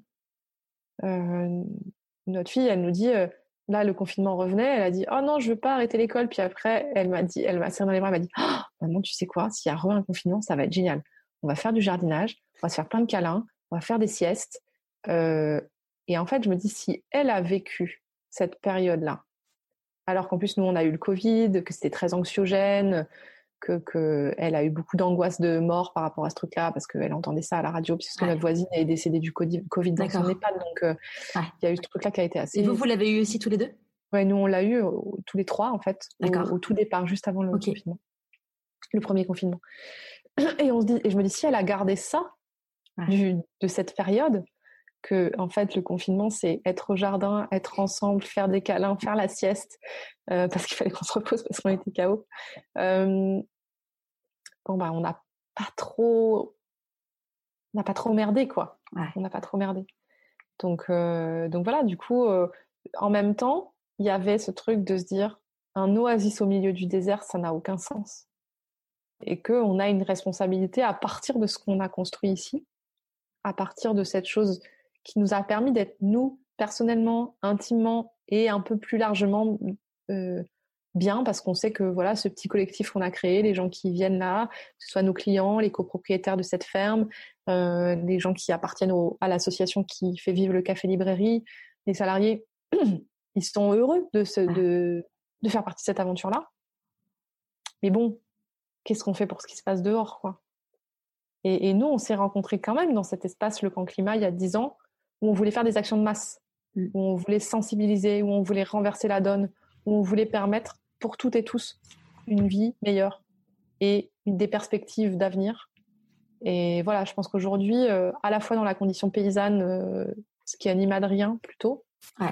Notre fille, elle nous dit, là le confinement revenait, elle a dit oh non je veux pas arrêter l'école, puis après elle m'a serré dans les bras, elle m'a dit oh, maman tu sais quoi, s'il y a un confinement ça va être génial, on va faire du jardinage, on va se faire plein de câlins, on va faire des siestes, et en fait je me dis si elle a vécu cette période-là, alors qu'en plus nous on a eu le Covid, que c'était très anxiogène, que elle a eu beaucoup d'angoisse de mort par rapport à ce truc-là, parce qu'elle entendait ça à la radio, puisque notre voisine est décédée du Covid dans son EHPAD, donc il y a eu ce truc-là qui a été assez... Et vous l'avez eu aussi tous les deux? Ouais, nous on l'a eu tous les trois en fait, au tout départ, juste avant le confinement, le premier confinement. Et je me dis si elle a gardé ça de cette période, que en fait le confinement c'est être au jardin, être ensemble, faire des câlins, faire la sieste, parce qu'il fallait qu'on se repose parce qu'on était KO. On n'a pas trop merdé quoi. On n'a pas trop merdé. Donc voilà, du coup en même temps il y avait ce truc de se dire un oasis au milieu du désert, ça n'a aucun sens, et que on a une responsabilité à partir de ce qu'on a construit ici, à partir de cette chose qui nous a permis d'être nous, personnellement, intimement et un peu plus largement bien, parce qu'on sait que voilà, ce petit collectif qu'on a créé, les gens qui viennent là, que ce soit nos clients, les copropriétaires de cette ferme, les gens qui appartiennent à l'association qui fait vivre le café librairie, les salariés, ils sont heureux de faire partie de cette aventure-là. Mais bon, qu'est-ce qu'on fait pour ce qui se passe dehors, quoi? Et nous, on s'est rencontrés quand même dans cet espace, le Camp Climat, il y a 10 ans, où on voulait faire des actions de masse, où on voulait sensibiliser, où on voulait renverser la donne, où on voulait permettre pour toutes et tous une vie meilleure et des perspectives d'avenir. Et voilà, je pense qu'aujourd'hui, à la fois dans la condition paysanne, ce qui anime Adrien plutôt,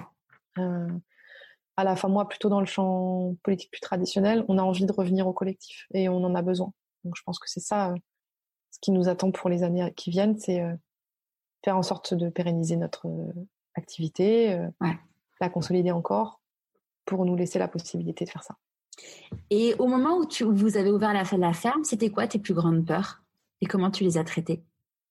à la fois moi plutôt dans le champ politique plus traditionnel, on a envie de revenir au collectif et on en a besoin. Donc je pense que c'est ça... ce qui nous attend pour les années qui viennent, c'est faire en sorte de pérenniser notre activité, la consolider encore, pour nous laisser la possibilité de faire ça. Et au moment où vous avez ouvert la ferme, c'était quoi tes plus grandes peurs? Et comment tu les as traitées?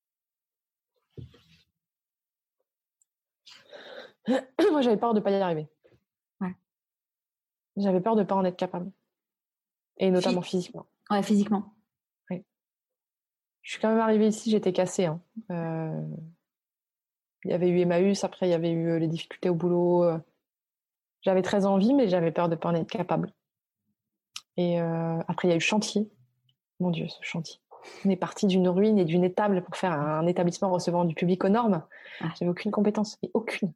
Moi, j'avais peur de ne pas y arriver. J'avais peur de ne pas en être capable. Et notamment physiquement. Ouais, physiquement. Je suis quand même arrivée ici, j'étais cassée. Il y avait eu Emmaüs, après il y avait eu les difficultés au boulot. J'avais très envie, mais j'avais peur de ne pas en être capable. Et après il y a eu chantier. Mon Dieu, ce chantier. On est parti d'une ruine et d'une étable pour faire un établissement recevant du public aux normes. J'avais aucune compétence, mais aucune.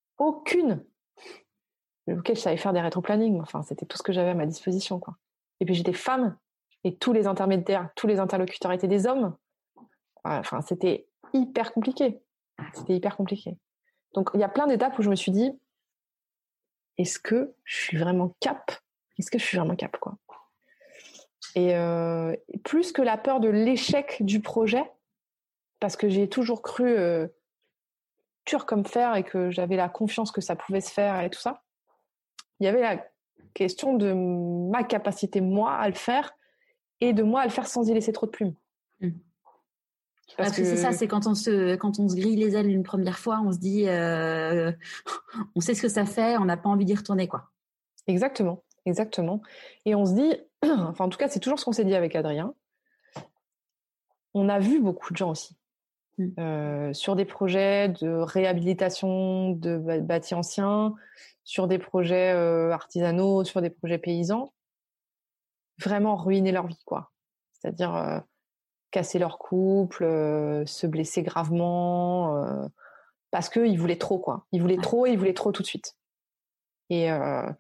Ok, je savais faire des rétro-plannings. Enfin, c'était tout ce que j'avais à ma disposition, quoi. Et puis j'étais femme. Et tous les intermédiaires, tous les interlocuteurs étaient des hommes. Enfin, c'était hyper compliqué. Donc, il y a plein d'étapes où je me suis dit, est-ce que je suis vraiment cap, quoi. Et plus que la peur de l'échec du projet, parce que j'ai toujours cru dur comme fer et que j'avais la confiance que ça pouvait se faire et tout ça, il y avait la question de ma capacité, moi, à le faire, et de moi à le faire sans y laisser trop de plumes. Parce que c'est ça, c'est quand on se grille les ailes une première fois, on se dit, on sait ce que ça fait, on n'a pas envie d'y retourner, quoi. Exactement. Et on se dit, enfin en tout cas c'est toujours ce qu'on s'est dit avec Adrien, on a vu beaucoup de gens aussi, sur des projets de réhabilitation de bâtis anciens, sur des projets artisanaux, sur des projets paysans, vraiment ruiner leur vie, quoi. C'est-à-dire casser leur couple, se blesser gravement, parce qu'ils voulaient trop, quoi. Ils voulaient trop et ils voulaient trop tout de suite. Et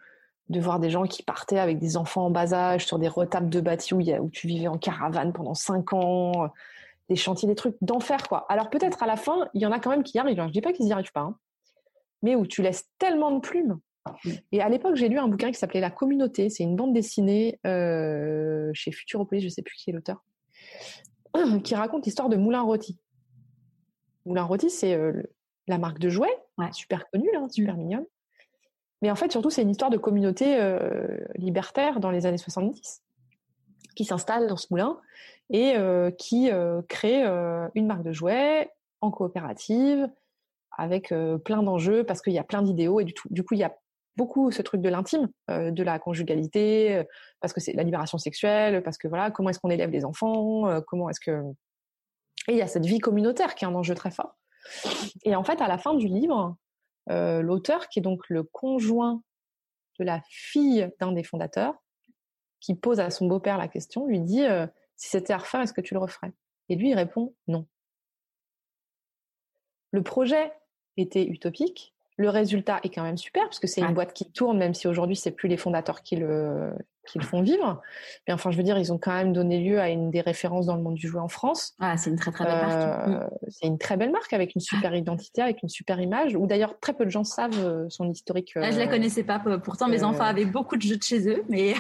de voir des gens qui partaient avec des enfants en bas âge sur des retables de bâtis où tu vivais en caravane pendant 5 ans, des chantiers, des trucs d'enfer, quoi. Alors peut-être à la fin, il y en a quand même qui y arrivent. Je dis pas qu'ils n'y arrivent pas, hein, mais où tu laisses tellement de plumes. Et à l'époque, j'ai lu un bouquin qui s'appelait La Communauté. C'est une bande dessinée chez Futuropolis, je sais plus qui est l'auteur, qui raconte l'histoire de Moulin Rôti. Moulin Rôti, c'est la marque de jouets, super connue, là, super mignonne. Mais en fait, surtout, c'est une histoire de communauté libertaire dans les années 70 qui s'installe dans ce moulin et qui crée une marque de jouets en coopérative avec plein d'enjeux parce qu'il y a plein d'idéaux et du coup, il y a beaucoup ce truc de l'intime, de la conjugalité, parce que c'est la libération sexuelle, parce que voilà, comment est-ce qu'on élève les enfants, comment est-ce que... Et il y a cette vie communautaire qui est un enjeu très fort. Et en fait, à la fin du livre, l'auteur, qui est donc le conjoint de la fille d'un des fondateurs, qui pose à son beau-père la question, lui dit si c'était à refaire, est-ce que tu le referais? Et lui, il répond non. Le projet était utopique, le résultat est quand même super, parce que c'est une boîte qui tourne, même si aujourd'hui, c'est plus les fondateurs qui le font vivre. Mais enfin, je veux dire, ils ont quand même donné lieu à une des références dans le monde du jouet en France. Ah, c'est une très très belle marque. C'est une très belle marque avec une super identité, avec une super image, où d'ailleurs très peu de gens savent son historique. Je la connaissais pas. Pourtant, mes enfants avaient beaucoup de jeux de chez eux, mais.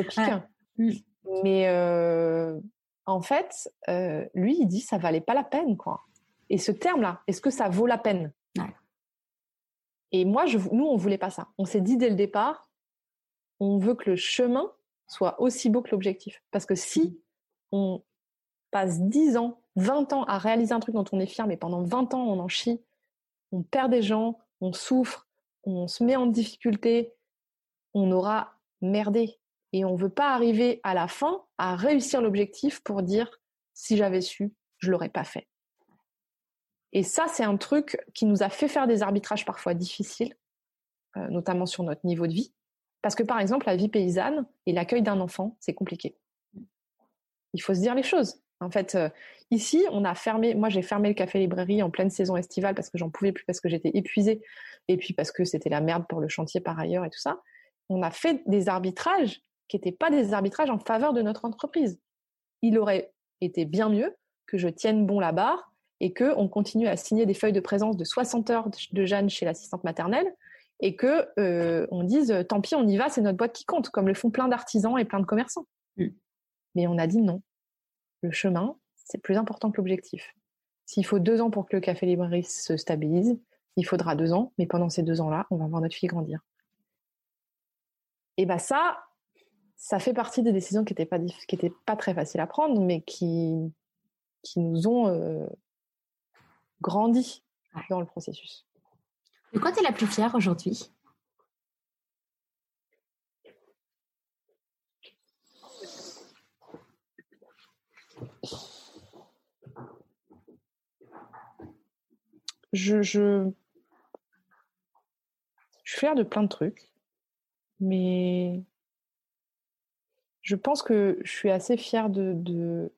Mais en fait, lui, il dit ça valait pas la peine, quoi. Et ce terme-là, est-ce que ça vaut la peine? Et moi, nous, on voulait pas ça. On s'est dit dès le départ, on veut que le chemin soit aussi beau que l'objectif. Parce que si on passe 10 ans, 20 ans à réaliser un truc dont on est fier, mais pendant 20 ans, on en chie, on perd des gens, on souffre, on se met en difficulté, on aura merdé. Et on veut pas arriver à la fin à réussir l'objectif pour dire si j'avais su, je l'aurais pas fait. Et ça, c'est un truc qui nous a fait faire des arbitrages parfois difficiles, notamment sur notre niveau de vie. Parce que, par exemple, la vie paysanne et l'accueil d'un enfant, c'est compliqué. Il faut se dire les choses. En fait, ici, moi, j'ai fermé le café-librairie en pleine saison estivale parce que j'en pouvais plus, parce que j'étais épuisée, et puis parce que c'était la merde pour le chantier par ailleurs et tout ça. On a fait des arbitrages qui n'étaient pas des arbitrages en faveur de notre entreprise. Il aurait été bien mieux que je tienne bon la barre et qu'on continue à signer des feuilles de présence de 60 heures de Jeanne chez l'assistante maternelle et qu'on dise « tant pis, on y va, c'est notre boîte qui compte », comme le font plein d'artisans et plein de commerçants. Mais on a dit non. Le chemin, c'est plus important que l'objectif. S'il faut 2 ans pour que le café-librairie se stabilise, il faudra 2 ans, mais pendant ces 2 ans-là, on va voir notre fille grandir. Et bien ça fait partie des décisions qui étaient pas très faciles à prendre, mais qui nous ont grandi dans le processus. De quoi tu es la plus fière aujourd'hui? Je suis fière de plein de trucs, mais je pense que je suis assez fière du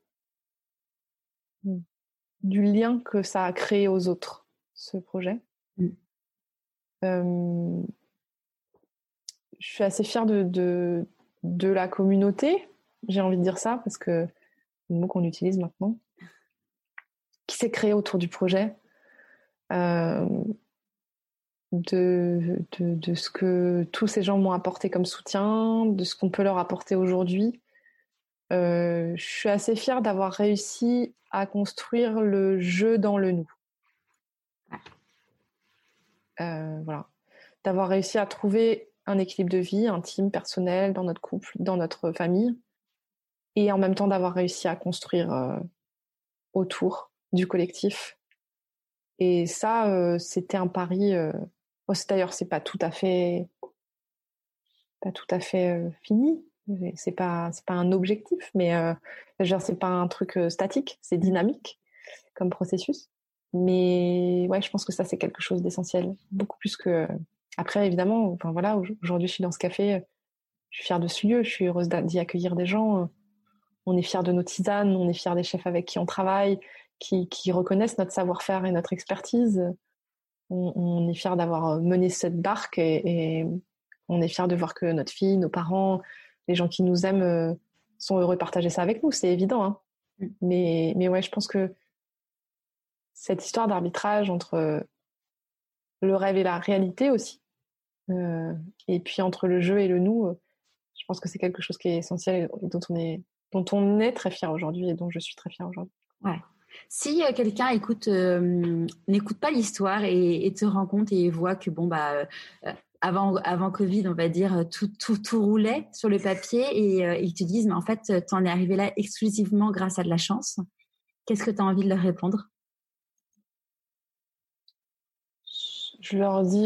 lien que ça a créé aux autres, ce projet. Je suis assez fière de la communauté, j'ai envie de dire ça, parce que c'est le mot qu'on utilise maintenant, qui s'est créé autour du projet, de ce que tous ces gens m'ont apporté comme soutien, de ce qu'on peut leur apporter aujourd'hui. Je suis assez fière d'avoir réussi à construire le jeu dans le nous. Voilà. D'avoir réussi à trouver un équilibre de vie intime, personnel, dans notre couple, dans notre famille, et en même temps d'avoir réussi à construire autour du collectif. Et ça, c'était un pari. D'ailleurs, c'est pas tout à fait fini. C'est pas un objectif, mais genre, c'est pas un truc statique, c'est dynamique comme processus. Mais ouais, je pense que ça, c'est quelque chose d'essentiel, beaucoup plus que. Après, évidemment, enfin voilà, aujourd'hui, je suis dans ce café, je suis fière de ce lieu, je suis heureuse d'y accueillir des gens. On est fiers de nos tisanes, on est fiers des chefs avec qui on travaille, qui reconnaissent notre savoir-faire et notre expertise. On est fiers d'avoir mené cette barque et on est fiers de voir que notre fille, nos parents, les gens qui nous aiment sont heureux de partager ça avec nous, c'est évident. Hein. Mais ouais, je pense que cette histoire d'arbitrage entre le rêve et la réalité aussi, et puis entre le jeu et le nous, je pense que c'est quelque chose qui est essentiel et dont on est très fier aujourd'hui et dont je suis très fière aujourd'hui. Ouais. Si quelqu'un n'écoute pas l'histoire et te rend compte et voit que avant Covid, on va dire, tout roulait sur le papier et ils te disent, mais en fait, t'en es arrivé là exclusivement grâce à de la chance. Qu'est-ce que tu as envie de leur répondre? Je leur dis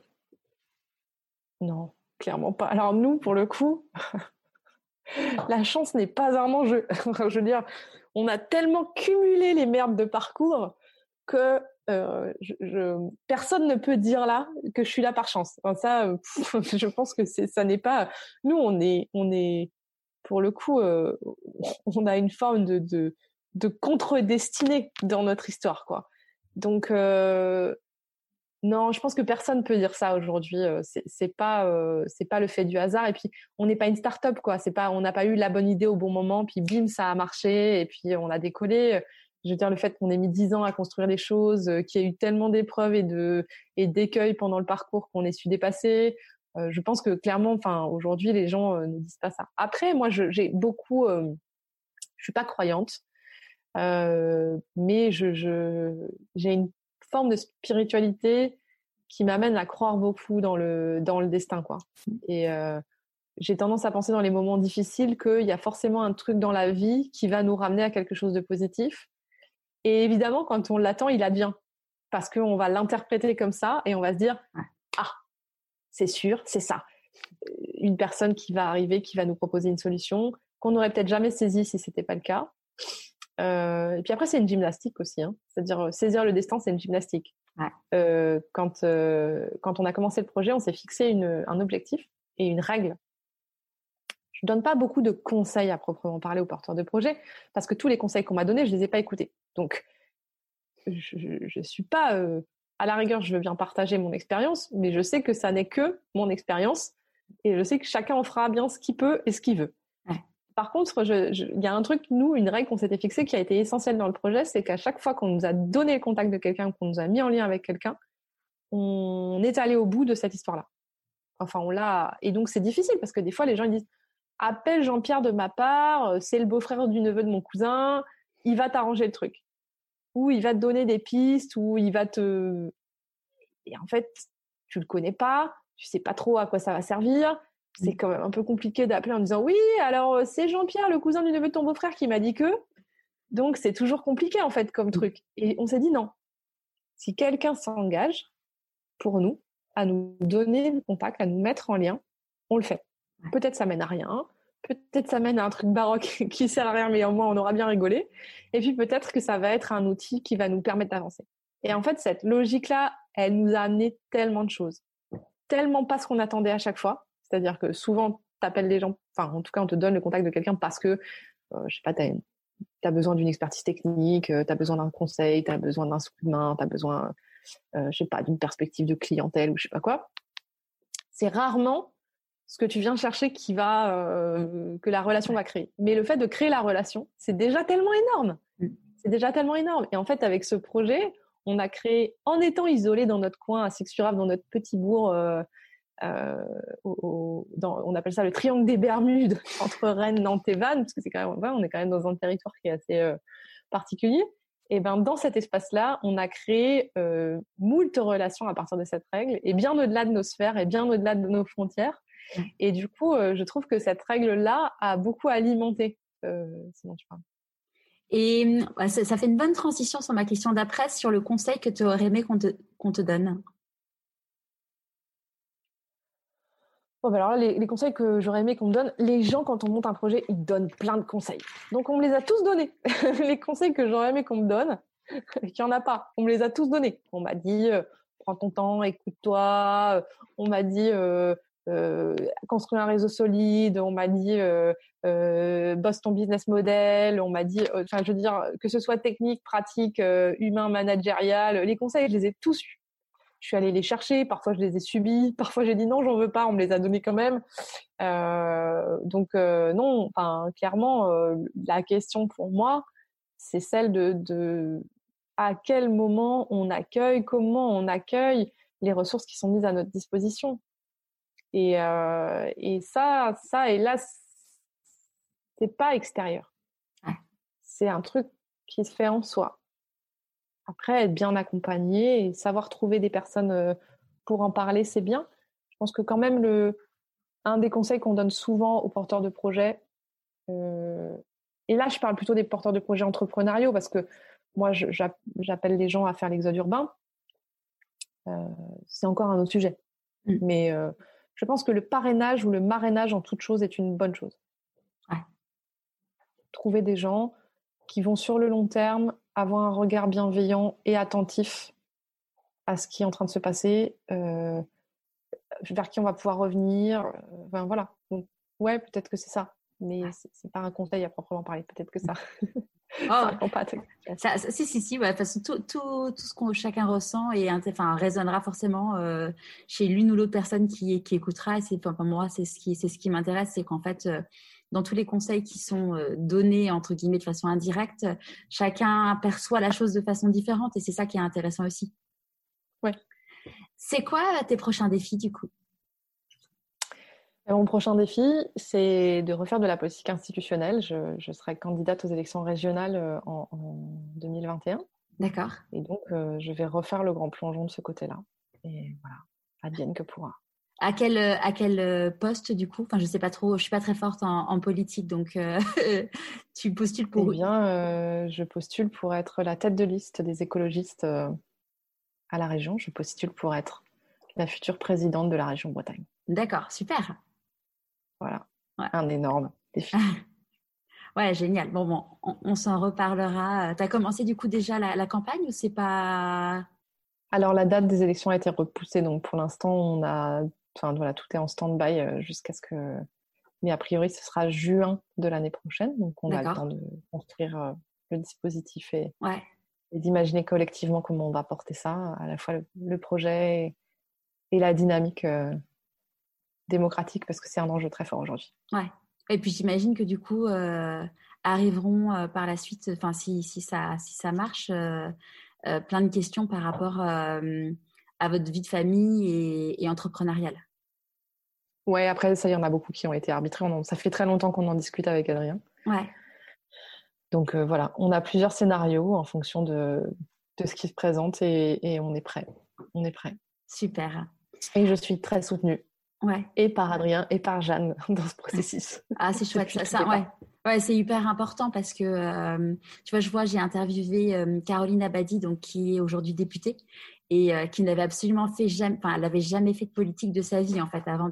non, clairement pas. Alors nous, pour le coup, la chance n'est pas un enjeu. Je veux dire, on a tellement cumulé les merdes de parcours que personne ne peut dire là que je suis là par chance. Enfin, ça, je pense que ça n'est pas. Nous, on est pour le coup, on a une forme de contre-destinée dans notre histoire, quoi. Donc non, je pense que personne peut dire ça aujourd'hui. C'est pas le fait du hasard. Et puis on n'est pas une start-up, quoi. On n'a pas eu la bonne idée au bon moment, puis bim, ça a marché, et puis on a décollé. Je veux dire, le fait qu'on ait mis 10 ans à construire les choses, qu'il y ait eu tellement d'épreuves et d'écueils pendant le parcours qu'on ait su dépasser. Je pense que clairement, enfin, aujourd'hui, les gens ne disent pas ça. Après, moi, j'ai beaucoup. Je suis pas croyante, mais j'ai une forme de spiritualité qui m'amène à croire beaucoup dans le destin, quoi. Et j'ai tendance à penser dans les moments difficiles qu'il y a forcément un truc dans la vie qui va nous ramener à quelque chose de positif. Et évidemment, quand on l'attend, il advient. Parce qu'on va l'interpréter comme ça et on va se dire « Ah, c'est sûr, c'est ça. » Une personne qui va arriver, qui va nous proposer une solution qu'on n'aurait peut-être jamais saisie si c'était pas le cas. Et puis après, c'est une gymnastique aussi. Hein. C'est-à-dire, saisir le destin, c'est une gymnastique. Ouais. Quand on a commencé le projet, on s'est fixé un objectif et une règle. Je ne donne pas beaucoup de conseils à proprement parler aux porteurs de projet parce que tous les conseils qu'on m'a donnés, je les ai pas écoutés. Donc, je suis pas... à la rigueur, je veux bien partager mon expérience, mais je sais que ça n'est que mon expérience et je sais que chacun en fera bien ce qu'il peut et ce qu'il veut. Ouais. Par contre, il y a un truc, une règle qu'on s'était fixée qui a été essentielle dans le projet, c'est qu'à chaque fois qu'on nous a donné le contact de quelqu'un, qu'on nous a mis en lien avec quelqu'un, on est allé au bout de cette histoire-là. Enfin, on l'a... Et donc, c'est difficile parce que des fois, les gens ils disent « Appelle Jean-Pierre de ma part, c'est le beau-frère du neveu de mon cousin, il va t'arranger le truc. » Ou il va te donner des pistes, ou il va te... Et en fait, tu le connais pas, tu sais pas trop à quoi ça va servir. C'est quand même un peu compliqué d'appeler en disant « Oui, alors c'est Jean-Pierre, le cousin du neveu de ton beau-frère qui m'a dit que... » Donc, c'est toujours compliqué, en fait, comme truc. Et on s'est dit non. Si quelqu'un s'engage pour nous, à nous donner le contact, à nous mettre en lien, on le fait. Peut-être ça mène à rien, peut-être ça mène à un truc baroque qui sert à rien, mais au moins on aura bien rigolé. Et puis peut-être que ça va être un outil qui va nous permettre d'avancer. Et en fait, cette logique-là, elle nous a amené tellement de choses. Tellement pas ce qu'on attendait à chaque fois. C'est-à-dire que souvent, t'appelles les gens, enfin en tout cas, on te donne le contact de quelqu'un parce que, je sais pas, t'as besoin d'une expertise technique, t'as besoin d'un conseil, t'as besoin d'un coup de main, t'as besoin, je sais pas, d'une perspective de clientèle ou je sais pas quoi. C'est rarement ce que tu viens chercher qui va que la relation va créer. Mais le fait de créer la relation, c'est déjà tellement énorme. C'est déjà tellement énorme. Et en fait, avec ce projet, on a créé, en étant isolés dans notre coin à Six-sur-Avre, dans notre petit bourg, on appelle ça le triangle des Bermudes entre Rennes, Nantes et Vannes, parce que c'est quand même, on est quand même dans un territoire qui est assez particulier. Et ben dans cet espace-là, on a créé moult relations à partir de cette règle, et bien au-delà de nos sphères et bien au-delà de nos frontières. Et du coup, je trouve que cette règle-là a beaucoup alimenté ce dont tu parles. Et ça fait une bonne transition sur ma question d'après, sur le conseil que tu aurais aimé qu'on te donne. Bon, ben alors là, les conseils que j'aurais aimé qu'on me donne, les gens, quand on monte un projet, ils donnent plein de conseils. Donc, on me les a tous donnés. Les conseils que j'aurais aimé qu'on me donne, qu'il n'y en a pas. On me les a tous donnés. On m'a dit, prends ton temps, écoute-toi. On m'a dit... construire un réseau solide, on m'a dit bosse ton business model, on m'a dit, enfin je veux dire, que ce soit technique, pratique, humain, managérial, les conseils, je les ai tous eus. je suis allée les chercher. Parfois, je les ai subis. Parfois, j'ai dit non, j'en veux pas. On me les a donnés quand même. Donc, non, enfin, clairement, la question pour moi, c'est celle de à quel moment on accueille, comment on accueille les ressources qui sont mises à notre disposition. Et ça, et là, c'est pas extérieur. Ouais. C'est un truc qui se fait en soi. Après, être bien accompagné et savoir trouver des personnes pour en parler, c'est bien. Je pense que quand même, un des conseils qu'on donne souvent aux porteurs de projets, et là, je parle plutôt des porteurs de projets entrepreneuriaux parce que moi, j'appelle les gens à faire l'exode urbain. C'est encore un autre sujet. Mais je pense que le parrainage ou le marrainage en toute chose est une bonne chose. Ouais. Trouver des gens qui vont sur le long terme avoir un regard bienveillant et attentif à ce qui est en train de se passer, vers qui on va pouvoir revenir. Enfin, voilà. Donc, ouais, peut-être que c'est ça. Mais c'est pas un conseil à proprement parler. Peut-être que ça. Ça répond pas à ta question. Si. Ouais, de toute façon, tout ce qu'on chacun ressent et résonnera forcément chez l'une ou l'autre personne qui écoutera. Et pour moi, c'est ce qui m'intéresse, c'est qu'en fait, dans tous les conseils qui sont donnés entre guillemets de façon indirecte, chacun perçoit la chose de façon différente et c'est ça qui est intéressant aussi. Ouais. C'est quoi tes prochains défis du coup? Mon prochain défi, c'est de refaire de la politique institutionnelle. Je serai candidate aux élections régionales en 2021. D'accord. Et donc, je vais refaire le grand plongeon de ce côté-là. Et voilà, advienne que pourra. À quel poste du coup? Enfin, je sais pas trop. Je suis pas très forte en politique, donc tu postules pour. Eh bien, je postule pour être la tête de liste des écologistes à la région. Je postule pour être la future présidente de la région Bretagne. D'accord, super. Voilà, Ouais. Un énorme défi. Ouais, génial. Bon, on s'en reparlera. Tu as commencé du coup déjà la campagne ou c'est pas... Alors, la date des élections a été repoussée, donc pour l'instant, tout est en stand-by jusqu'à ce que... Mais a priori, ce sera juin de l'année prochaine, donc on a le temps de construire le dispositif et d'imaginer collectivement comment on va porter ça, à la fois le projet et la dynamique démocratique, parce que c'est un enjeu très fort aujourd'hui. Ouais. Et puis j'imagine que du coup, arriveront par la suite, enfin si ça marche, plein de questions par rapport à votre vie de famille et entrepreneuriale. Ouais, après, ça, il y en a beaucoup qui ont été arbitrés. Ça fait très longtemps qu'on en discute avec Adrien. Ouais. Donc voilà, on a plusieurs scénarios en fonction de ce qui se présente et on est prêt. On est prêt. Super. Et je suis très soutenue. Ouais. Et par Adrien et par Jeanne dans ce processus. Ah, c'est chouette. Ouais, c'est hyper important parce que, tu vois, j'ai interviewé Caroline Abadi, donc, qui est aujourd'hui députée et qui n'avait absolument elle n'avait jamais fait de politique de sa vie, en fait, avant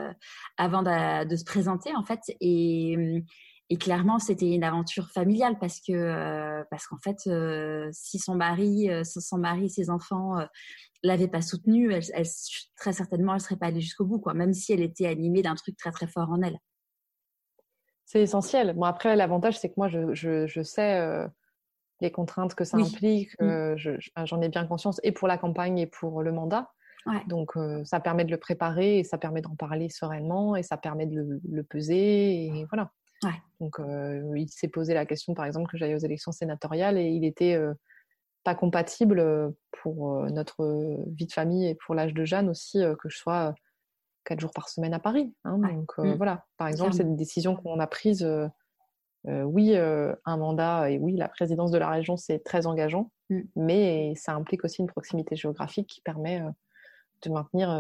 de se présenter, en fait. Et clairement, c'était une aventure familiale parce qu'en fait, si son mari et ses enfants l'avaient pas soutenue, elle très certainement, elle serait pas allée jusqu'au bout, quoi, même si elle était animée d'un truc très, très fort en elle. C'est essentiel. Bon, après, l'avantage, c'est que moi, je sais les contraintes que ça implique. J'en ai bien conscience, et pour la campagne et pour le mandat. Ouais. Donc, ça permet de le préparer et ça permet d'en parler sereinement et ça permet de le peser. Et voilà. Ouais. Donc, il s'est posé la question, par exemple, que j'aille aux élections sénatoriales et il était pas compatible pour notre vie de famille et pour l'âge de Jeanne aussi, que je sois 4 jours par semaine à Paris. Hein. Ouais. Donc, voilà. Par exemple, c'est une décision qu'on a prise. Oui, un mandat et oui, la présidence de la région, c'est très engageant, mais ça implique aussi une proximité géographique qui permet de maintenir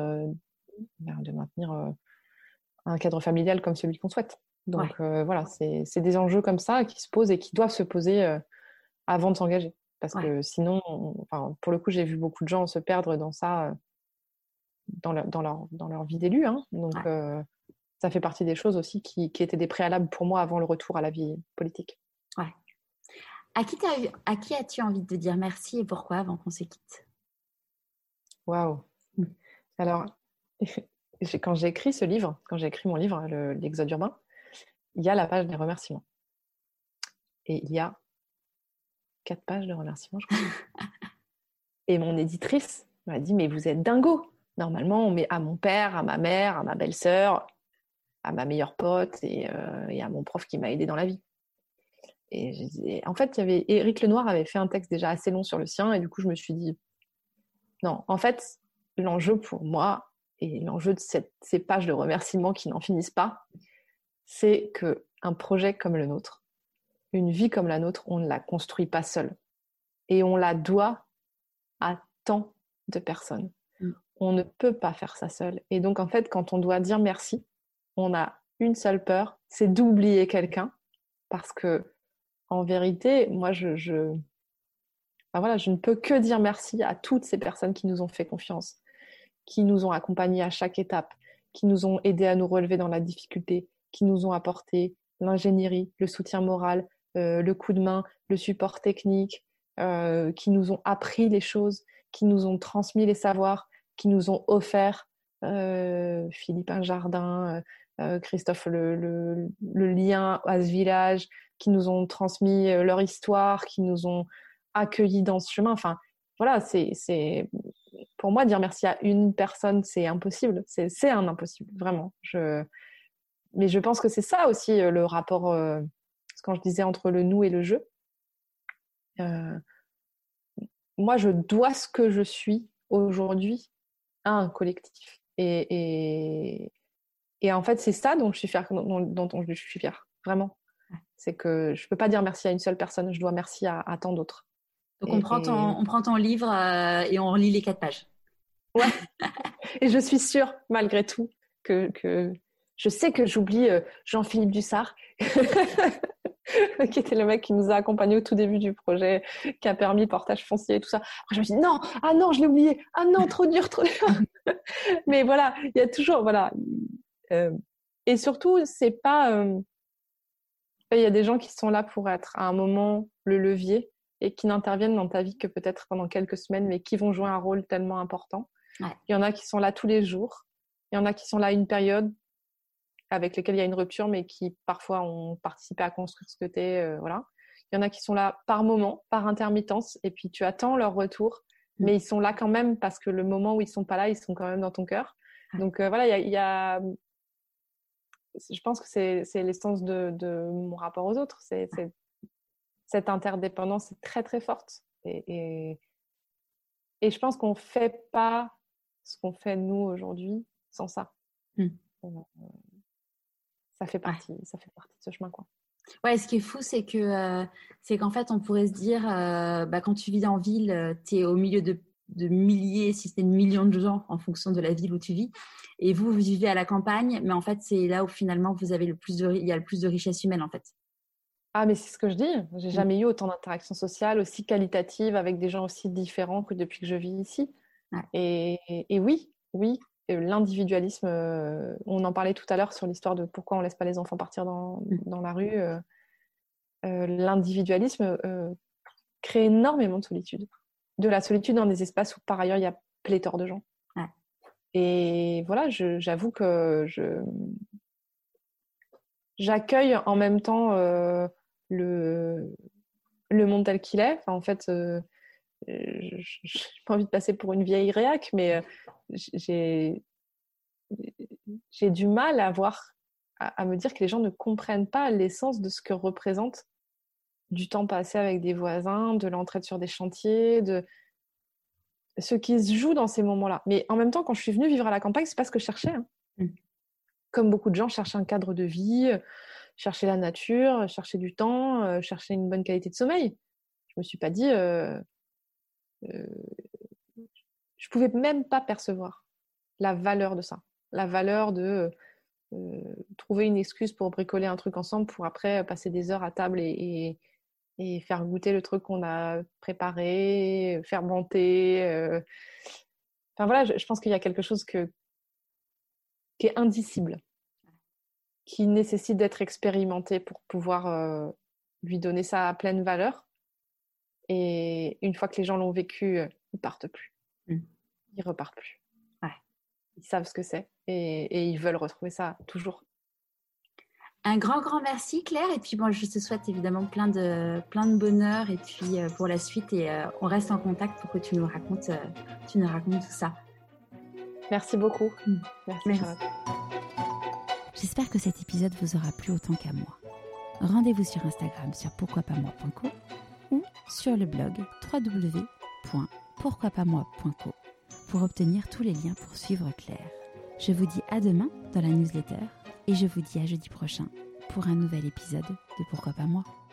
un cadre familial comme celui qu'on souhaite. Donc voilà, c'est des enjeux comme ça qui se posent et qui doivent se poser avant de s'engager. Parce que sinon, pour le coup, j'ai vu beaucoup de gens se perdre dans ça, dans leur vie d'élu. Hein. Donc ça fait partie des choses aussi qui étaient des préalables pour moi avant le retour à la vie politique. Ouais. À qui as-tu envie de dire merci et pourquoi avant qu'on se quitte? Waouh. Alors, quand j'ai écrit mon livre, l'Exode urbain, il y a la page des remerciements. Et il y a 4 pages de remerciements, je crois. Et mon éditrice On m'a dit, mais vous êtes dingo. Normalement, on met à mon père, à ma mère, à ma belle-sœur, à ma meilleure pote et à mon prof qui m'a aidée dans la vie. Et en fait, Éric Lenoir avait fait un texte déjà assez long sur le sien et du coup, je me suis dit, non, en fait, l'enjeu pour moi et l'enjeu de ces pages de remerciements qui n'en finissent pas, c'est qu'un projet comme le nôtre, une vie comme la nôtre, on ne la construit pas seul. Et on la doit à tant de personnes. On ne peut pas faire ça seul. Et donc, en fait, quand on doit dire merci, on a une seule peur, c'est d'oublier quelqu'un. Parce que, en vérité, moi, je ne peux que dire merci à toutes ces personnes qui nous ont fait confiance, qui nous ont accompagnés à chaque étape, qui nous ont aidés à nous relever dans la difficulté, qui nous ont apporté l'ingénierie, le soutien moral, le coup de main, le support technique, qui nous ont appris les choses, qui nous ont transmis les savoirs, qui nous ont offert Philippe Jardin, Christophe le lien à ce village, qui nous ont transmis leur histoire, qui nous ont accueillis dans ce chemin. Enfin, voilà, c'est pour moi dire merci à une personne, c'est impossible. C'est un impossible, vraiment. Mais je pense que c'est ça aussi le rapport, quand je disais entre le nous et le je. Moi, je dois ce que je suis aujourd'hui à un collectif. Et en fait, c'est ça dont je suis fière, dont je suis fière, vraiment. C'est que je ne peux pas dire merci à une seule personne, je dois merci à tant d'autres. Donc, on prend ton livre et on relit les 4 pages. Ouais. Et je suis sûre, malgré tout, que je sais que j'oublie Jean-Philippe Dussart, qui était le mec qui nous a accompagnés au tout début du projet, qui a permis le portage foncier et tout ça. Après, je me suis dit, non, ah non, je l'ai oublié. Ah non, trop dur, trop dur. Mais voilà, il y a toujours, voilà. Et surtout, c'est pas... il y a des gens qui sont là pour être à un moment le levier et qui n'interviennent dans ta vie que peut-être pendant quelques semaines, mais qui vont jouer un rôle tellement important. Ouais. Il y en a qui sont là tous les jours. Il y en a qui sont là une période avec lesquels il y a une rupture, mais qui parfois ont participé à construire ce que tu es. Voilà. Il y en a qui sont là par moment, par intermittence, et puis tu attends leur retour, mais ils sont là quand même parce que le moment où ils sont pas là, ils sont quand même dans ton cœur. Donc voilà, il y a... Je pense que c'est l'essence de mon rapport aux autres. Cette interdépendance est très, très forte. Et je pense qu'on ne fait pas ce qu'on fait nous aujourd'hui sans ça. Ça fait partie de ce chemin, quoi. Ouais, ce qui est fou, c'est qu'en fait, on pourrait se dire, quand tu vis en ville, tu es au milieu de milliers, si ce n'est de millions de gens en fonction de la ville où tu vis. Et vous vivez à la campagne, mais en fait, c'est là où finalement vous avez il y a le plus de richesse humaine, en fait. Ah, mais c'est ce que je dis. J'ai jamais eu autant d'interactions sociales aussi qualitatives avec des gens aussi différents que depuis que je vis ici. Ouais. Et oui, l'individualisme, on en parlait tout à l'heure sur l'histoire de pourquoi on laisse pas les enfants partir dans la rue. L'individualisme crée énormément de solitude. De la solitude dans des espaces où par ailleurs il y a pléthore de gens. Ouais. Et voilà, j'avoue que j'accueille en même temps le monde tel qu'il est. Enfin, en fait, j'ai pas envie de passer pour une vieille réac, mais j'ai du mal à me dire que les gens ne comprennent pas l'essence de ce que représente du temps passé avec des voisins, de l'entraide sur des chantiers, de ce qui se joue dans ces moments-là. Mais en même temps, quand je suis venue vivre à la campagne, c'est pas ce que je cherchais. Comme beaucoup de gens cherchent un cadre de vie, chercher la nature, chercher du temps, chercher une bonne qualité de sommeil. Je me suis pas dit... je pouvais même pas percevoir la valeur de ça. La valeur de trouver une excuse pour bricoler un truc ensemble pour après passer des heures à table et faire goûter le truc qu'on a préparé, fermenter. Enfin voilà, je pense qu'il y a quelque chose qui est indicible, qui nécessite d'être expérimenté pour pouvoir lui donner sa pleine valeur. Et une fois que les gens l'ont vécu, ils partent plus. Ils repartent plus. Ouais. Ils savent ce que c'est et ils veulent retrouver ça toujours. Un grand merci Claire, et puis bon, je te souhaite évidemment plein de bonheur, et puis pour la suite, et on reste en contact pour que tu nous racontes tout ça. Merci beaucoup. Merci. J'espère que cet épisode vous aura plu autant qu'à moi. Rendez-vous sur Instagram sur pourquoipasmoi.co ou sur le blog www.pourquoipasmoi.co pour obtenir tous les liens pour suivre Claire. Je vous dis à demain dans la newsletter et je vous dis à jeudi prochain pour un nouvel épisode de Pourquoi pas moi.